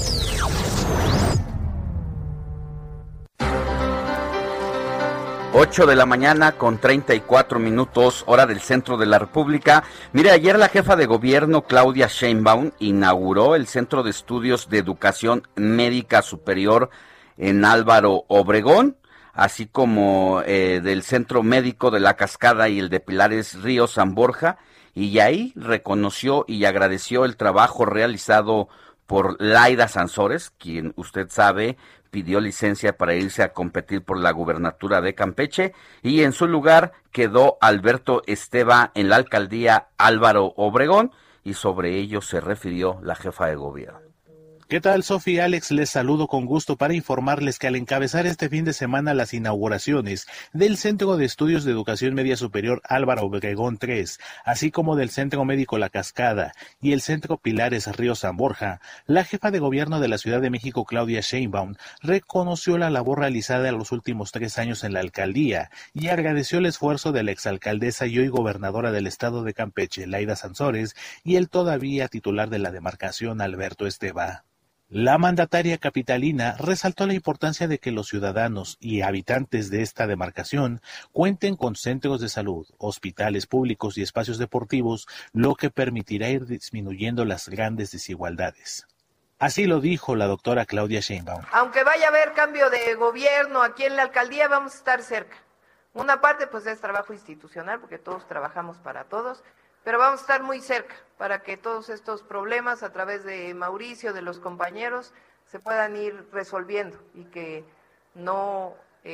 Ocho de la mañana con 34 minutos, hora del centro de la República. Mire, ayer la jefa de gobierno, Claudia Sheinbaum, inauguró el Centro de Estudios de Educación Médica Superior en Álvaro Obregón, así como del Centro Médico de La Cascada y el de Pilares Río San Borja, y ahí reconoció y agradeció el trabajo realizado por Laida Sansores, quien usted sabe pidió licencia para irse a competir por la gubernatura de Campeche, y en su lugar quedó Alberto Esteva en la alcaldía Álvaro Obregón, y sobre ello se refirió la jefa de gobierno. ¿Qué tal, Sofía? Alex, les saludo con gusto para informarles que al encabezar este fin de semana las inauguraciones del Centro de Estudios de Educación Media Superior Álvaro Obregón 3, así como del Centro Médico La Cascada y el Centro Pilares Río San Borja, la jefa de gobierno de la Ciudad de México, Claudia Sheinbaum, reconoció la labor realizada en los últimos 3 años en la alcaldía y agradeció el esfuerzo de la exalcaldesa y hoy gobernadora del estado de Campeche, Laida Sansores, y el todavía titular de la demarcación, Alberto Esteva. La mandataria capitalina resaltó la importancia de que los ciudadanos y habitantes de esta demarcación cuenten con centros de salud, hospitales públicos y espacios deportivos, lo que permitirá ir disminuyendo las grandes desigualdades. Así lo dijo la doctora Claudia Sheinbaum. Aunque vaya a haber cambio de gobierno aquí en la alcaldía, vamos a estar cerca. Una parte pues es trabajo institucional, porque todos trabajamos para todos, pero vamos a estar muy cerca para que todos estos problemas a través de Mauricio, de los compañeros, se puedan ir resolviendo y que no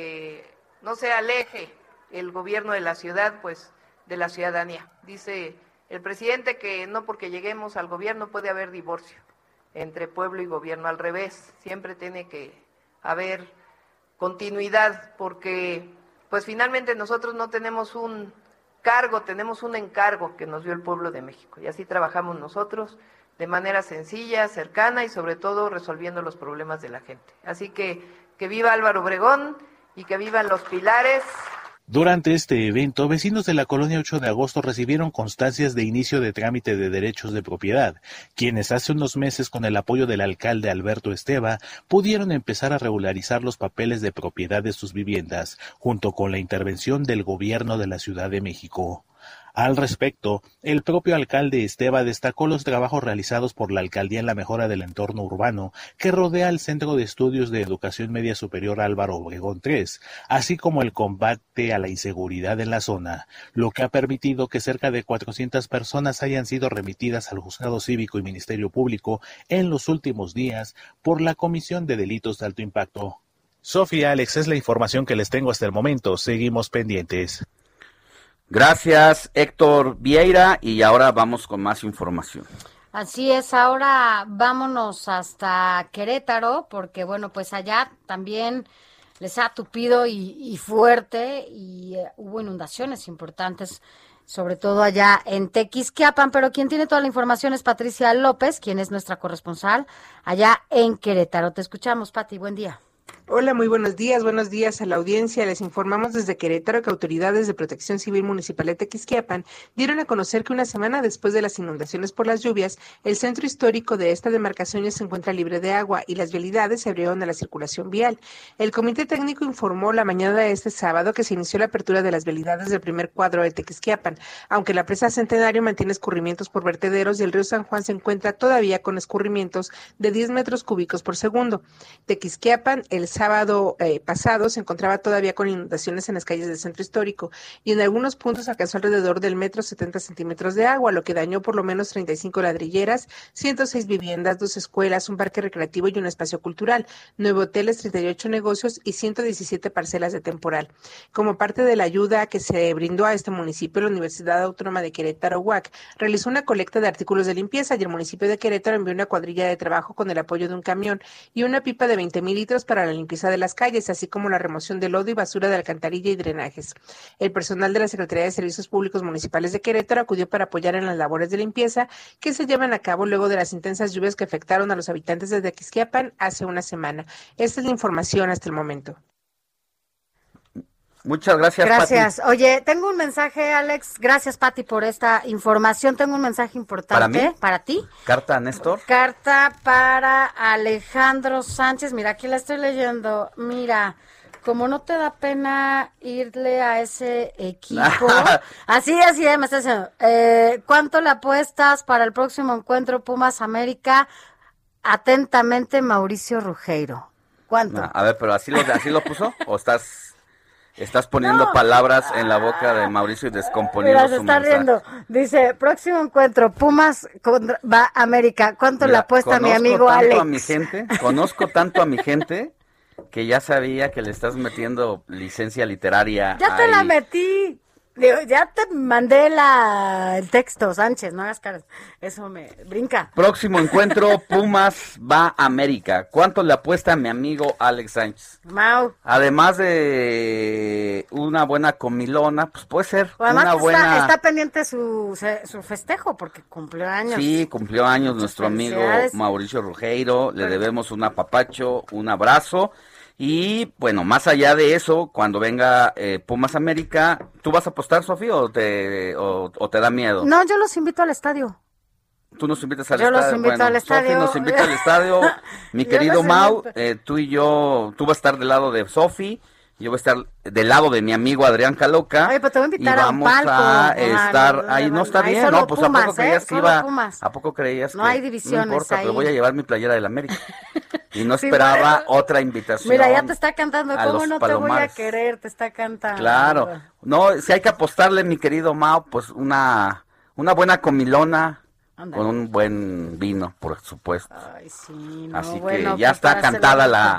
se aleje el gobierno de la ciudad, pues, de la ciudadanía. Dice el presidente que no porque lleguemos al gobierno puede haber divorcio entre pueblo y gobierno, al revés, siempre tiene que haber continuidad, porque pues finalmente nosotros no tenemos un cargo, tenemos un encargo que nos dio el pueblo de México, y así trabajamos nosotros de manera sencilla, cercana y sobre todo resolviendo los problemas de la gente. Así que viva Álvaro Obregón y que vivan los Pilares. Durante este evento, vecinos de la colonia 8 de agosto recibieron constancias de inicio de trámite de derechos de propiedad, quienes hace unos meses, con el apoyo del alcalde Alberto Esteva, pudieron empezar a regularizar los papeles de propiedad de sus viviendas, junto con la intervención del gobierno de la Ciudad de México. Al respecto, el propio alcalde Esteva destacó los trabajos realizados por la alcaldía en la mejora del entorno urbano que rodea al Centro de Estudios de Educación Media Superior Álvaro Obregón 3, así como el combate a la inseguridad en la zona, lo que ha permitido que cerca de 400 personas hayan sido remitidas al Juzgado Cívico y Ministerio Público en los últimos días por la Comisión de Delitos de Alto Impacto. Sofía, Alex, es la información que les tengo hasta el momento. Seguimos pendientes. Gracias, Héctor Vieira, y ahora vamos con más información. Así es, ahora vámonos hasta Querétaro, porque bueno, pues allá también les ha tupido y fuerte, y hubo inundaciones importantes sobre todo allá en Tequisquiapan, pero quien tiene toda la información es Patricia López, quien es nuestra corresponsal allá en Querétaro. Te escuchamos, Pati, buen día. Hola, muy buenos días a la audiencia. Les informamos desde Querétaro que autoridades de Protección Civil Municipal de Tequisquiapan dieron a conocer que una semana después de las inundaciones por las lluvias, el centro histórico de esta demarcación ya se encuentra libre de agua y las vialidades se abrieron a la circulación vial. El Comité Técnico informó la mañana de este sábado que se inició la apertura de las vialidades del primer cuadro de Tequisquiapan, aunque la presa Centenario mantiene escurrimientos por vertederos y el río San Juan se encuentra todavía con escurrimientos de 10 metros cúbicos por segundo. Tequisquiapan, el sábado pasado se encontraba todavía con inundaciones en las calles del centro histórico y en algunos puntos alcanzó alrededor del 1,70 centímetros de agua, lo que dañó por lo menos 35 ladrilleras, 106 viviendas, 2 escuelas, un parque recreativo y un espacio cultural, 9 hoteles, 38 negocios y 117 parcelas de temporal. Como parte de la ayuda que se brindó a este municipio, la Universidad Autónoma de Querétaro, UAC, realizó una colecta de artículos de limpieza y el municipio de Querétaro envió una cuadrilla de trabajo con el apoyo de un camión y una pipa de 20,000 litros para la limpieza de las calles, así como la remoción de lodo y basura de alcantarilla y drenajes. El personal de la Secretaría de Servicios Públicos Municipales de Querétaro acudió para apoyar en las labores de limpieza que se llevan a cabo luego de las intensas lluvias que afectaron a los habitantes de Tequisquiapan hace una semana. Esta es la información hasta el momento. Muchas gracias, Gracias. Pati. Oye, tengo un mensaje, Alex. Gracias, Pati, por esta información. Tengo un mensaje importante. ¿Para mí? ¿Para ti? ¿Carta a Néstor? Carta para Alejandro Sánchez. Mira, aquí la estoy leyendo. Mira, como no te da pena irle a ese equipo. así, me estás diciendo. ¿Cuánto le apuestas para el próximo encuentro Pumas América? Atentamente, Mauricio Rugeiro. ¿Cuánto? No, a ver, pero ¿así lo puso? ¿O estás poniendo palabras en la boca de Mauricio y descomponiendo Mira, se su está mensaje? riendo. Dice, próximo encuentro, Pumas va a América. ¿Cuánto le apuesta mi amigo Alex? Conozco tanto a mi gente que ya sabía que le estás metiendo licencia literaria. Ya te la metí. Digo, ya te mandé el texto, Sánchez, no hagas caras. Eso me brinca. Próximo encuentro, Pumas va a América. ¿Cuánto le apuesta a mi amigo Alex Sánchez? Mau. Además de una buena comilona, pues puede ser Además una buena... está pendiente su festejo porque cumplió años. Sí, cumplió años nuestro amigo Mauricio Rugeiro. Le debemos un apapacho, un abrazo. Y bueno, más allá de eso, cuando venga Pumas América, ¿tú vas a apostar, Sofía, o te da miedo? No, yo los invito al estadio. Tú nos invitas al estadio. Yo los invito al estadio. Sofi nos invita al estadio. Mi querido Mau, tú y yo, tú vas a estar del lado de Sofi, yo voy a estar del lado de mi amigo Adrián Caloca. Oye, pues te voy a invitar a un palco. A estar ahí, no está bien, no, pues Pumas, ¿a poco creías que iba? ¿A poco creías que no hay divisiones? No importa, ahí. pero voy a llevar mi playera del América. Y no esperaba otra invitación. Mira, ya te está cantando, ¿cómo no Palomares. te voy a querer? Te está cantando. Claro, no, si hay que apostarle, mi querido Mau, pues una buena comilona. Andale. Con un buen vino, por supuesto. Ay, sí, no, así bueno, que ya está cantada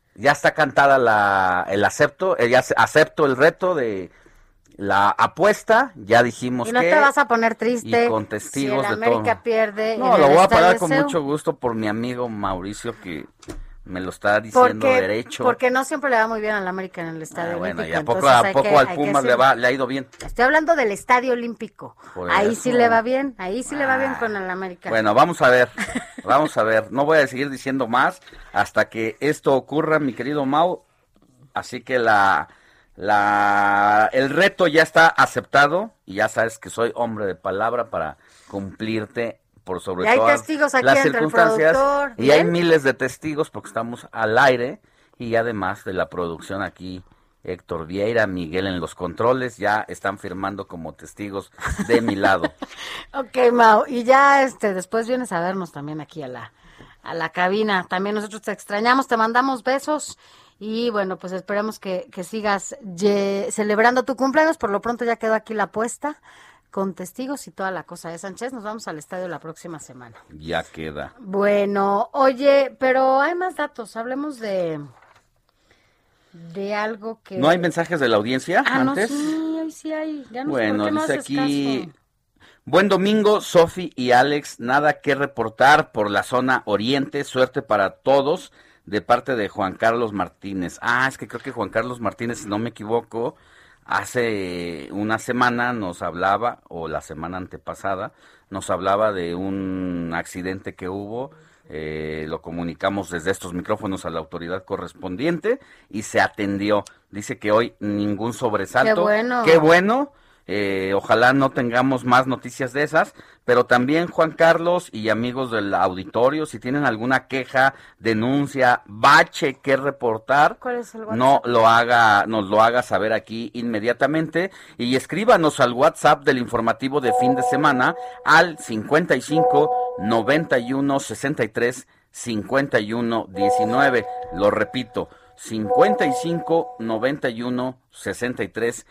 el acepto, ya acepto el reto de la apuesta, ya dijimos que... Y no te vas a poner triste y con testigos si el de América todo. pierde. No, lo voy a pagar con mucho gusto por mi amigo Mauricio, que me lo está diciendo derecho. Porque no siempre le va muy bien al América en el Estadio Bueno, Olímpico. y a poco al Pumas le ha ido bien. Estoy hablando del Estadio Olímpico. Ahí sí le va bien, le va bien con el América. Bueno, vamos a ver. No voy a seguir diciendo más hasta que esto ocurra, mi querido Mau. Así que el reto ya está aceptado y ya sabes que soy hombre de palabra para cumplirte por sobre todo las circunstancias. Y hay miles de testigos porque estamos al aire y además de la producción aquí, Héctor Vieira, Miguel en los controles, ya están firmando como testigos de mi lado. Ok, Mau, y ya después vienes a vernos también aquí a la cabina. También nosotros te extrañamos, te mandamos besos. Y bueno, pues esperamos que sigas celebrando tu cumpleaños. Por lo pronto ya quedó aquí la apuesta con testigos y toda la cosa de Sánchez. Nos vamos al estadio la próxima semana. Ya queda. Bueno, oye, pero hay más datos. Hablemos de algo que... ¿No hay mensajes de la audiencia antes? No, sí, hoy sí hay. Ya no bueno, sé por qué no dice haces aquí... caso. Buen domingo, Sofi y Alex. Nada que reportar por la zona oriente. Suerte para todos. De parte de Juan Carlos Martínez. Es que creo que Juan Carlos Martínez, si no me equivoco, hace una semana nos hablaba, o la semana antepasada, nos hablaba de un accidente que hubo. Lo comunicamos desde estos micrófonos a la autoridad correspondiente y se atendió. Dice que hoy ningún sobresalto. ¡Qué bueno! ¡Qué bueno! Ojalá no tengamos más noticias de esas, pero también Juan Carlos y amigos del auditorio, si tienen alguna queja, denuncia, bache que reportar, ¿cuál es el WhatsApp? Nos lo haga saber aquí inmediatamente y escríbanos al WhatsApp del informativo de fin de semana al 55 91 63 51 19. Lo repito, 55 91 63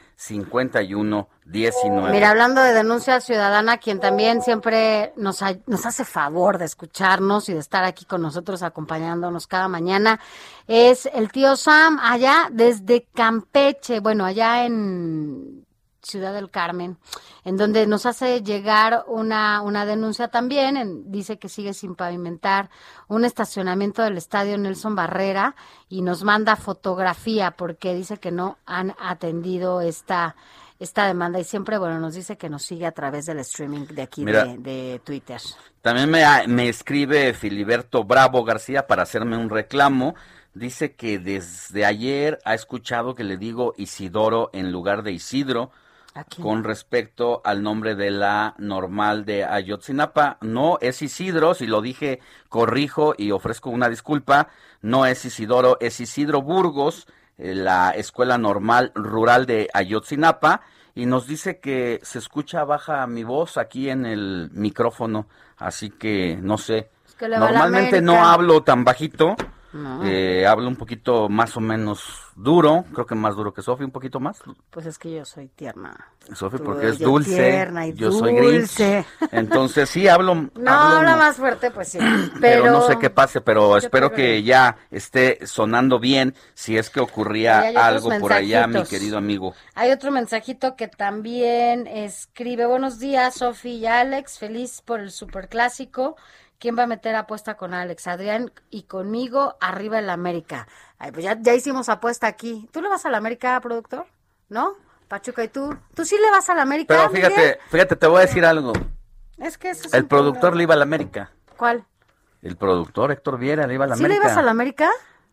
51 19. Mira, hablando de denuncia ciudadana, quien también siempre nos hace favor de escucharnos y de estar aquí con nosotros acompañándonos cada mañana, es el tío Sam, allá desde Campeche, bueno, allá en Ciudad del Carmen, en donde nos hace llegar una denuncia también, dice que sigue sin pavimentar un estacionamiento del estadio Nelson Barrera y nos manda fotografía porque dice que no han atendido esta demanda y siempre, bueno, nos dice que nos sigue a través del streaming de aquí. Mira, de Twitter. También me escribe Filiberto Bravo García para hacerme un reclamo. Dice que desde ayer ha escuchado que le digo Isidoro en lugar de Isidro. Con respecto al nombre de la normal de Ayotzinapa, no es Isidro, si lo dije corrijo y ofrezco una disculpa, no es Isidoro, es Isidro Burgos, la Escuela Normal Rural de Ayotzinapa, y nos dice que se escucha baja mi voz aquí en el micrófono, así que no sé, normalmente no hablo tan bajito. No. Hablo un poquito más o menos duro, creo que más duro que Sofi, un poquito más. Pues es que yo soy tierna. Sofi porque es dulce, yo soy gris. Entonces sí, habla más fuerte, pues sí. Pero no sé qué pase, pero espero que ya esté sonando bien, si es que ocurría algo por allá, mi querido amigo. Hay otro mensajito que también escribe: buenos días, Sofi y Alex, feliz por el superclásico. ¿Quién va a meter apuesta con Alex? Adrián y conmigo, arriba el América. Ay, pues ya hicimos apuesta aquí. ¿Tú le vas al América, productor? ¿No? Pachuca, ¿y tú? ¿Tú sí le vas al América? Pero fíjate, te voy a decir algo. Es que eso es el productor le iba al América. ¿Cuál? El productor Héctor Viera le iba al América. ¿Sí le ibas al América?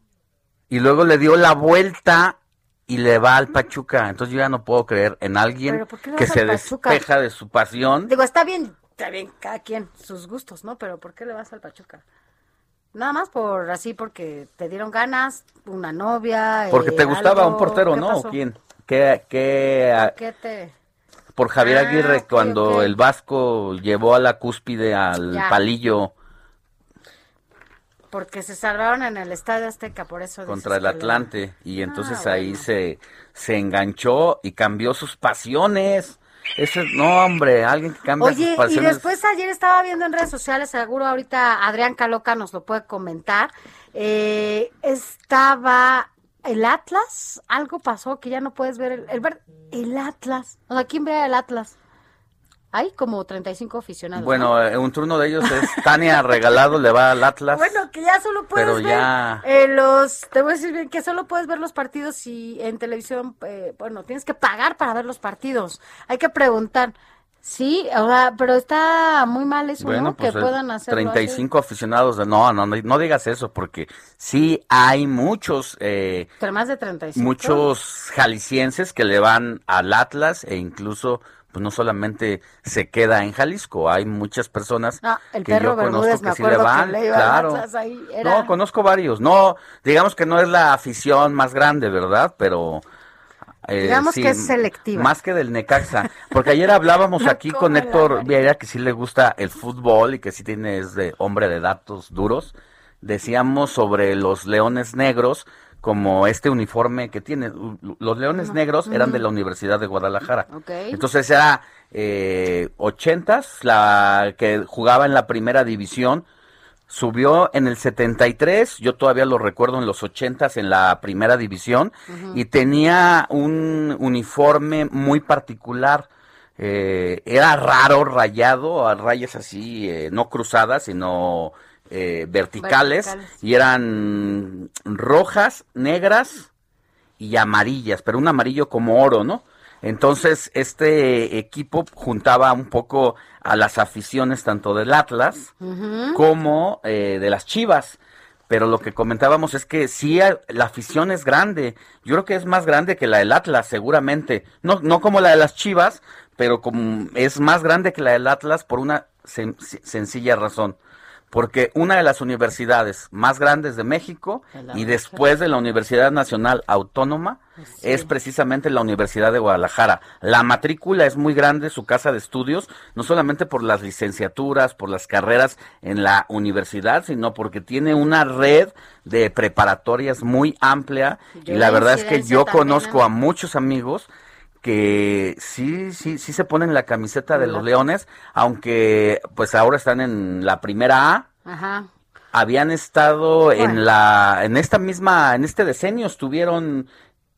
Y luego le dio la vuelta y le va al Pachuca. Entonces yo ya no puedo creer en alguien que se despeja de su pasión. Digo, está bien, cada quien, sus gustos, ¿no? Pero ¿por qué le vas al Pachuca? Nada más porque te dieron ganas, una novia. Porque te gustaba un portero, ¿no? Pasó? ¿O quién? Por Javier Aguirre, cuando el Vasco llevó a la cúspide al palillo. Porque se salvaron en el Estadio Azteca, por eso. Contra el Atlante, y entonces ahí se enganchó y cambió sus pasiones. Alguien que cambia sus pasiones. Y después ayer estaba viendo en redes sociales, seguro ahorita Adrián Caloca nos lo puede comentar, estaba el Atlas, algo pasó que ya no puedes ver el Atlas. O sea, ¿quién ve el Atlas? Hay como 35 aficionados. Bueno, ¿no? Un turno de ellos es Tania Regalado, le va al Atlas. Bueno, que ya solo puedes ver te voy a decir bien, que solo puedes ver los partidos y en televisión, tienes que pagar para ver los partidos. Hay que preguntar. Sí, pero está muy mal eso, ¿no? Pues que puedan hacerlo 35 así. Aficionados, no digas eso, porque sí hay muchos... Pero más de 35. Muchos jaliscienses que le van al Atlas e incluso... pues no solamente se queda en Jalisco, hay muchas personas que yo conozco que sí le van, claro. No, conozco varios, no, digamos que no es la afición más grande, ¿verdad? Pero digamos sí, que es selectiva. Más que del Necaxa, porque ayer hablábamos aquí con Héctor Vieira, que sí le gusta el fútbol y que sí es de hombre de datos duros. Decíamos sobre los Leones Negros, como este uniforme que tiene. Los Leones Negros eran de la Universidad de Guadalajara. Okay. Entonces era 80s, la que jugaba en la primera división. Subió en el 73, yo todavía lo recuerdo en los 80s en la primera división, y tenía un uniforme muy particular. Era raro, rayado, a rayas así, no cruzadas, sino... verticales, y eran rojas, negras y amarillas, pero un amarillo como oro, ¿no? Entonces, este equipo juntaba un poco a las aficiones tanto del Atlas como de las Chivas. Pero lo que comentábamos es que sí, la afición es grande. Yo creo que es más grande que la del Atlas, seguramente. No como la de las Chivas, pero como es más grande que la del Atlas por una sencilla razón. Porque una de las universidades más grandes de México y después de la Universidad Nacional Autónoma es precisamente la Universidad de Guadalajara. La matrícula es muy grande, su casa de estudios, no solamente por las licenciaturas, por las carreras en la universidad, sino porque tiene una red de preparatorias muy amplia. Y la verdad es que yo conozco a muchos amigos que sí se ponen la camiseta de los Leones, aunque pues ahora están en la primera A. Ajá. Habían estado en este decenio, estuvieron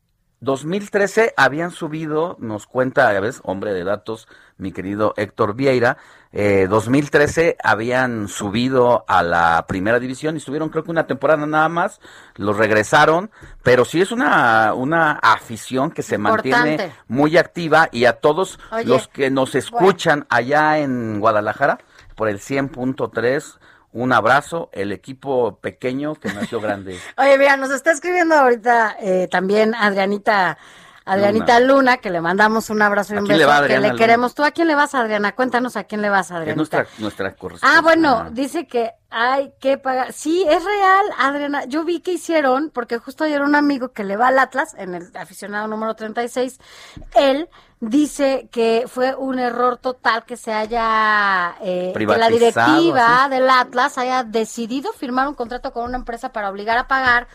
2013, habían subido, nos cuenta, ya ves, hombre de datos, mi querido Héctor Vieira, 2013 habían subido a la primera división y estuvieron creo que una temporada nada más, los regresaron, pero sí es una afición que se mantiene muy activa, y a todos los que nos escuchan allá en Guadalajara por el 100.3, un abrazo, el equipo pequeño que nació grande. Oye, mira, nos está escribiendo ahorita también Adrianita Luna, que le mandamos un abrazo y un beso, que le queremos. ¿Tú a quién le vas, Adriana? Cuéntanos a quién le vas, Adriana. Es nuestra corresponsal. Bueno, dice que hay que pagar. Sí, es real, Adriana. Yo vi que hicieron, porque justo ayer un amigo que le va al Atlas, en el aficionado número 36, él dice que fue un error total que se haya, que la directiva ¿sí? del Atlas haya decidido firmar un contrato con una empresa para obligar a pagar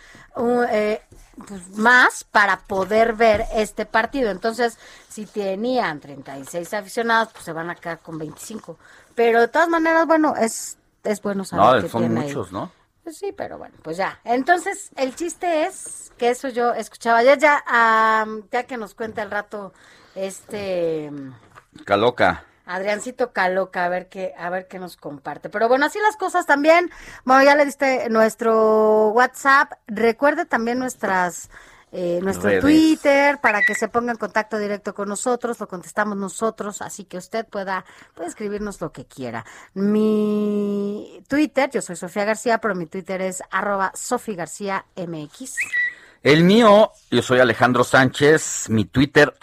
pues más para poder ver este partido. Entonces, si tenían 36 aficionados, pues se van a quedar con 25. Pero de todas maneras, bueno, es bueno saber que son tiene muchos, ahí. ¿no? Pues sí, pero bueno, pues ya. Entonces, el chiste es que eso yo escuchaba ayer, ya que nos cuenta el rato Caloca. Adriancito Caloca, a ver qué nos comparte. Pero bueno, así las cosas también. Bueno, ya le diste nuestro WhatsApp. Recuerde también nuestro redes. Twitter, para que se ponga en contacto directo con nosotros, lo contestamos nosotros, así que usted puede escribirnos lo que quiera. Mi Twitter, yo soy Sofía García, pero mi Twitter es @SofiGarciaMX. El mío, yo soy Alejandro Sánchez, mi Twitter,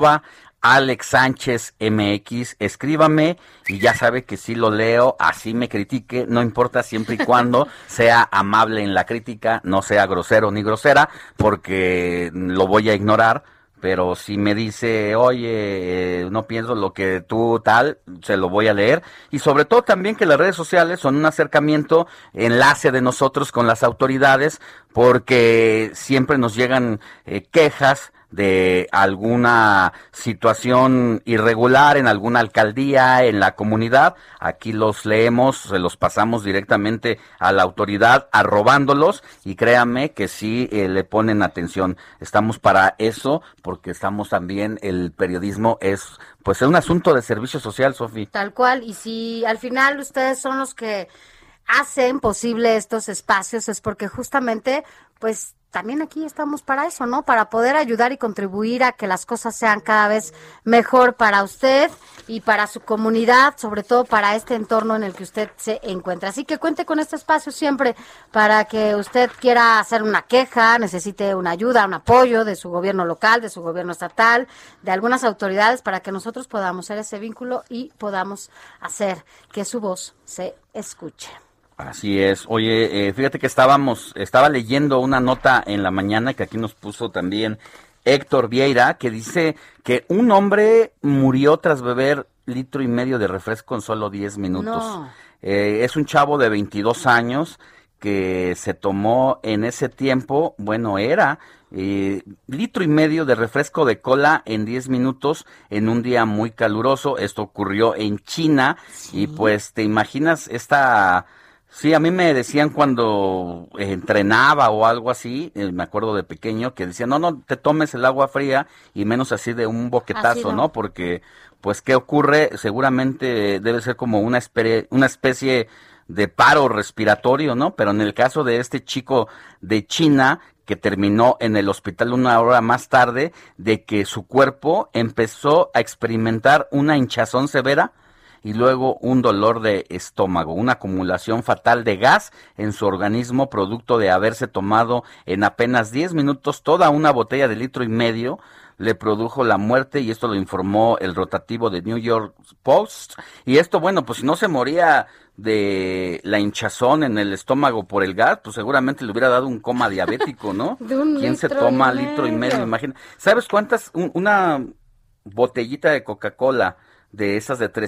Alex Sánchez MX, escríbame y ya sabe que sí lo leo, así me critique, no importa, siempre y cuando sea amable en la crítica, no sea grosero ni grosera, porque lo voy a ignorar, pero si me dice, oye, no pienso lo que tú tal, se lo voy a leer, y sobre todo también que las redes sociales son un acercamiento, enlace de nosotros con las autoridades, porque siempre nos llegan quejas de alguna situación irregular en alguna alcaldía, en la comunidad. Aquí los leemos, se los pasamos directamente a la autoridad arrobándolos, y créanme que sí le ponen atención. Estamos para eso, porque estamos también, el periodismo es un asunto de servicio social, Sofi. Tal cual, y si al final ustedes son los que hacen posible estos espacios, es porque justamente pues también aquí estamos para eso, ¿no? Para poder ayudar y contribuir a que las cosas sean cada vez mejor para usted y para su comunidad, sobre todo para este entorno en el que usted se encuentra. Así que cuente con este espacio siempre para que usted quiera hacer una queja, necesite una ayuda, un apoyo de su gobierno local, de su gobierno estatal, de algunas autoridades, para que nosotros podamos ser ese vínculo y podamos hacer que su voz se escuche. Así es. Oye, fíjate que estaba leyendo una nota en la mañana que aquí nos puso también Héctor Vieira, que dice que un hombre murió tras beber 1.5 litros de refresco en solo 10 minutos. No. Es un chavo de 22 años que se tomó en ese tiempo, 1.5 litros de refresco de cola en 10 minutos en un día muy caluroso. Esto ocurrió en China. Sí. Y pues te imaginas Sí, a mí me decían cuando entrenaba o algo así, me acuerdo de pequeño, que decían, no te tomes el agua fría, y menos así de un boquetazo, ¿no? Porque, pues, ¿qué ocurre? Seguramente debe ser como una especie de paro respiratorio, ¿no? Pero en el caso de este chico de China, que terminó en el hospital 1 hora más tarde de que su cuerpo empezó a experimentar una hinchazón severa y luego un dolor de estómago, una acumulación fatal de gas en su organismo producto de haberse tomado en apenas 10 minutos toda una botella de 1,5 litros, le produjo la muerte, y esto lo informó el rotativo de New York Post. Y esto, bueno, pues si no se moría de la hinchazón en el estómago por el gas, pues seguramente le hubiera dado un coma diabético, ¿no? ¿Quién se toma 1,5 litros? Imagina. ¿Sabes cuántas? Una botellita de Coca-Cola de esas de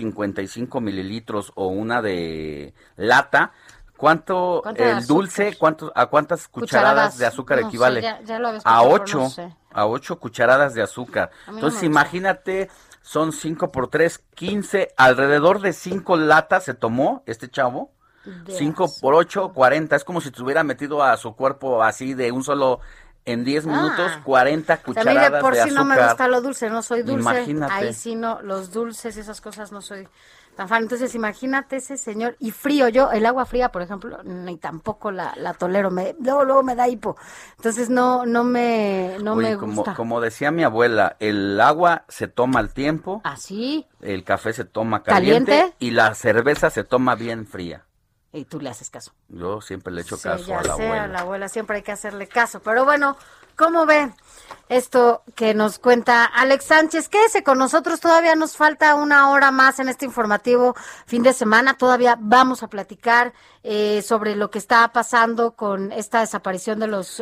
355 mililitros o una de lata, ¿cuánto el dulce, a cuántas cucharadas de azúcar equivale? Sé, ya lo había a escuchado, 8, no sé. A 8 cucharadas de azúcar. Entonces no imagínate, son 5 por 3, 15, alrededor de 5 latas se tomó este chavo. 5 por 8, 40, es como si te hubiera metido a su cuerpo así de un solo... En 10 minutos, 40 cucharadas a mí de por de sí azúcar. no me gusta lo dulce, no soy dulce. Imagínate. Ahí sí no, los dulces y esas cosas no soy tan fan. Entonces imagínate ese señor. Y frío, yo el agua fría, por ejemplo, ni tampoco la tolero. Luego me da hipo. Entonces no me gusta. Como decía mi abuela, el agua se toma al tiempo. ¿Así? El café se toma caliente. Y la cerveza se toma bien fría. Y tú le haces caso. Yo siempre le echo caso a la sé, abuela. A la abuela siempre hay que hacerle caso. Pero bueno, ¿cómo ven esto que nos cuenta Alex Sánchez? Quédese con nosotros, todavía nos falta 1 hora más en este informativo fin de semana. Todavía vamos a platicar sobre lo que está pasando con esta desaparición de los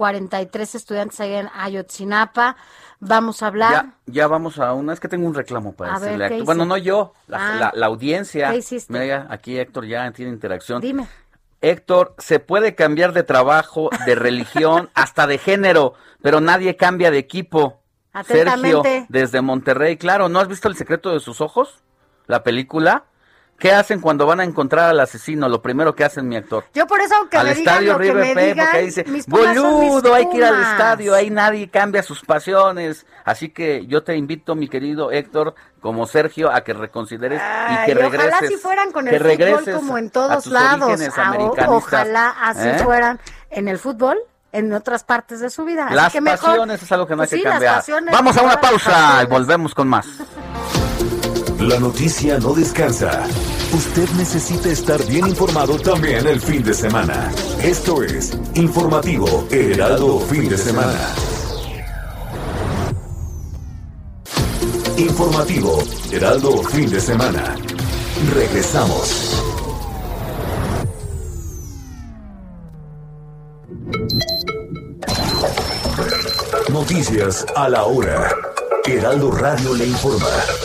43 estudiantes ahí en Ayotzinapa. Vamos a hablar. Ya vamos a una. Es que tengo un reclamo para A decirle ver, a Héctor. Bueno, no yo, la audiencia. ¿Qué hiciste? Mira, aquí Héctor ya tiene interacción. Dime. Héctor, se puede cambiar de trabajo, de religión, hasta de género, pero nadie cambia de equipo. Atentamente. Sergio, desde Monterrey. Claro, ¿no has visto El secreto de sus ojos? La película. ¿Qué hacen cuando van a encontrar al asesino? Lo primero que hacen, mi actor. Yo por eso, aunque al me estadio digan lo que River me Plate, digan, porque ahí dice, mis Pumas son mis boludo, hay que ir al Pumas. estadio, ahí nadie cambia sus pasiones. Así que yo te invito, mi querido Héctor, como Sergio, a que reconsideres y que regreses. Ojalá si fueran con el fútbol como en todos lados. Ojalá así fueran en el fútbol, en otras partes de su vida. Así Las que mejor, pasiones es algo que no hay que cambiar. Vamos a una pausa y volvemos con más. La noticia no descansa. Usted necesita estar bien informado también el fin de semana. Esto es Informativo Heraldo Fin de Semana. Informativo Heraldo Fin de Semana. Regresamos. Noticias a la hora. Heraldo Radio le informa.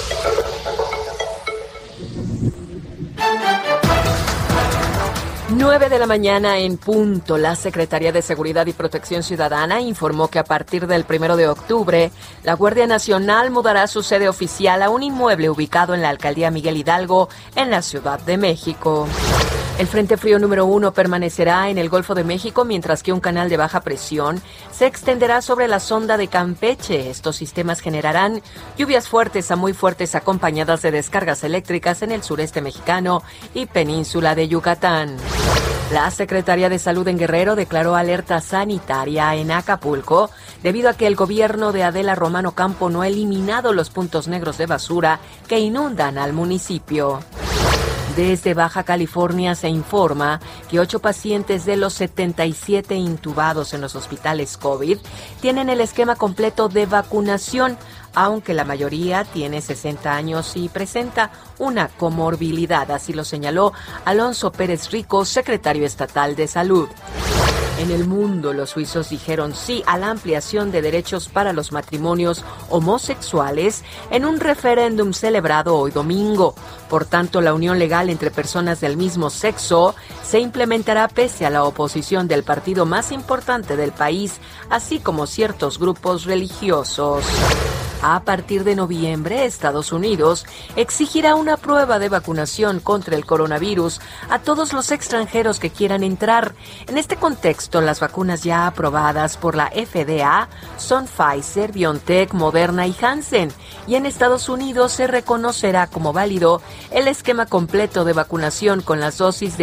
9 de la mañana en punto. La Secretaría de Seguridad y Protección Ciudadana informó que a partir del 1 de octubre, la Guardia Nacional mudará su sede oficial a un inmueble ubicado en la Alcaldía Miguel Hidalgo, en la Ciudad de México. El Frente Frío número 1 permanecerá en el Golfo de México, mientras que un canal de baja presión se extenderá sobre la sonda de Campeche. Estos sistemas generarán lluvias fuertes a muy fuertes acompañadas de descargas eléctricas en el sureste mexicano y península de Yucatán. La Secretaría de Salud en Guerrero declaró alerta sanitaria en Acapulco debido a que el gobierno de Adela Romano Campo no ha eliminado los puntos negros de basura que inundan al municipio. Desde Baja California se informa que 8 pacientes de los 77 intubados en los hospitales COVID tienen el esquema completo de vacunación, aunque la mayoría tiene 60 años y presenta una comorbilidad, así lo señaló Alonso Pérez Rico, secretario estatal de Salud. En el mundo, los suizos dijeron sí a la ampliación de derechos para los matrimonios homosexuales en un referéndum celebrado hoy domingo. Por tanto, la unión legal entre personas del mismo sexo se implementará pese a la oposición del partido más importante del país, así como ciertos grupos religiosos. A partir de noviembre, Estados Unidos exigirá una prueba de vacunación contra el coronavirus a todos los extranjeros que quieran entrar. En este contexto, las vacunas ya aprobadas por la FDA son Pfizer, BioNTech, Moderna y Janssen. Y en Estados Unidos se reconocerá como válido el esquema completo de vacunación con las dosis de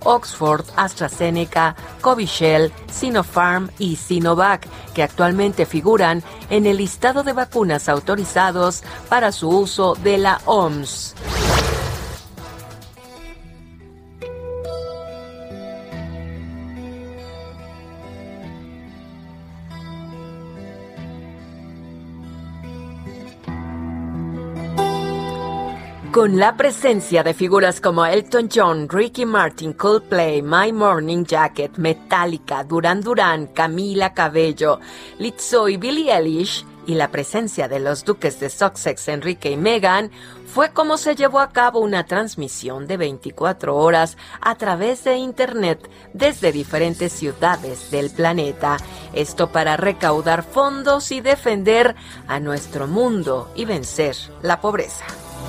Oxford, AstraZeneca, Covishield, Sinopharm y Sinovac, que actualmente figuran en el listado de vacunas autorizados para su uso de la OMS. Con la presencia de figuras como Elton John, Ricky Martin, Coldplay, My Morning Jacket, Metallica, Duran Duran, Camila Cabello, Lizzo y Billie Eilish, y la presencia de los duques de Sussex, Enrique y Meghan, fue como se llevó a cabo una transmisión de 24 horas a través de Internet desde diferentes ciudades del planeta. Esto para recaudar fondos y defender a nuestro mundo y vencer la pobreza.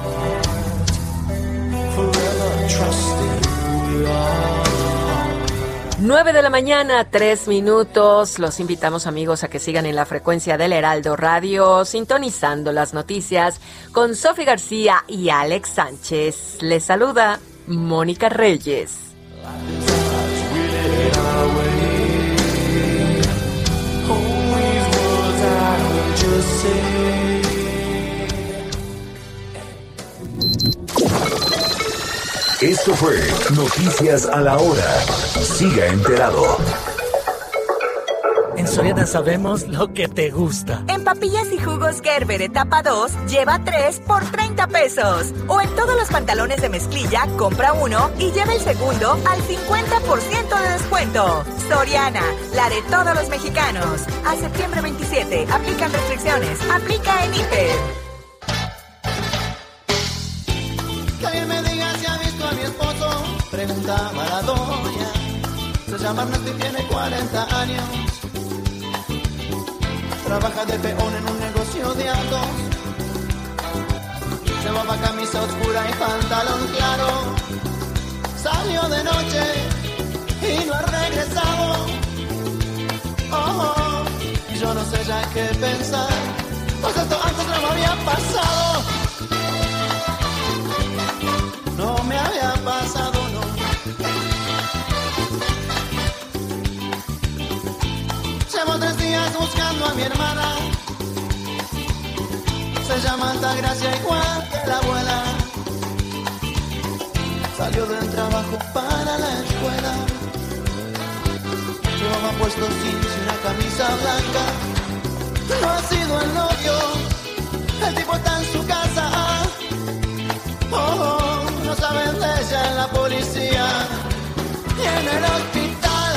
9 de la mañana, 3 minutos. Los invitamos, amigos, a que sigan en la frecuencia del Heraldo Radio, sintonizando las noticias con Sofi García y Alex Sánchez. Les saluda Mónica Reyes. Esto fue Noticias a la Hora. Siga enterado. En Soriana sabemos lo que te gusta. En papillas y jugos Gerber etapa 2, lleva 3 por 30 pesos. O en todos los pantalones de mezclilla, compra uno y lleva el segundo al 50% de descuento. Soriana, la de todos los mexicanos. A septiembre 27, aplican restricciones. Aplica en Hiper. Que alguien me diga si ha visto a mi esposo, preguntaba la doña. Se llama Ernesto y tiene 40 años. Trabaja de peón en un negocio de autos. Llevaba camisa oscura y pantalón claro. Salió de noche y no ha regresado. Oh, y yo no sé ya qué pensar, pues esto antes no me había pasado. No me había pasado, no. Llevo 3 días buscando a mi hermana. Se llama Altagracia, igual que la abuela. Salió del trabajo para la escuela. Llevaba puesto jeans y una camisa blanca. No ha sido el novio, el tipo está en su casa. Oh, no saben de ella en la policía y en el hospital.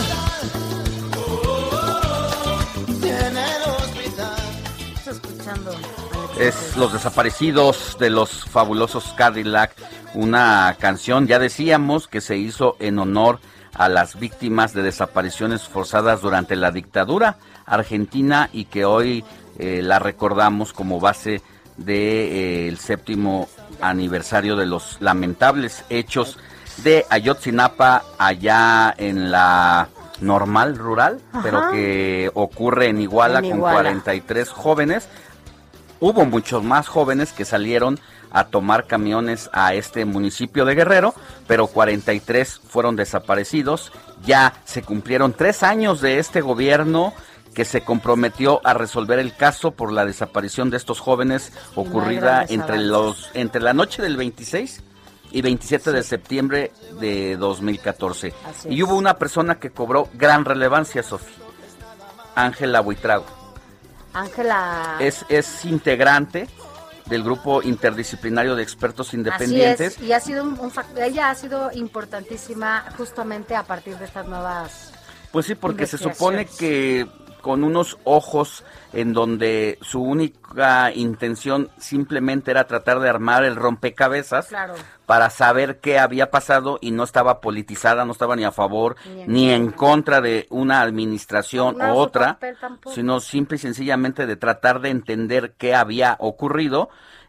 Y en el hospital. Estoy escuchando. Es Los Desaparecidos de los Fabulosos Cadillac, una canción, ya decíamos, que se hizo en honor a las víctimas de desapariciones forzadas durante la dictadura argentina y que hoy la recordamos como base del 7º aniversario de los lamentables hechos de Ayotzinapa, allá en la Normal Rural. Ajá. Pero que ocurre en Iguala, con 43 jóvenes. Hubo muchos más jóvenes que salieron a tomar camiones a este municipio de Guerrero, pero 43 fueron desaparecidos. Ya se cumplieron 3 años de este gobierno que se comprometió a resolver el caso por la desaparición de estos jóvenes ocurrida entre la noche del 26 y 27 de septiembre de 2014. Y hubo una persona que cobró gran relevancia, Sofía, Ángela Buitrago. Ángela es integrante del grupo interdisciplinario de expertos independientes. Así es, y ha sido ella ha sido importantísima justamente a partir de estas nuevas. Pues sí, porque se supone que con unos ojos en donde su única intención simplemente era tratar de armar el rompecabezas, claro, para saber qué había pasado, y no estaba politizada, no estaba ni a favor ni en contra de una administración u otra, sino simple y sencillamente de tratar de entender qué había ocurrido.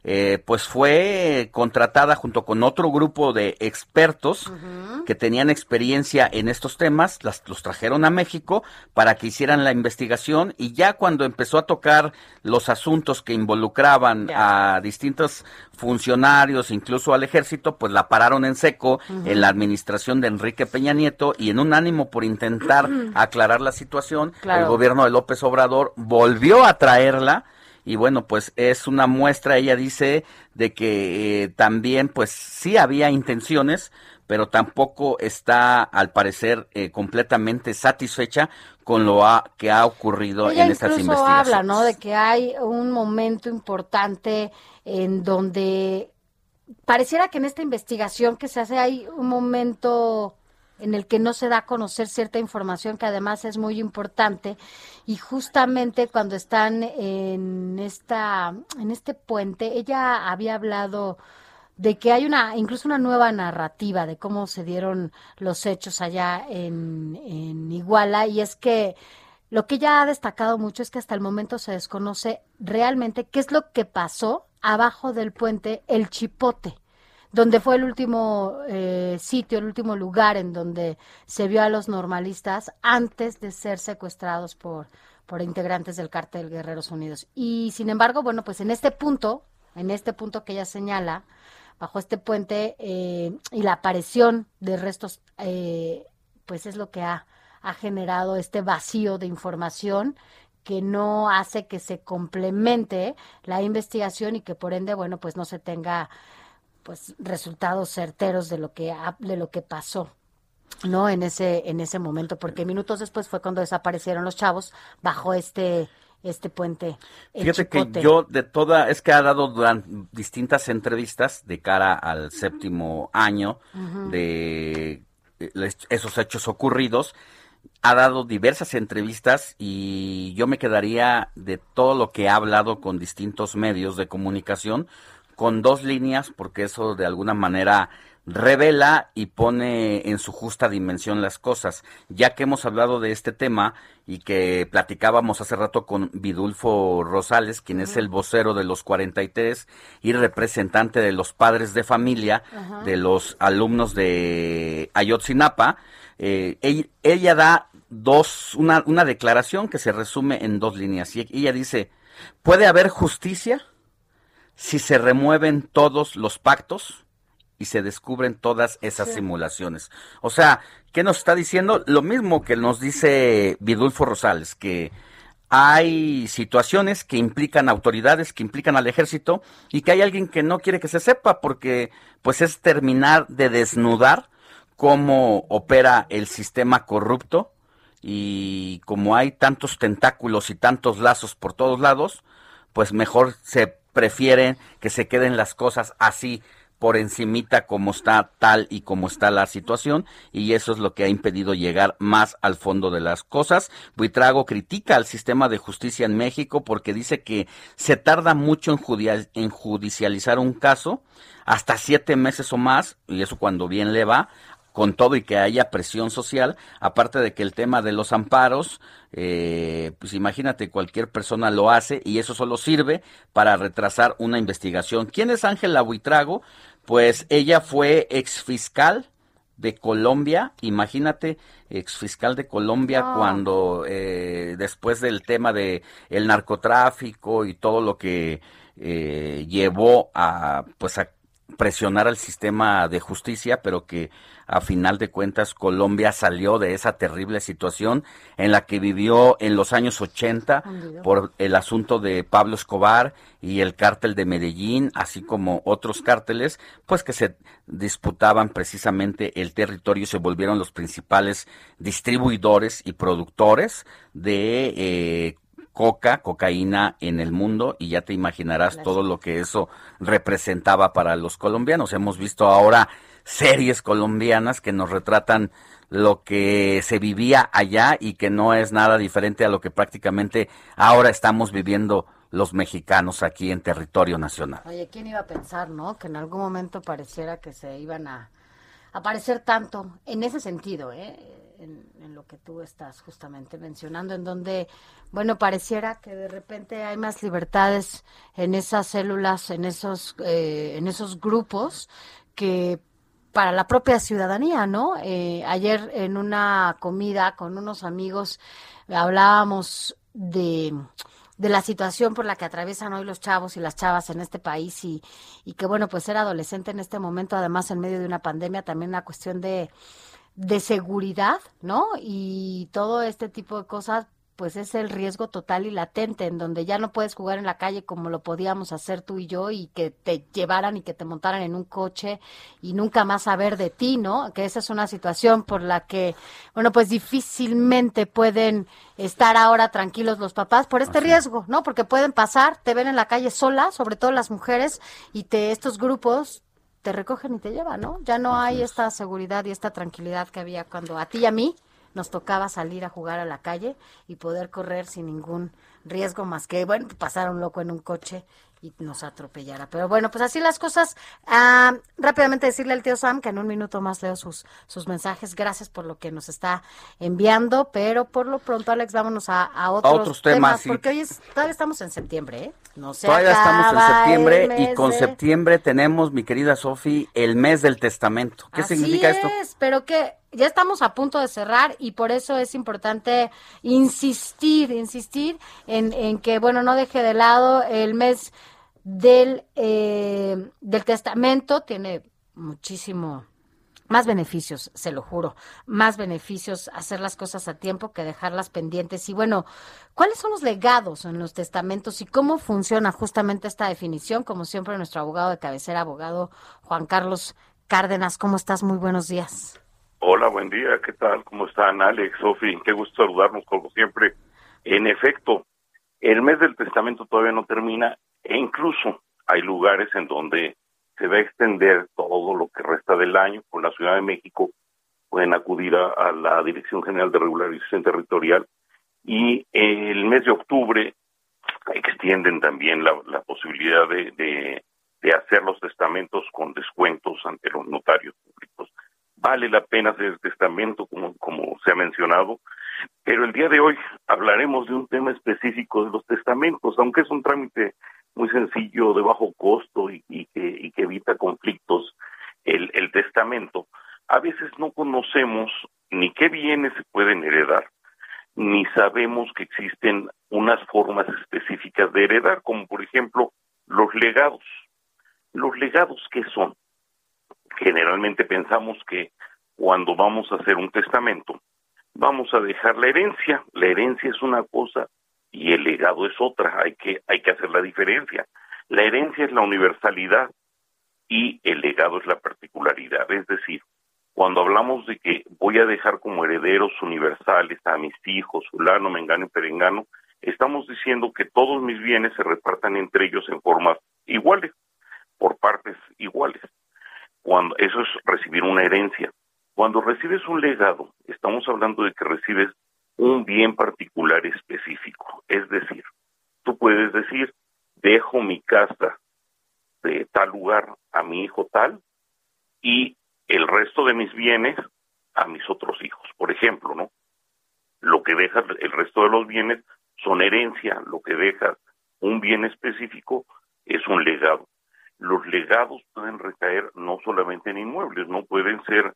pues fue contratada junto con otro grupo de expertos que tenían experiencia en estos temas, los trajeron a México para que hicieran la investigación, y ya cuando empezó a tocar los asuntos que involucraban a distintos funcionarios, incluso al ejército, pues la pararon en seco en la administración de Enrique Peña Nieto, y en un ánimo por intentar aclarar la situación, el gobierno de López Obrador volvió a traerla. Y bueno, pues es una muestra, ella dice, de que también pues sí había intenciones, pero tampoco está, al parecer, completamente satisfecha con lo que ha ocurrido en estas investigaciones. Ella incluso habla, ¿no?, de que hay un momento importante en donde pareciera que en esta investigación que se hace hay un momento en el que no se da a conocer cierta información que además es muy importante, y justamente cuando están en este puente, ella había hablado de que hay incluso una nueva narrativa de cómo se dieron los hechos allá en Iguala, y es que lo que ella ha destacado mucho es que hasta el momento se desconoce realmente qué es lo que pasó abajo del puente El Chipote, donde fue el último sitio, el último lugar en donde se vio a los normalistas antes de ser secuestrados por integrantes del Cártel Guerreros Unidos. Y sin embargo, bueno, pues en este punto que ella señala, bajo este puente, y la aparición de restos, pues es lo que ha generado este vacío de información que no hace que se complemente la investigación y que por ende, bueno, pues no se tenga pues resultados certeros de lo que pasó, ¿no? En ese momento, porque minutos después fue cuando desaparecieron los chavos bajo este puente. Fíjate que es que ha dado durante distintas entrevistas de cara al 7º año de esos hechos ocurridos. Ha dado diversas entrevistas, y yo me quedaría de todo lo que ha hablado con distintos medios de comunicación con 2 líneas, porque eso de alguna manera revela y pone en su justa dimensión las cosas. Ya que hemos hablado de este tema y que platicábamos hace rato con Vidulfo Rosales, quien es el vocero de los 43 y representante de los padres de familia de los alumnos de Ayotzinapa, ella da una declaración que se resume en 2 líneas, y ella dice: ¿puede haber justicia si se remueven todos los pactos y se descubren todas esas simulaciones? O sea, ¿qué nos está diciendo? Lo mismo que nos dice Vidulfo Rosales, que hay situaciones que implican autoridades, que implican al ejército, y que hay alguien que no quiere que se sepa, porque pues es terminar de desnudar cómo opera el sistema corrupto, y como hay tantos tentáculos y tantos lazos por todos lados, pues mejor se prefieren que se queden las cosas así por encimita como está tal y como está la situación, y eso es lo que ha impedido llegar más al fondo de las cosas. Buitrago critica al sistema de justicia en México porque dice que se tarda mucho en judicializar un caso, hasta 7 meses o más, y eso cuando bien le va, con todo y que haya presión social, aparte de que el tema de los amparos, pues imagínate, cualquier persona lo hace, y eso solo sirve para retrasar una investigación. ¿Quién es Ángela Buitrago? Pues ella fue exfiscal de Colombia, imagínate, exfiscal de Colombia, cuando después del tema de el narcotráfico y todo lo que llevó a presionar al sistema de justicia, pero que a final de cuentas Colombia salió de esa terrible situación en la que vivió en los años 80 por el asunto de Pablo Escobar y el cártel de Medellín, así como otros cárteles, pues que se disputaban precisamente el territorio y se volvieron los principales distribuidores y productores de cocaína en el mundo, y ya te imaginarás todo lo que eso representaba para los colombianos. Hemos visto ahora series colombianas que nos retratan lo que se vivía allá y que no es nada diferente a lo que prácticamente ahora estamos viviendo los mexicanos aquí en territorio nacional. Oye, ¿quién iba a pensar, no? Que en algún momento pareciera que se iban a aparecer tanto en ese sentido, en lo que tú estás justamente mencionando, en donde, bueno, pareciera que de repente hay más libertades en esas células, en esos grupos, que para la propia ciudadanía, ¿no? Ayer en una comida con unos amigos hablábamos de la situación por la que atraviesan hoy los chavos y las chavas en este país y que, bueno, pues ser adolescente en este momento, además en medio de una pandemia, también una cuestión de seguridad, ¿no? Y todo este tipo de cosas, pues es el riesgo total y latente, en donde ya no puedes jugar en la calle como lo podíamos hacer tú y yo, y que te llevaran y que te montaran en un coche y nunca más saber de ti, ¿no? Que esa es una situación por la que, bueno, pues difícilmente pueden estar ahora tranquilos los papás por este riesgo, ¿no? Porque pueden pasar, te ven en la calle sola, sobre todo las mujeres, y estos grupos te recogen y te llevan, ¿no? Ya no hay esta seguridad y esta tranquilidad que había cuando a ti y a mí nos tocaba salir a jugar a la calle y poder correr sin ningún riesgo más que, bueno, pasar un loco en un coche y nos atropellara. Pero bueno, pues así las cosas. Rápidamente decirle al tío Sam que en un minuto más leo sus mensajes. Gracias por lo que nos está enviando, pero por lo pronto, Alex, vámonos a otros temas, sí. Porque todavía estamos en septiembre, ¿eh? Todavía estamos en septiembre y con septiembre tenemos, mi querida Sofi, el mes del testamento. ¿Qué significa esto? Así es, pero que ya estamos a punto de cerrar y por eso es importante insistir en que, bueno, no deje de lado el mes del testamento. Tiene muchísimo más beneficios, se lo juro, más beneficios hacer las cosas a tiempo que dejarlas pendientes. Y bueno, ¿cuáles son los legados en los testamentos y cómo funciona justamente esta definición? Como siempre, nuestro abogado de cabecera, abogado Juan Carlos Cárdenas. ¿Cómo estás? Muy buenos días. Hola, buen día, ¿qué tal? ¿Cómo están, Alex, Sofi? Qué gusto saludarnos como siempre. En efecto, el mes del testamento todavía no termina e incluso hay lugares en donde se va a extender todo lo que resta del año. Por la Ciudad de México pueden acudir a la Dirección General de Regularización Territorial y el mes de octubre extienden también la posibilidad de hacer los testamentos con descuentos ante los notarios públicos. Vale la pena hacer el testamento, como se ha mencionado, pero el día de hoy hablaremos de un tema específico de los testamentos, aunque es un trámite muy sencillo, de bajo costo y que evita conflictos. El testamento, a veces no conocemos ni qué bienes se pueden heredar, ni sabemos que existen unas formas específicas de heredar, como por ejemplo los legados. ¿Los legados qué son? Generalmente pensamos que cuando vamos a hacer un testamento, vamos a dejar la herencia. La herencia es una cosa y el legado es otra. Hay que hacer la diferencia. La herencia es la universalidad y el legado es la particularidad. Es decir, cuando hablamos de que voy a dejar como herederos universales a mis hijos, fulano, mengano y perengano, estamos diciendo que todos mis bienes se repartan entre ellos en formas iguales, por partes iguales. Cuando eso es recibir una herencia. Cuando recibes un legado, estamos hablando de que recibes un bien particular específico. Es decir, tú puedes decir, dejo mi casa de tal lugar a mi hijo tal y el resto de mis bienes a mis otros hijos. Por ejemplo, ¿no? Lo que dejas, el resto de los bienes son herencia. Lo que dejas, un bien específico, es un legado. Los legados pueden recaer no solamente en inmuebles, no pueden ser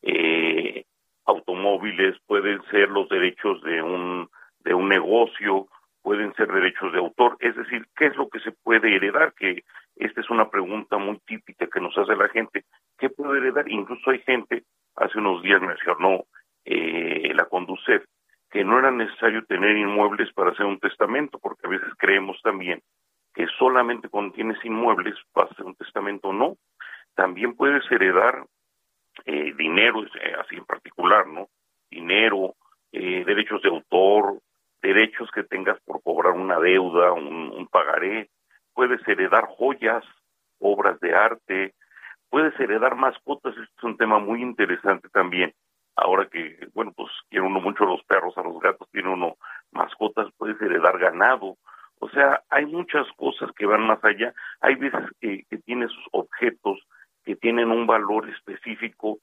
automóviles, pueden ser los derechos de un negocio, pueden ser derechos de autor. Es decir, ¿qué es lo que se puede heredar? Que esta es una pregunta muy típica que nos hace la gente. ¿Qué puede heredar? Incluso hay gente, hace unos días mencionó la Conducef, que no era necesario tener inmuebles para hacer un testamento, porque a veces creemos también que solamente cuando tienes inmuebles vas a hacer un testamento. No, también puedes heredar dinero, así en particular, ¿no? Dinero, derechos de autor, derechos que tengas por cobrar una deuda, un pagaré. Puedes heredar joyas, obras de arte, puedes heredar mascotas. Este es un tema muy interesante también. Ahora que, bueno, pues quiere uno mucho a los perros, a los gatos, tiene uno mascotas, puedes heredar ganado. O sea, hay muchas cosas que van más allá. Hay veces que tienes objetos que tienen un valor específico e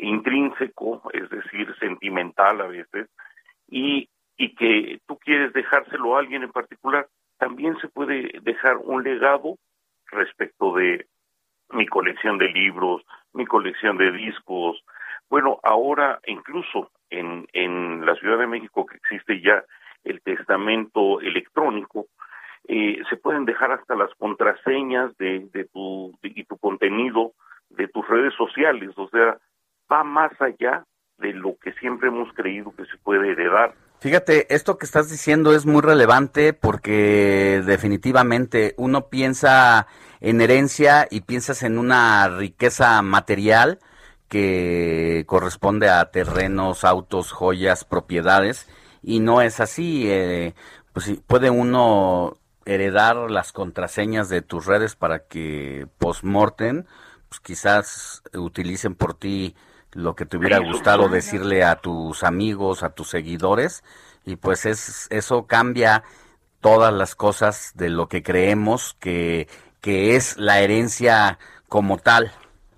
intrínseco, es decir, sentimental a veces, y que tú quieres dejárselo a alguien en particular, también se puede dejar un legado respecto de mi colección de libros, mi colección de discos. Bueno, ahora incluso en la Ciudad de México, que existe ya el testamento electrónico, se pueden dejar hasta las contraseñas de tu contenido de tus redes sociales. O sea, va más allá de lo que siempre hemos creído que se puede heredar. Fíjate, esto que estás diciendo es muy relevante porque definitivamente uno piensa en herencia y piensas en una riqueza material que corresponde a terrenos, autos, joyas, propiedades, y no es así. Pues sí, puede uno heredar las contraseñas de tus redes para que post-mortem, pues quizás utilicen por ti lo que te hubiera gustado decirle a tus amigos, a tus seguidores, y pues eso cambia todas las cosas de lo que creemos que es la herencia como tal.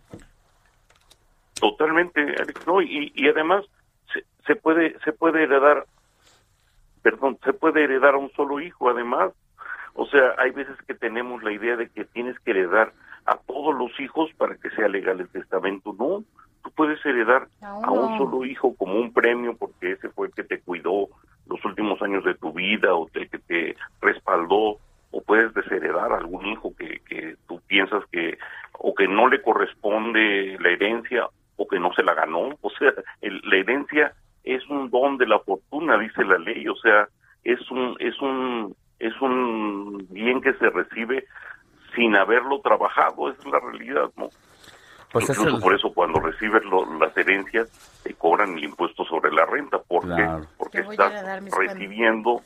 Totalmente, Alex, ¿no? Y además se puede heredar, se puede heredar a un solo hijo, además. O sea, hay veces que tenemos la idea de que tienes que heredar a todos los hijos para que sea legal el testamento. No, tú puedes heredar a un solo hijo como un premio porque ese fue el que te cuidó los últimos años de tu vida o el que te respaldó, o puedes desheredar a algún hijo que tú piensas que o que no le corresponde la herencia o que no se la ganó. O sea, la herencia es un don de la fortuna, dice la ley. O sea, es un bien que se recibe sin haberlo trabajado. Esa es la realidad, ¿no? Pues incluso por eso cuando recibes las herencias te cobran el impuesto sobre la renta. ¿Por qué? Porque estás recibiendo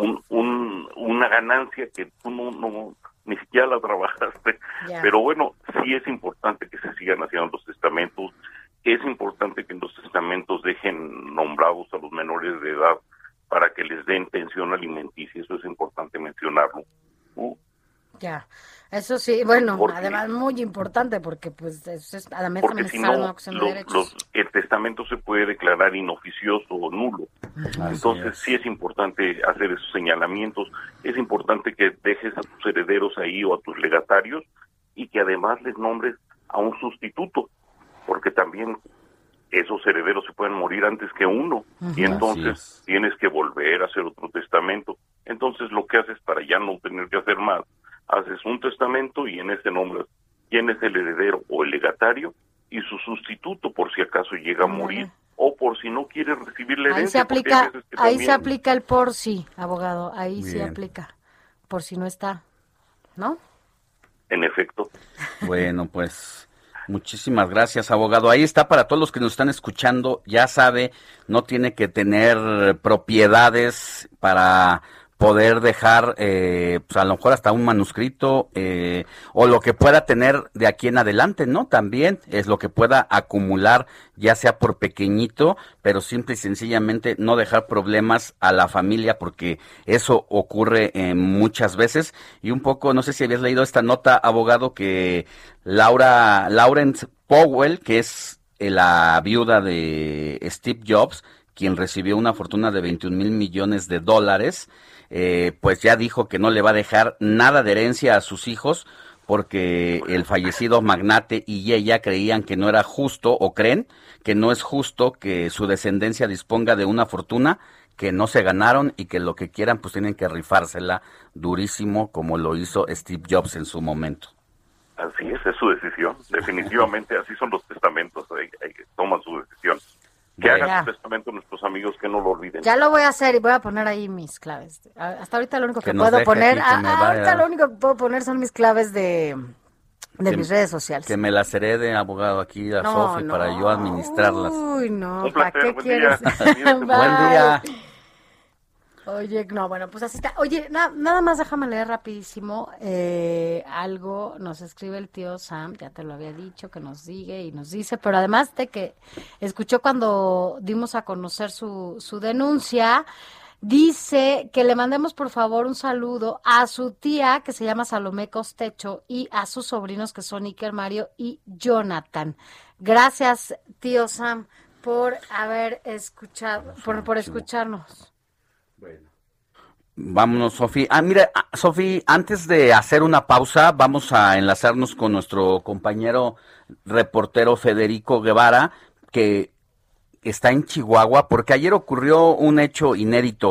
una ganancia que tú no ni siquiera la trabajaste. Pero bueno, sí es importante que se sigan haciendo los testamentos. Es importante que en los testamentos dejen nombrados a los menores de edad para que les den pensión alimenticia. Eso es importante mencionarlo. Ya, eso sí, bueno, además muy importante porque pues eso es, además porque si no, el testamento se puede declarar inoficioso o nulo. Entonces sí es importante hacer esos señalamientos. Es importante que dejes a tus herederos ahí o a tus legatarios y que además les nombres a un sustituto, porque también esos herederos se pueden morir antes que uno, y entonces tienes que volver a hacer otro testamento. Entonces lo que haces para ya no tener que hacer más, haces un testamento y en ese nombres quién es el heredero o el legatario y su sustituto por si acaso llega a morir o por si no quiere recibir la herencia. Ahí se aplica el por si, abogado, ahí sí aplica, por si no está, ¿no? En efecto. Bueno, pues muchísimas gracias, abogado. Ahí está para todos los que nos están escuchando. Ya sabe, no tiene que tener propiedades para poder dejar, pues a lo mejor hasta un manuscrito, o lo que pueda tener de aquí en adelante, ¿no? También es lo que pueda acumular, ya sea por pequeñito, pero simple y sencillamente no dejar problemas a la familia, porque eso ocurre muchas veces. Y un poco, no sé si habías leído esta nota, abogado, que Laurence Powell, que es la viuda de Steve Jobs, quien recibió una fortuna de $21 mil millones, pues ya dijo que no le va a dejar nada de herencia a sus hijos, porque el fallecido magnate y ella creían que no era justo, o creen que no es justo que su descendencia disponga de una fortuna que no se ganaron y que lo que quieran pues tienen que rifársela durísimo, como lo hizo Steve Jobs en su momento. Así es su decisión, definitivamente así son los testamentos, toman su decisión. Que hagan su testamento nuestros amigos, que no lo olviden. Ya lo voy a hacer y voy a poner ahí mis claves. Hasta ahorita lo único que puedo poner, lo único que puedo poner son mis claves de mis redes sociales. Que me las herede, abogado, aquí a Sofi para yo administrarlas. Uy, no, un placer, ¿para qué quieres? Buen día. Oye, no, bueno, pues así está. Oye, nada más déjame leer rapidísimo algo. Nos escribe el tío Sam, ya te lo había dicho, que nos sigue y nos dice, pero además de que escuchó cuando dimos a conocer su denuncia, dice que le mandemos por favor un saludo a su tía, que se llama Salomé Costecho, y a sus sobrinos, que son Iker, Mario y Jonathan. Gracias, tío Sam, por haber escuchado, por escucharnos. Bueno. Vámonos, Sofi. Mira, Sofi, antes de hacer una pausa, vamos a enlazarnos con nuestro compañero reportero Federico Guevara, que está en Chihuahua, porque ayer ocurrió un hecho inédito.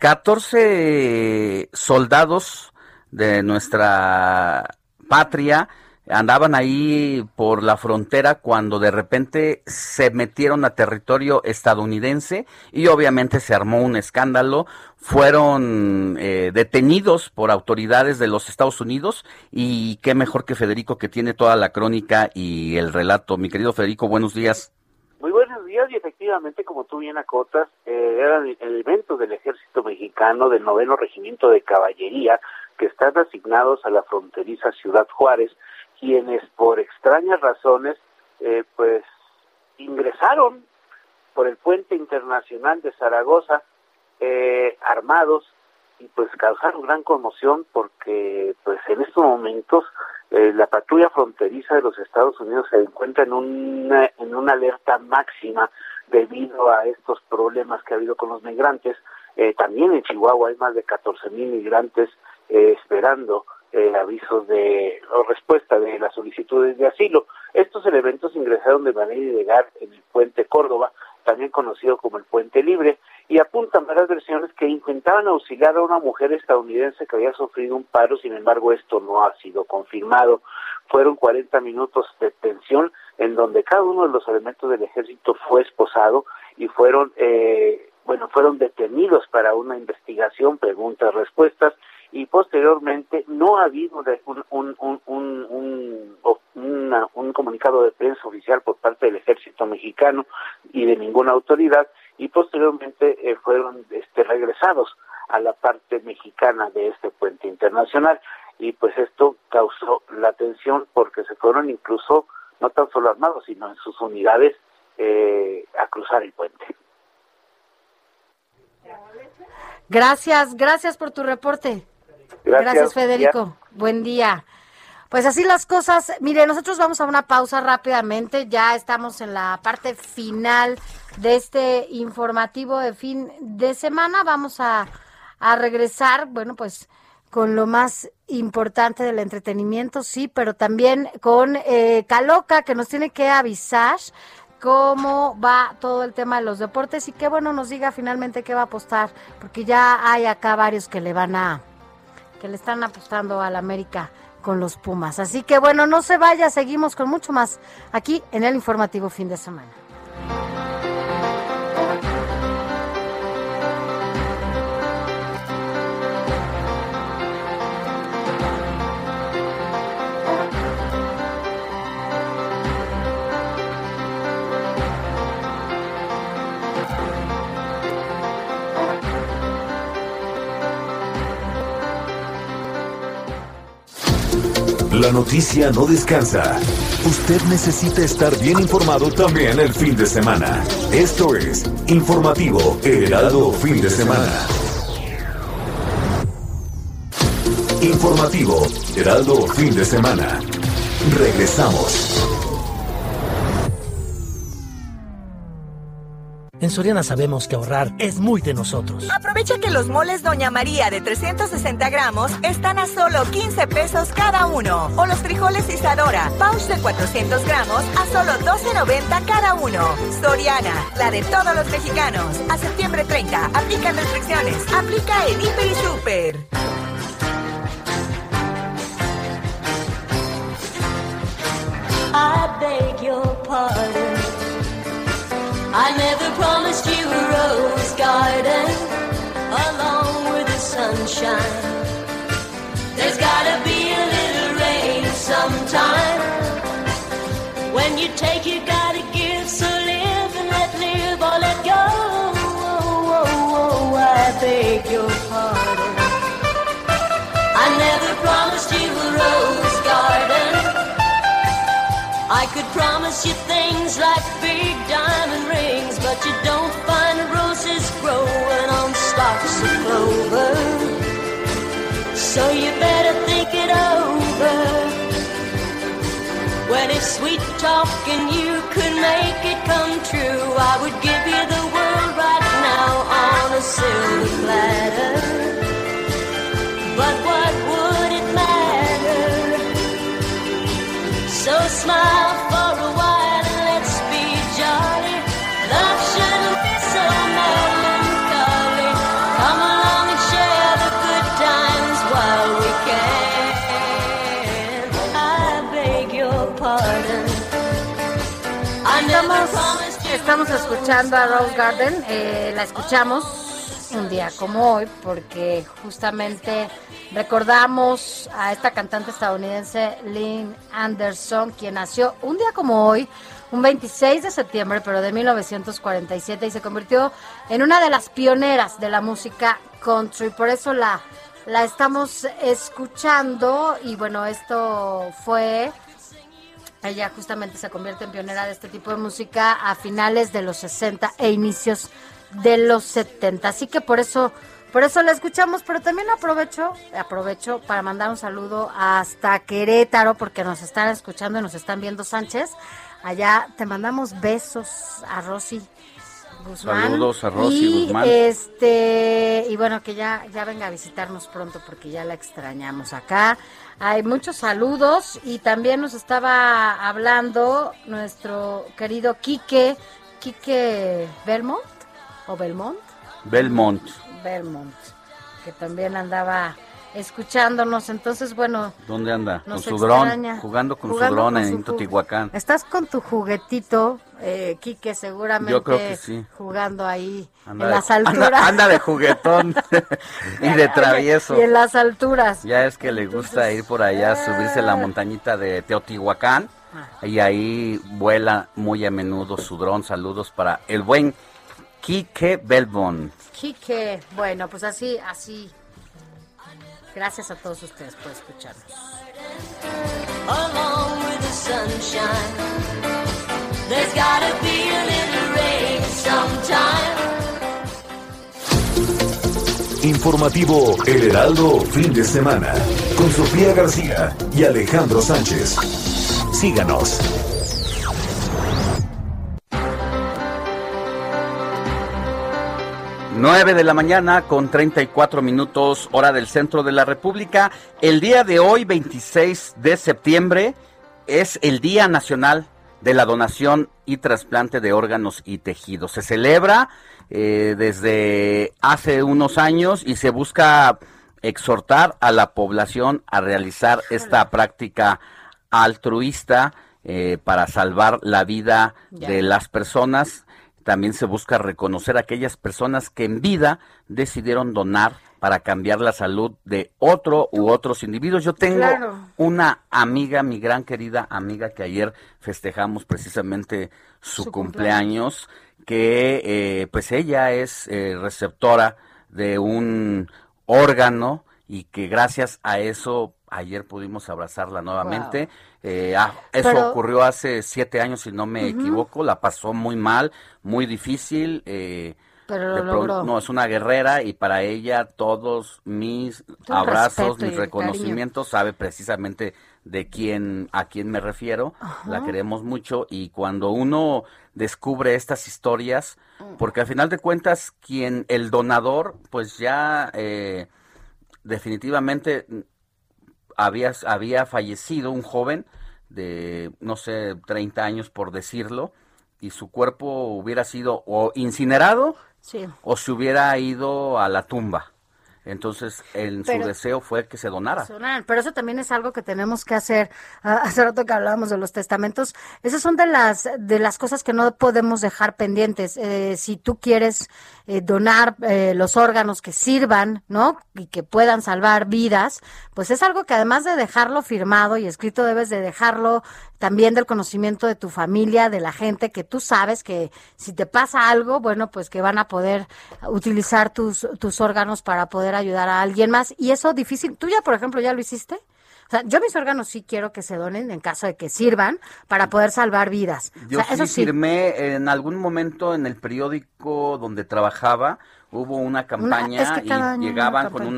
14 soldados de nuestra patria andaban ahí por la frontera cuando de repente se metieron a territorio estadounidense y obviamente se armó un escándalo. Fueron detenidos por autoridades de los Estados Unidos y qué mejor que Federico, que tiene toda la crónica y el relato. Mi querido Federico, buenos días. Muy buenos días, y efectivamente, como tú bien acotas, eran elementos del ejército mexicano del 9º Regimiento de Caballería que están asignados a la fronteriza Ciudad Juárez, quienes por extrañas razones pues ingresaron por el puente internacional de Zaragoza armados y pues causaron gran conmoción porque pues en estos momentos la patrulla fronteriza de los Estados Unidos se encuentra en una alerta máxima debido a estos problemas que ha habido con los migrantes. También en Chihuahua hay más de 14,000 migrantes esperando avisos o respuesta de las solicitudes de asilo. Estos elementos ingresaron de manera ilegal en el puente Córdoba, también conocido como el Puente Libre, y apuntan varias versiones que intentaban auxiliar a una mujer estadounidense que había sufrido un paro. Sin embargo, esto no ha sido confirmado. Fueron 40 minutos de tensión en donde cada uno de los elementos del ejército fue esposado y fueron detenidos para una investigación, preguntas, respuestas, y posteriormente no ha habido un comunicado de prensa oficial por parte del ejército mexicano y de ninguna autoridad, y posteriormente fueron regresados a la parte mexicana de este puente internacional, y pues esto causó la tensión porque se fueron incluso no tan solo armados sino en sus unidades a cruzar el puente. Gracias por tu reporte. Gracias, Federico. Buen día. Pues así las cosas. Mire, nosotros vamos a una pausa rápidamente. Ya estamos en la parte final de este informativo de fin de semana. Vamos a regresar, bueno, pues con lo más importante del entretenimiento, sí, pero también con Caloca, que nos tiene que avisar cómo va todo el tema de los deportes y que, bueno, nos diga finalmente qué va a apostar, porque ya hay acá varios que le están apostando al América con los Pumas. Así que, bueno, no se vaya, seguimos con mucho más aquí en el informativo fin de semana. La noticia no descansa. Usted necesita estar bien informado también el fin de semana. Esto es Informativo Heraldo Fin de Semana. Informativo Heraldo Fin de Semana. Regresamos. En Soriana sabemos que ahorrar es muy de nosotros. Aprovecha que los moles Doña María de 360 gramos están a solo 15 pesos cada uno. O los frijoles Isadora, pouch de 400 gramos a solo 12.90 cada uno. Soriana, la de todos los mexicanos. A septiembre 30, aplican restricciones. Aplica en Hiper y Super. I beg your pardon. I never promised you a rose garden along with the sunshine. There's gotta be a little rain sometime. When you take, you gotta give. So live and let live or let go. I beg your pardon. I never promised you a rose garden. I could promise you things like big diamond rings, but you don't find roses growing on stalks of clover. So you better think it over. When it's sweet talk talk and you could make it come true, I would give you the world right now on a silver platter. But what would it matter? So smile for a while and let's be jolly. Love shouldn't be so melancholy. Come along and share the good times while we can. I beg your pardon. Estamos escuchando a Rose Garden, la escuchamos un día como hoy porque justamente recordamos a esta cantante estadounidense Lynn Anderson, quien nació un día como hoy, un 26 de septiembre, pero de 1947, y se convirtió en una de las pioneras de la música country. Por eso la estamos escuchando, y bueno, esto fue... Ella justamente se convierte en pionera de este tipo de música a finales de los 60 e inicios de los 70. Así que por eso la escuchamos, pero también aprovecho para mandar un saludo hasta Querétaro, porque nos están escuchando y nos están viendo, Sánchez. Allá te mandamos besos a Rosy Guzmán. Saludos a Rosy Guzmán. Y bueno, que ya venga a visitarnos pronto porque ya la extrañamos acá. Hay muchos saludos y también nos estaba hablando nuestro querido Quique Belmont, ¿o Belmont? Belmont, que también andaba escuchándonos. Entonces, bueno, ¿dónde anda? Con su extraña. dron, jugando con su dron en Teotihuacán. Estás con tu juguetito, Quique, seguramente. Yo creo que sí. Jugando ahí Anda en las alturas. Anda de juguetón y de travieso. Y en las alturas. Ya es que le gusta ir por allá, subirse la montañita de Teotihuacán, y ahí vuela muy a menudo su dron. Saludos para el buen Quique Belmont. Quique, bueno, pues así. Gracias a todos ustedes por escucharnos. Along with the sunshine, there's gotta be a little rain sometime. Informativo El Heraldo, fin de semana, con Sofía García y Alejandro Sánchez. Síganos. 9 de la mañana con 34 minutos, hora del centro de la República. El día de hoy, 26 de septiembre, es el Día Nacional de la Donación y Trasplante de Órganos y Tejidos. Se celebra desde hace unos años y se busca exhortar a la población a realizar esta práctica altruista para salvar la vida de las personas. También se busca reconocer a aquellas personas que en vida decidieron donar para cambiar la salud de otro u otros individuos. Yo tengo una amiga, mi gran querida amiga, que ayer festejamos precisamente su cumpleaños, que pues ella es receptora de un órgano y que gracias a eso ayer pudimos abrazarla nuevamente. Eso ocurrió hace 7 años, si no me equivoco. La pasó muy mal, muy difícil. Pero lo logró. No, es una guerrera, y para ella todos mis abrazos, mis reconocimientos. Sabe precisamente a quién me refiero. La queremos mucho, y cuando uno descubre estas historias, porque al final de cuentas el donador pues ya definitivamente había fallecido, un joven de, no sé, 30 años por decirlo, y su cuerpo hubiera sido o incinerado o se hubiera ido a la tumba. Entonces, su deseo fue que se donara. Pero eso también es algo que tenemos que hacer. Hace rato que hablábamos de los testamentos, esas son de las cosas que no podemos dejar pendientes. Si tú quieres donar los órganos que sirvan, ¿no? Y que puedan salvar vidas, pues es algo que además de dejarlo firmado y escrito, debes de dejarlo también del conocimiento de tu familia, de la gente que tú sabes que si te pasa algo, bueno, pues que van a poder utilizar tus órganos para poder ayudar a alguien más. Y eso difícil. ¿Tú ya, por ejemplo, ya lo hiciste? O sea, yo mis órganos sí quiero que se donen en caso de que sirvan para poder salvar vidas. Yo firmé en algún momento en el periódico donde trabajaba Hubo una campaña es que cada y año llegaban una con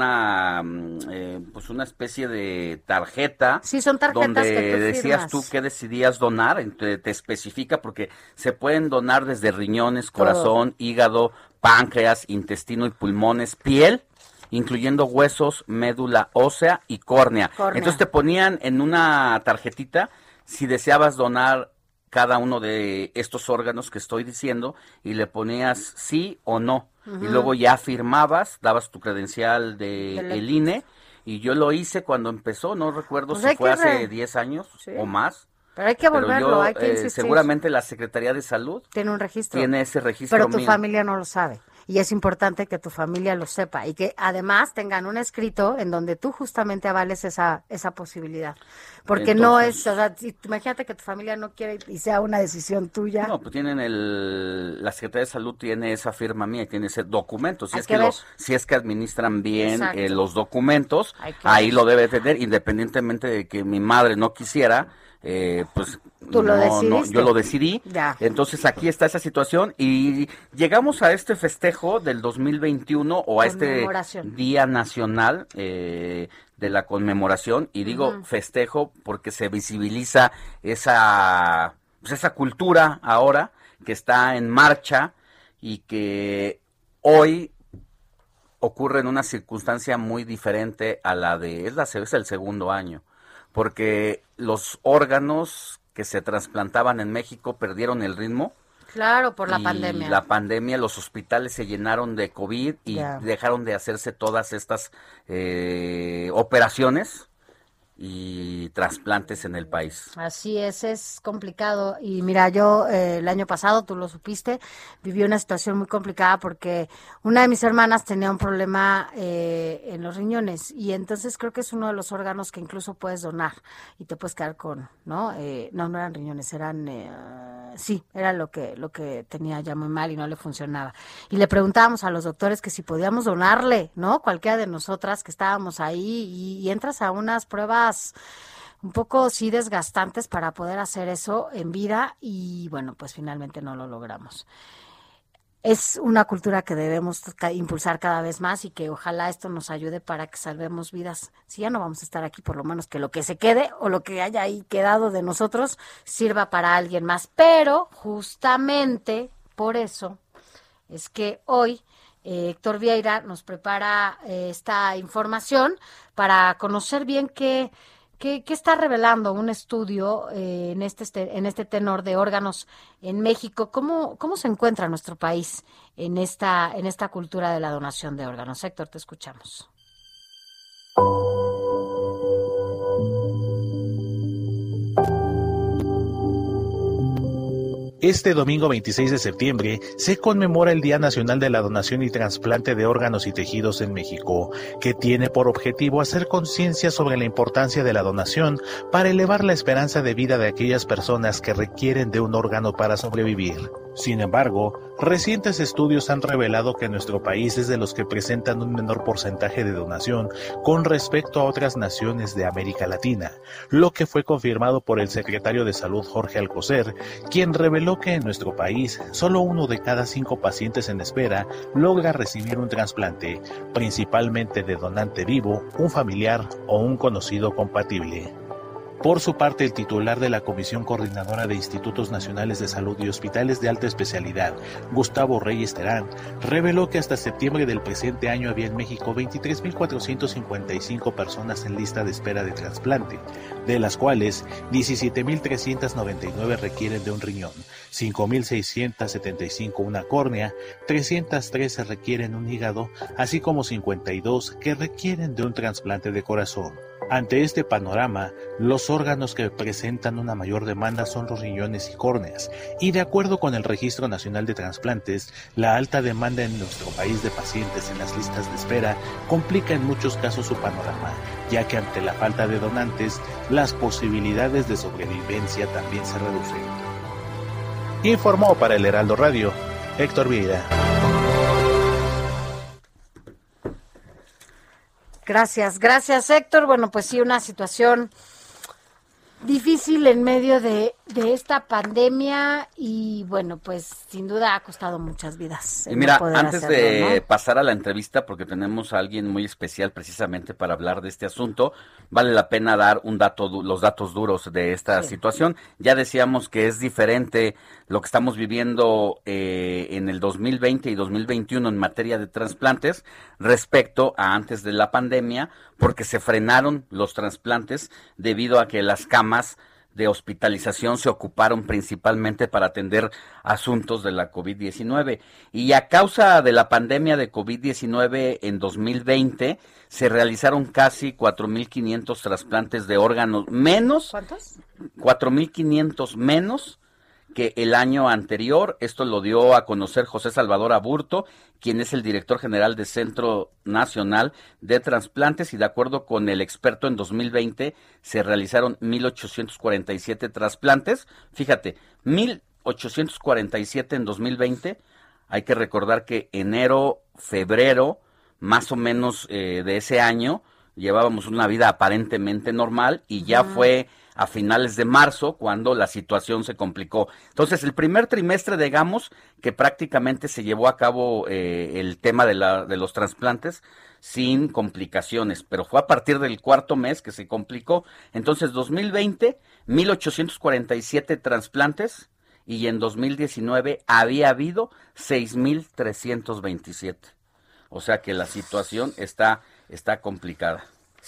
una especie de tarjeta. Sí, son tarjetas donde que tú decías firmas. tú qué decidías donar, te especifica porque se pueden donar desde riñones, corazón, hígado, páncreas, intestino y pulmones, piel, incluyendo huesos, médula ósea y córnea. Entonces te ponían en una tarjetita si deseabas donar cada uno de estos órganos que estoy diciendo y le ponías sí o no. Y luego ya firmabas, dabas tu credencial del INE, y yo lo hice cuando empezó, no recuerdo Pues si hay fue que hace 10 años o más. Pero hay que volverlo, hay que insistir. Seguramente la Secretaría de Salud tiene un registro. Tiene ese registro Pero tu mío. familia no lo sabe. Y es importante que tu familia lo sepa y que además tengan un escrito en donde tú justamente avales esa posibilidad. Porque no es, o sea, imagínate que tu familia no quiere y sea una decisión tuya. No, pues tienen la Secretaría de Salud tiene esa firma mía y tiene ese documento. Si es que administran bien los documentos, ahí lo debe tener, independientemente de que mi madre no quisiera. Pues ¿Tú lo decidiste? Yo lo decidí. Ya. Entonces aquí está esa situación y llegamos a este festejo del 2021 o a este Día Nacional de la conmemoración, y digo festejo porque se visibiliza esa cultura ahora que está en marcha y que hoy ocurre en una circunstancia muy diferente a la de es el segundo año. Porque los órganos que se trasplantaban en México perdieron el ritmo. Claro, por la pandemia. La pandemia, los hospitales se llenaron de COVID y dejaron de hacerse todas estas operaciones y trasplantes en el país. Así es complicado. Y mira, yo el año pasado, tú lo supiste, viví una situación muy complicada porque una de mis hermanas tenía un problema en los riñones y entonces creo que es uno de los órganos que incluso puedes donar y te puedes quedar con, ¿no? No eran riñones, eran... sí, era lo que tenía ya muy mal y no le funcionaba. Y le preguntábamos a los doctores que si podíamos donarle, ¿no? Cualquiera de nosotras que estábamos ahí y entras a unas pruebas un poco sí desgastantes para poder hacer eso en vida y bueno, pues finalmente no lo logramos. Es una cultura que debemos impulsar cada vez más y que ojalá esto nos ayude para que salvemos vidas. Si ya no vamos a estar aquí, por lo menos que lo que se quede o lo que haya ahí quedado de nosotros sirva para alguien más. Pero justamente por eso es que hoy Héctor Vieira nos prepara esta información para conocer bien qué está revelando un estudio en este tenor de órganos en México. ¿Cómo se encuentra nuestro país en esta cultura de la donación de órganos? Héctor, te escuchamos. Este domingo 26 de septiembre se conmemora el Día Nacional de la Donación y Trasplante de Órganos y Tejidos en México, que tiene por objetivo hacer conciencia sobre la importancia de la donación para elevar la esperanza de vida de aquellas personas que requieren de un órgano para sobrevivir. Sin embargo, recientes estudios han revelado que nuestro país es de los que presentan un menor porcentaje de donación con respecto a otras naciones de América Latina, lo que fue confirmado por el secretario de Salud Jorge Alcocer, quien reveló que en nuestro país solo 1 de cada 5 pacientes en espera logra recibir un trasplante, principalmente de donante vivo, un familiar o un conocido compatible. Por su parte, el titular de la Comisión Coordinadora de Institutos Nacionales de Salud y Hospitales de Alta Especialidad, Gustavo Reyes Terán, reveló que hasta septiembre del presente año había en México 23.455 personas en lista de espera de trasplante, de las cuales 17.399 requieren de un riñón, 5.675 una córnea, 313 requieren un hígado, así como 52 que requieren de un trasplante de corazón. Ante este panorama, los órganos que presentan una mayor demanda son los riñones y córneas, y de acuerdo con el Registro Nacional de Trasplantes, la alta demanda en nuestro país de pacientes en las listas de espera complica en muchos casos su panorama, ya que ante la falta de donantes, las posibilidades de sobrevivencia también se reducen. Informó para el Heraldo Radio, Héctor Vieira. Gracias Héctor. Bueno, pues sí, una situación difícil en medio de esta pandemia y bueno, pues sin duda ha costado muchas vidas. Y mira, antes de pasar a la entrevista, porque tenemos a alguien muy especial precisamente para hablar de este asunto, vale la pena dar los datos duros de esta situación. Ya decíamos que es diferente lo que estamos viviendo en el 2020 y 2021 en materia de trasplantes respecto a antes de la pandemia, porque se frenaron los trasplantes debido a que las camas de hospitalización se ocuparon principalmente para atender asuntos de la COVID-19. Y a causa de la pandemia de COVID-19 en 2020 se realizaron casi 4.500 trasplantes de órganos menos. ¿Cuántos? 4.500 menos que el año anterior. Esto lo dio a conocer José Salvador Aburto, quien es el director general del Centro Nacional de Trasplantes, y de acuerdo con el experto, en 2020 se realizaron 1.847 trasplantes. Fíjate, 1.847 en 2020. Hay que recordar que enero, febrero, más o menos de ese año, llevábamos una vida aparentemente normal y ya fue a finales de marzo cuando la situación se complicó. Entonces, el primer trimestre, digamos, que prácticamente se llevó a cabo el tema de los trasplantes sin complicaciones, pero fue a partir del cuarto mes que se complicó. Entonces, 2020, 1.847 trasplantes, y en 2019 había habido 6.327. O sea que la situación está complicada.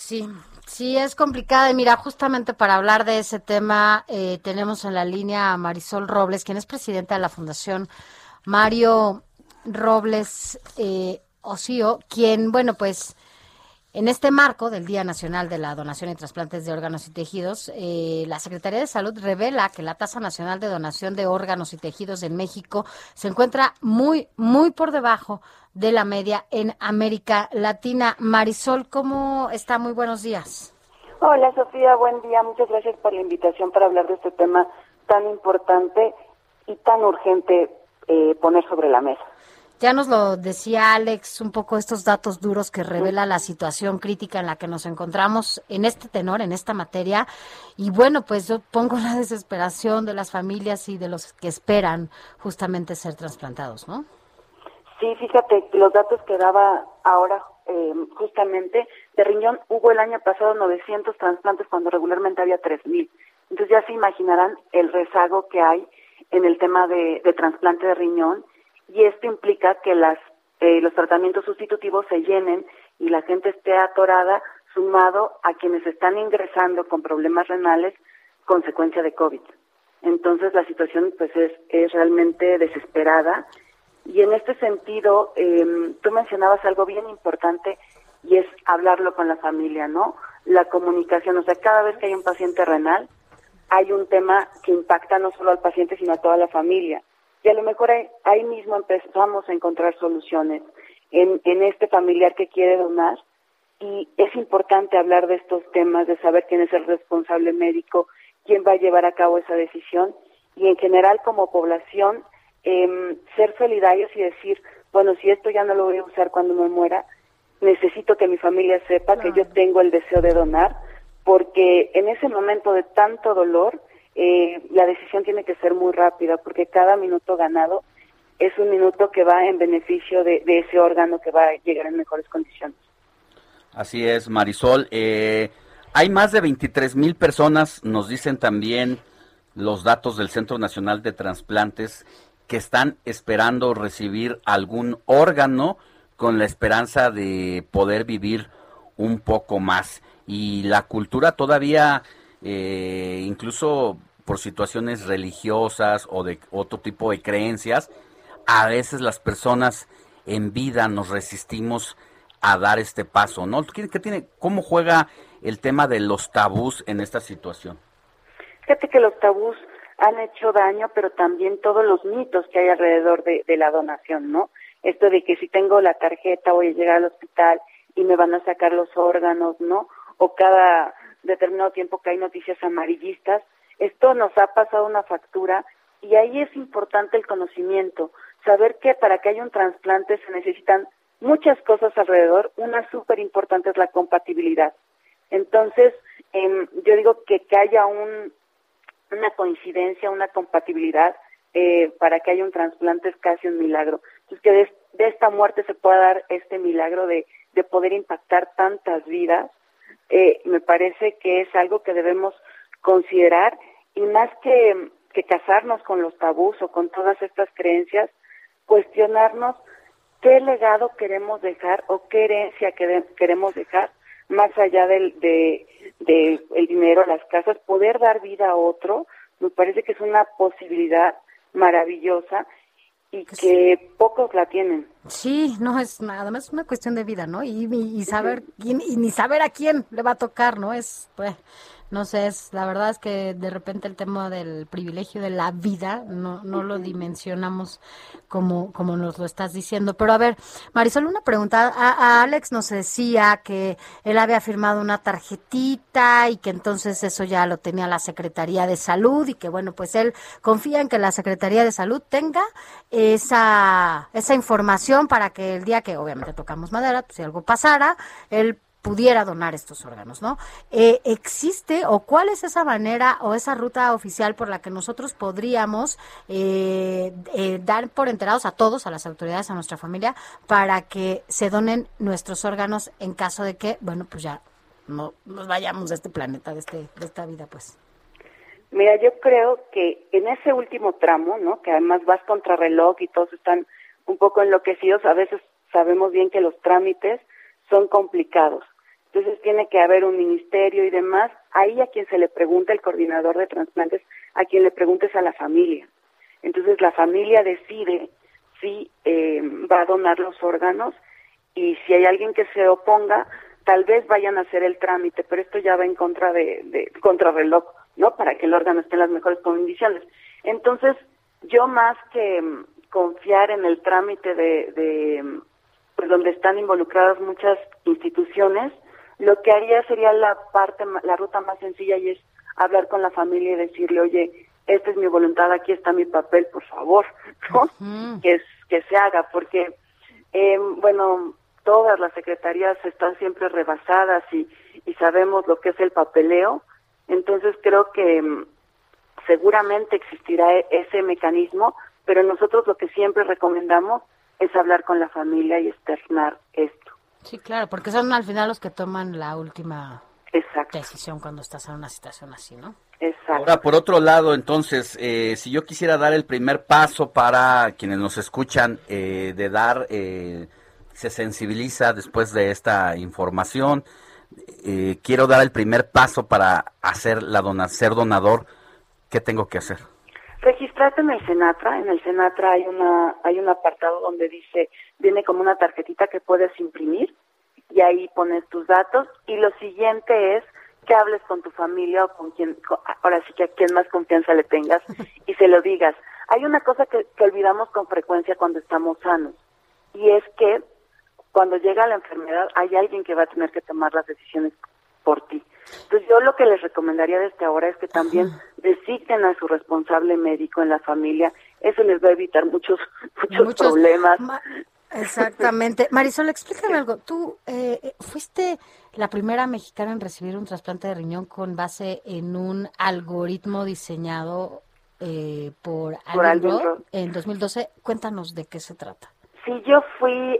Sí, es complicada. Y mira, justamente para hablar de ese tema, tenemos en la línea a Marisol Robles, quien es presidenta de la Fundación Mario Robles Ossío, quien, bueno, pues en este marco del Día Nacional de la Donación y Trasplantes de Órganos y Tejidos, la Secretaría de Salud revela que la tasa nacional de donación de órganos y tejidos en México se encuentra muy, muy por debajo de la media en América Latina. Marisol, ¿cómo está? Muy buenos días. Hola, Sofía, buen día. Muchas gracias por la invitación para hablar de este tema tan importante y tan urgente poner sobre la mesa. Ya nos lo decía Alex, un poco estos datos duros que revela la situación crítica en la que nos encontramos en este tenor, en esta materia. Y bueno, pues yo pongo la desesperación de las familias y de los que esperan justamente ser trasplantados, ¿no? Sí, fíjate, los datos que daba ahora justamente de riñón, hubo el año pasado 900 trasplantes cuando regularmente había 3.000. Entonces ya se imaginarán el rezago que hay en el tema de trasplante de riñón, y esto implica que los tratamientos sustitutivos se llenen y la gente esté atorada, sumado a quienes están ingresando con problemas renales consecuencia de COVID. Entonces la situación pues es realmente desesperada. Y en este sentido, tú mencionabas algo bien importante, y es hablarlo con la familia, ¿no? La comunicación, o sea, cada vez que hay un paciente renal, hay un tema que impacta no solo al paciente, sino a toda la familia. Y a lo mejor ahí mismo empezamos a encontrar soluciones en este familiar que quiere donar, y es importante hablar de estos temas, de saber quién es el responsable médico, quién va a llevar a cabo esa decisión, y en general como población, ser solidarios y decir, bueno, si esto ya no lo voy a usar cuando me muera, necesito que mi familia sepa que yo tengo el deseo de donar, porque en ese momento de tanto dolor, la decisión tiene que ser muy rápida, porque cada minuto ganado es un minuto que va en beneficio de ese órgano que va a llegar en mejores condiciones. Así es, Marisol. Hay más de 23,000 personas, nos dicen también los datos del Centro Nacional de Trasplantes, que están esperando recibir algún órgano con la esperanza de poder vivir un poco más. Y la cultura todavía, incluso por situaciones religiosas o de otro tipo de creencias, a veces las personas en vida nos resistimos a dar este paso, ¿no? ¿Cómo juega el tema de los tabús en esta situación? Fíjate que los tabús han hecho daño, pero también todos los mitos que hay alrededor de la donación, ¿no? Esto de que si tengo la tarjeta voy a llegar al hospital y me van a sacar los órganos, ¿no? O cada determinado tiempo que hay noticias amarillistas. Esto nos ha pasado una factura, y ahí es importante el conocimiento, saber que para que haya un trasplante se necesitan muchas cosas alrededor. Una súper importante es la compatibilidad. Entonces, yo digo que haya una coincidencia, una compatibilidad para que haya un trasplante es casi un milagro. Entonces, que de esta muerte se pueda dar este milagro de poder impactar tantas vidas, me parece que es algo que debemos considerar, y más que casarnos con los tabús o con todas estas creencias, cuestionarnos qué legado queremos dejar o qué herencia queremos dejar, más allá del el dinero, las casas, poder dar vida a otro. Me parece que es una posibilidad maravillosa y que pocos la tienen. Sí, no es nada más una cuestión de vida, ¿no? Y saber quién, y ni saber a quién le va a tocar, ¿no? No sé, la verdad es que de repente el tema del privilegio de la vida no lo dimensionamos como nos lo estás diciendo. Pero a ver, Marisol, una pregunta. A Alex nos decía que él había firmado una tarjetita y que entonces eso ya lo tenía la Secretaría de Salud y que bueno, pues él confía en que la Secretaría de Salud tenga esa información para que el día que obviamente tocamos madera, pues, si algo pasara, él pudiera donar estos órganos, ¿no? ¿Existe o cuál es esa manera o esa ruta oficial por la que nosotros podríamos dar por enterados a todos, a las autoridades, a nuestra familia, para que se donen nuestros órganos en caso de que, bueno, pues ya no nos vayamos de este planeta, de esta vida, pues? Mira, yo creo que en ese último tramo, ¿no? Que además vas contra reloj y todos están un poco enloquecidos, a veces sabemos bien que los trámites son complicados. Entonces tiene que haber un ministerio y demás. Ahí a quien se le pregunta, el coordinador de trasplantes, a quien le preguntes a la familia. Entonces la familia decide si va a donar los órganos, y si hay alguien que se oponga, tal vez vayan a hacer el trámite, pero esto ya va en contra de contrarreloj, ¿no? Para que el órgano esté en las mejores condiciones. Entonces, yo más que confiar en el trámite pues donde están involucradas muchas instituciones, lo que haría sería la ruta más sencilla, y es hablar con la familia y decirle, oye, esta es mi voluntad, aquí está mi papel, por favor, ¿no? Que se haga, porque, bueno, todas las secretarías están siempre rebasadas y sabemos lo que es el papeleo. Entonces creo que seguramente existirá ese mecanismo, pero nosotros lo que siempre recomendamos es hablar con la familia y externar esto. Sí, claro, porque son al final los que toman la última decisión cuando estás en una situación así, ¿no? Exacto. Ahora, por otro lado, entonces, si yo quisiera dar el primer paso para quienes nos escuchan, se sensibiliza después de esta información, quiero dar el primer paso para ser donador, ¿qué tengo que hacer? Registrarte en el Senatra. En el Senatra hay un apartado donde viene como una tarjetita que puedes imprimir, y ahí pones tus datos, y lo siguiente es que hables con tu familia o ahora sí que a quien más confianza le tengas, y se lo digas. Hay una cosa que olvidamos con frecuencia cuando estamos sanos, y es que cuando llega la enfermedad hay alguien que va a tener que tomar las decisiones por ti. Entonces yo lo que les recomendaría desde ahora es que también designen a su responsable médico en la familia. Eso les va a evitar muchos problemas. Exactamente. Marisol, explícame algo. Tú fuiste la primera mexicana en recibir un trasplante de riñón con base en un algoritmo diseñado por Alvin Roth en 2012. Cuéntanos de qué se trata. Sí, yo fui,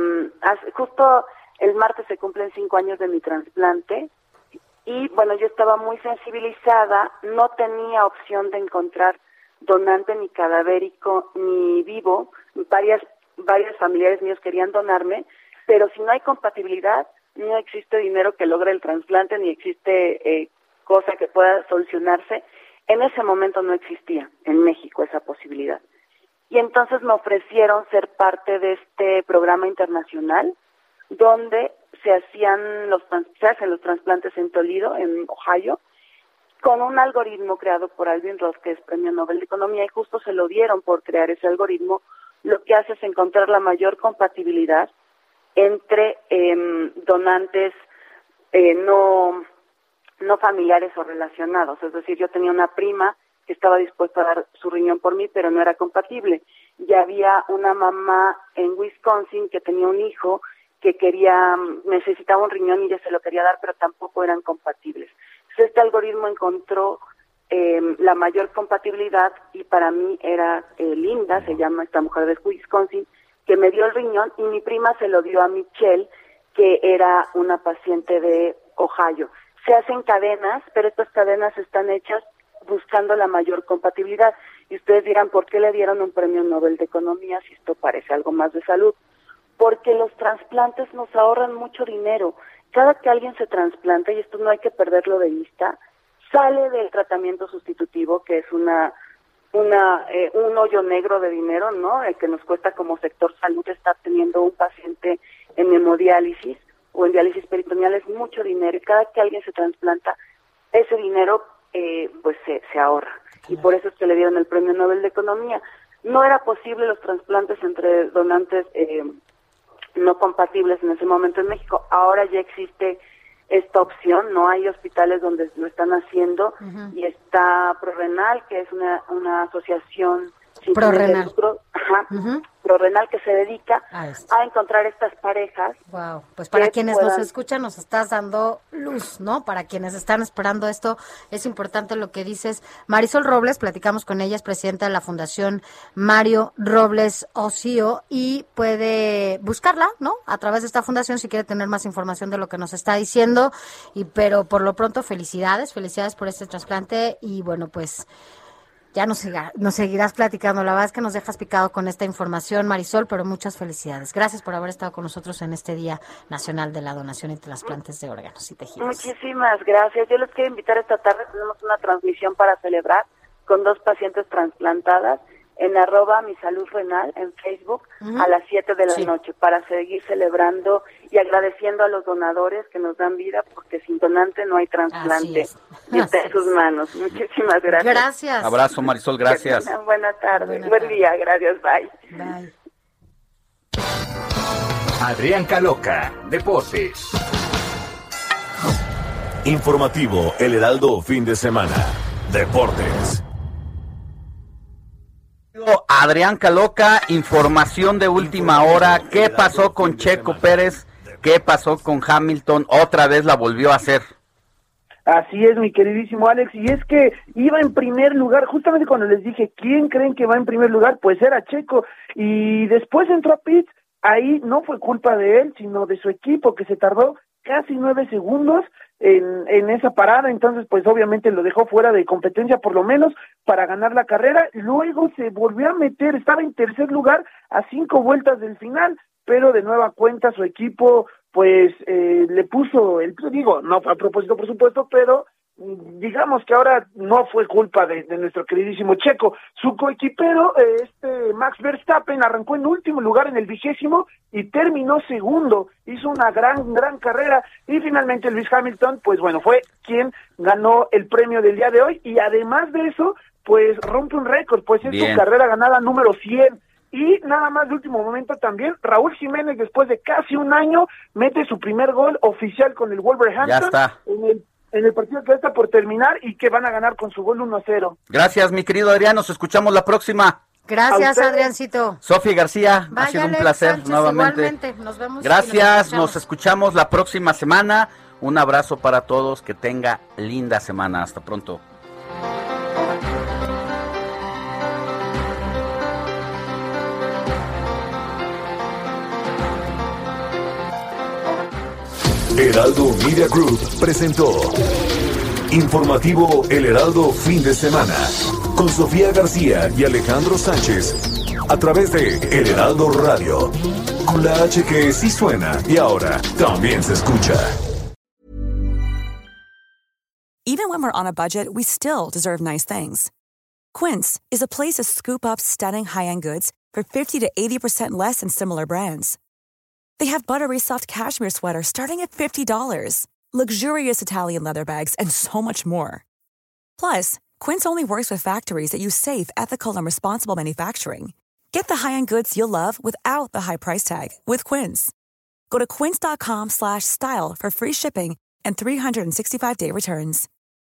justo el martes se cumplen 5 años de mi trasplante, y bueno, yo estaba muy sensibilizada, no tenía opción de encontrar donante ni cadavérico ni vivo. Varias familiares míos querían donarme, pero si no hay compatibilidad, no existe dinero que logre el trasplante, ni existe cosa que pueda solucionarse. En ese momento no existía en México esa posibilidad. Y entonces me ofrecieron ser parte de este programa internacional donde se hacen los trasplantes en Toledo, en Ohio, con un algoritmo creado por Alvin Roth, que es Premio Nobel de Economía, y justo se lo dieron por crear ese algoritmo. Lo que hace es encontrar la mayor compatibilidad entre donantes no familiares o relacionados. Es decir, yo tenía una prima que estaba dispuesta a dar su riñón por mí, pero no era compatible. Y había una mamá en Wisconsin que tenía un hijo que necesitaba un riñón y ella se lo quería dar, pero tampoco eran compatibles. Entonces este algoritmo encontró la mayor compatibilidad, y para mí era Linda, se llama esta mujer de Wisconsin, que me dio el riñón, y mi prima se lo dio a Michelle, que era una paciente de Ohio. Se hacen cadenas, pero estas cadenas están hechas buscando la mayor compatibilidad. Y ustedes dirán, ¿por qué le dieron un premio Nobel de Economía si esto parece algo más de salud? Porque los trasplantes nos ahorran mucho dinero. Cada que alguien se trasplanta, y esto no hay que perderlo de vista, sale del tratamiento sustitutivo, que es un hoyo negro de dinero, ¿no? El que nos cuesta como sector salud estar teniendo un paciente en hemodiálisis o en diálisis peritoneal, es mucho dinero, y cada que alguien se trasplanta, ese dinero pues se ahorra. Y por eso es que le dieron el premio Nobel de Economía. No era posible los trasplantes entre donantes no compatibles en ese momento en México. Ahora ya existe esta opción, no hay hospitales donde lo están haciendo, y está ProRenal, que es una asociación sin fines de lucro, ProRenal, que se dedica a encontrar estas parejas. Wow, pues para quienes nos escuchan nos estás dando luz, ¿no? Para quienes están esperando esto, es importante lo que dices. Marisol Robles, platicamos con ella, es presidenta de la Fundación Mario Robles Ossio, y puede buscarla, ¿no? A través de esta fundación si quiere tener más información de lo que nos está diciendo, pero por lo pronto felicidades por este trasplante, y bueno, pues ya nos seguirás platicando. La verdad es que nos dejas picado con esta información, Marisol, pero muchas felicidades. Gracias por haber estado con nosotros en este Día Nacional de la Donación y Trasplantes de Órganos y Tejidos. Muchísimas gracias. Yo les quiero invitar esta tarde, tenemos una transmisión para celebrar con 2 pacientes trasplantadas en @misaludrenal en Facebook a las 7 de la noche, para seguir celebrando y agradeciendo a los donadores que nos dan vida, porque sin donante no hay trasplante. Y está en sus manos. Muchísimas gracias. Gracias. Abrazo, Marisol, gracias. Buena tarde. Buen día, gracias, bye. Bye. Adrián Caloca, Deportes. Informativo El Heraldo, fin de semana. Deportes. Adrián Caloca, información de última hora. ¿Qué pasó con Checo Pérez? ¿Qué pasó con Hamilton? Otra vez la volvió a hacer. Así es, mi queridísimo Alex, y es que iba en primer lugar, justamente cuando les dije, ¿quién creen que va en primer lugar? Pues era Checo, y después entró a pits. Ahí no fue culpa de él, sino de su equipo, que se tardó casi 9 segundos en esa parada. Entonces pues obviamente lo dejó fuera de competencia, por lo menos para ganar la carrera. Luego se volvió a meter, estaba en tercer lugar a 5 vueltas del final, pero de nueva cuenta su equipo pues le puso no fue a propósito, por supuesto, pero digamos que ahora no fue culpa de nuestro queridísimo Checo. Su coequipero, Max Verstappen, arrancó en último lugar en el 20º y terminó segundo. Hizo una gran carrera, y finalmente Lewis Hamilton, pues bueno, fue quien ganó el premio del día de hoy, y además de eso, pues rompe un récord, pues es su carrera ganada número 100. Y nada más de último momento también, Raúl Jiménez, después de casi un año, mete su primer gol oficial con el Wolverhampton. Ya está. En el partido que está por terminar, y que van a ganar con su gol 1-0. Gracias, mi querido Adrián, nos escuchamos la próxima. Gracias, Adriancito. Sofía García, ha sido un placer Sánchez, nuevamente. Igualmente. Nos vemos. Gracias, nos escuchamos la próxima semana. Un abrazo para todos, que tenga linda semana. Hasta pronto. Heraldo Media Group presentó Informativo El Heraldo, fin de semana, con Sofía García y Alejandro Sánchez, a través de El Heraldo Radio, con la H que sí suena y ahora también se escucha. Even when we're on a budget, we still deserve nice things. Quince is a place to scoop up stunning high-end goods for 50 to 80% less than similar brands. They have buttery soft cashmere sweaters starting at $50, luxurious Italian leather bags, and so much more. Plus, Quince only works with factories that use safe, ethical, and responsible manufacturing. Get the high-end goods you'll love without the high price tag with Quince. Go to quince.com/style for free shipping and 365-day returns.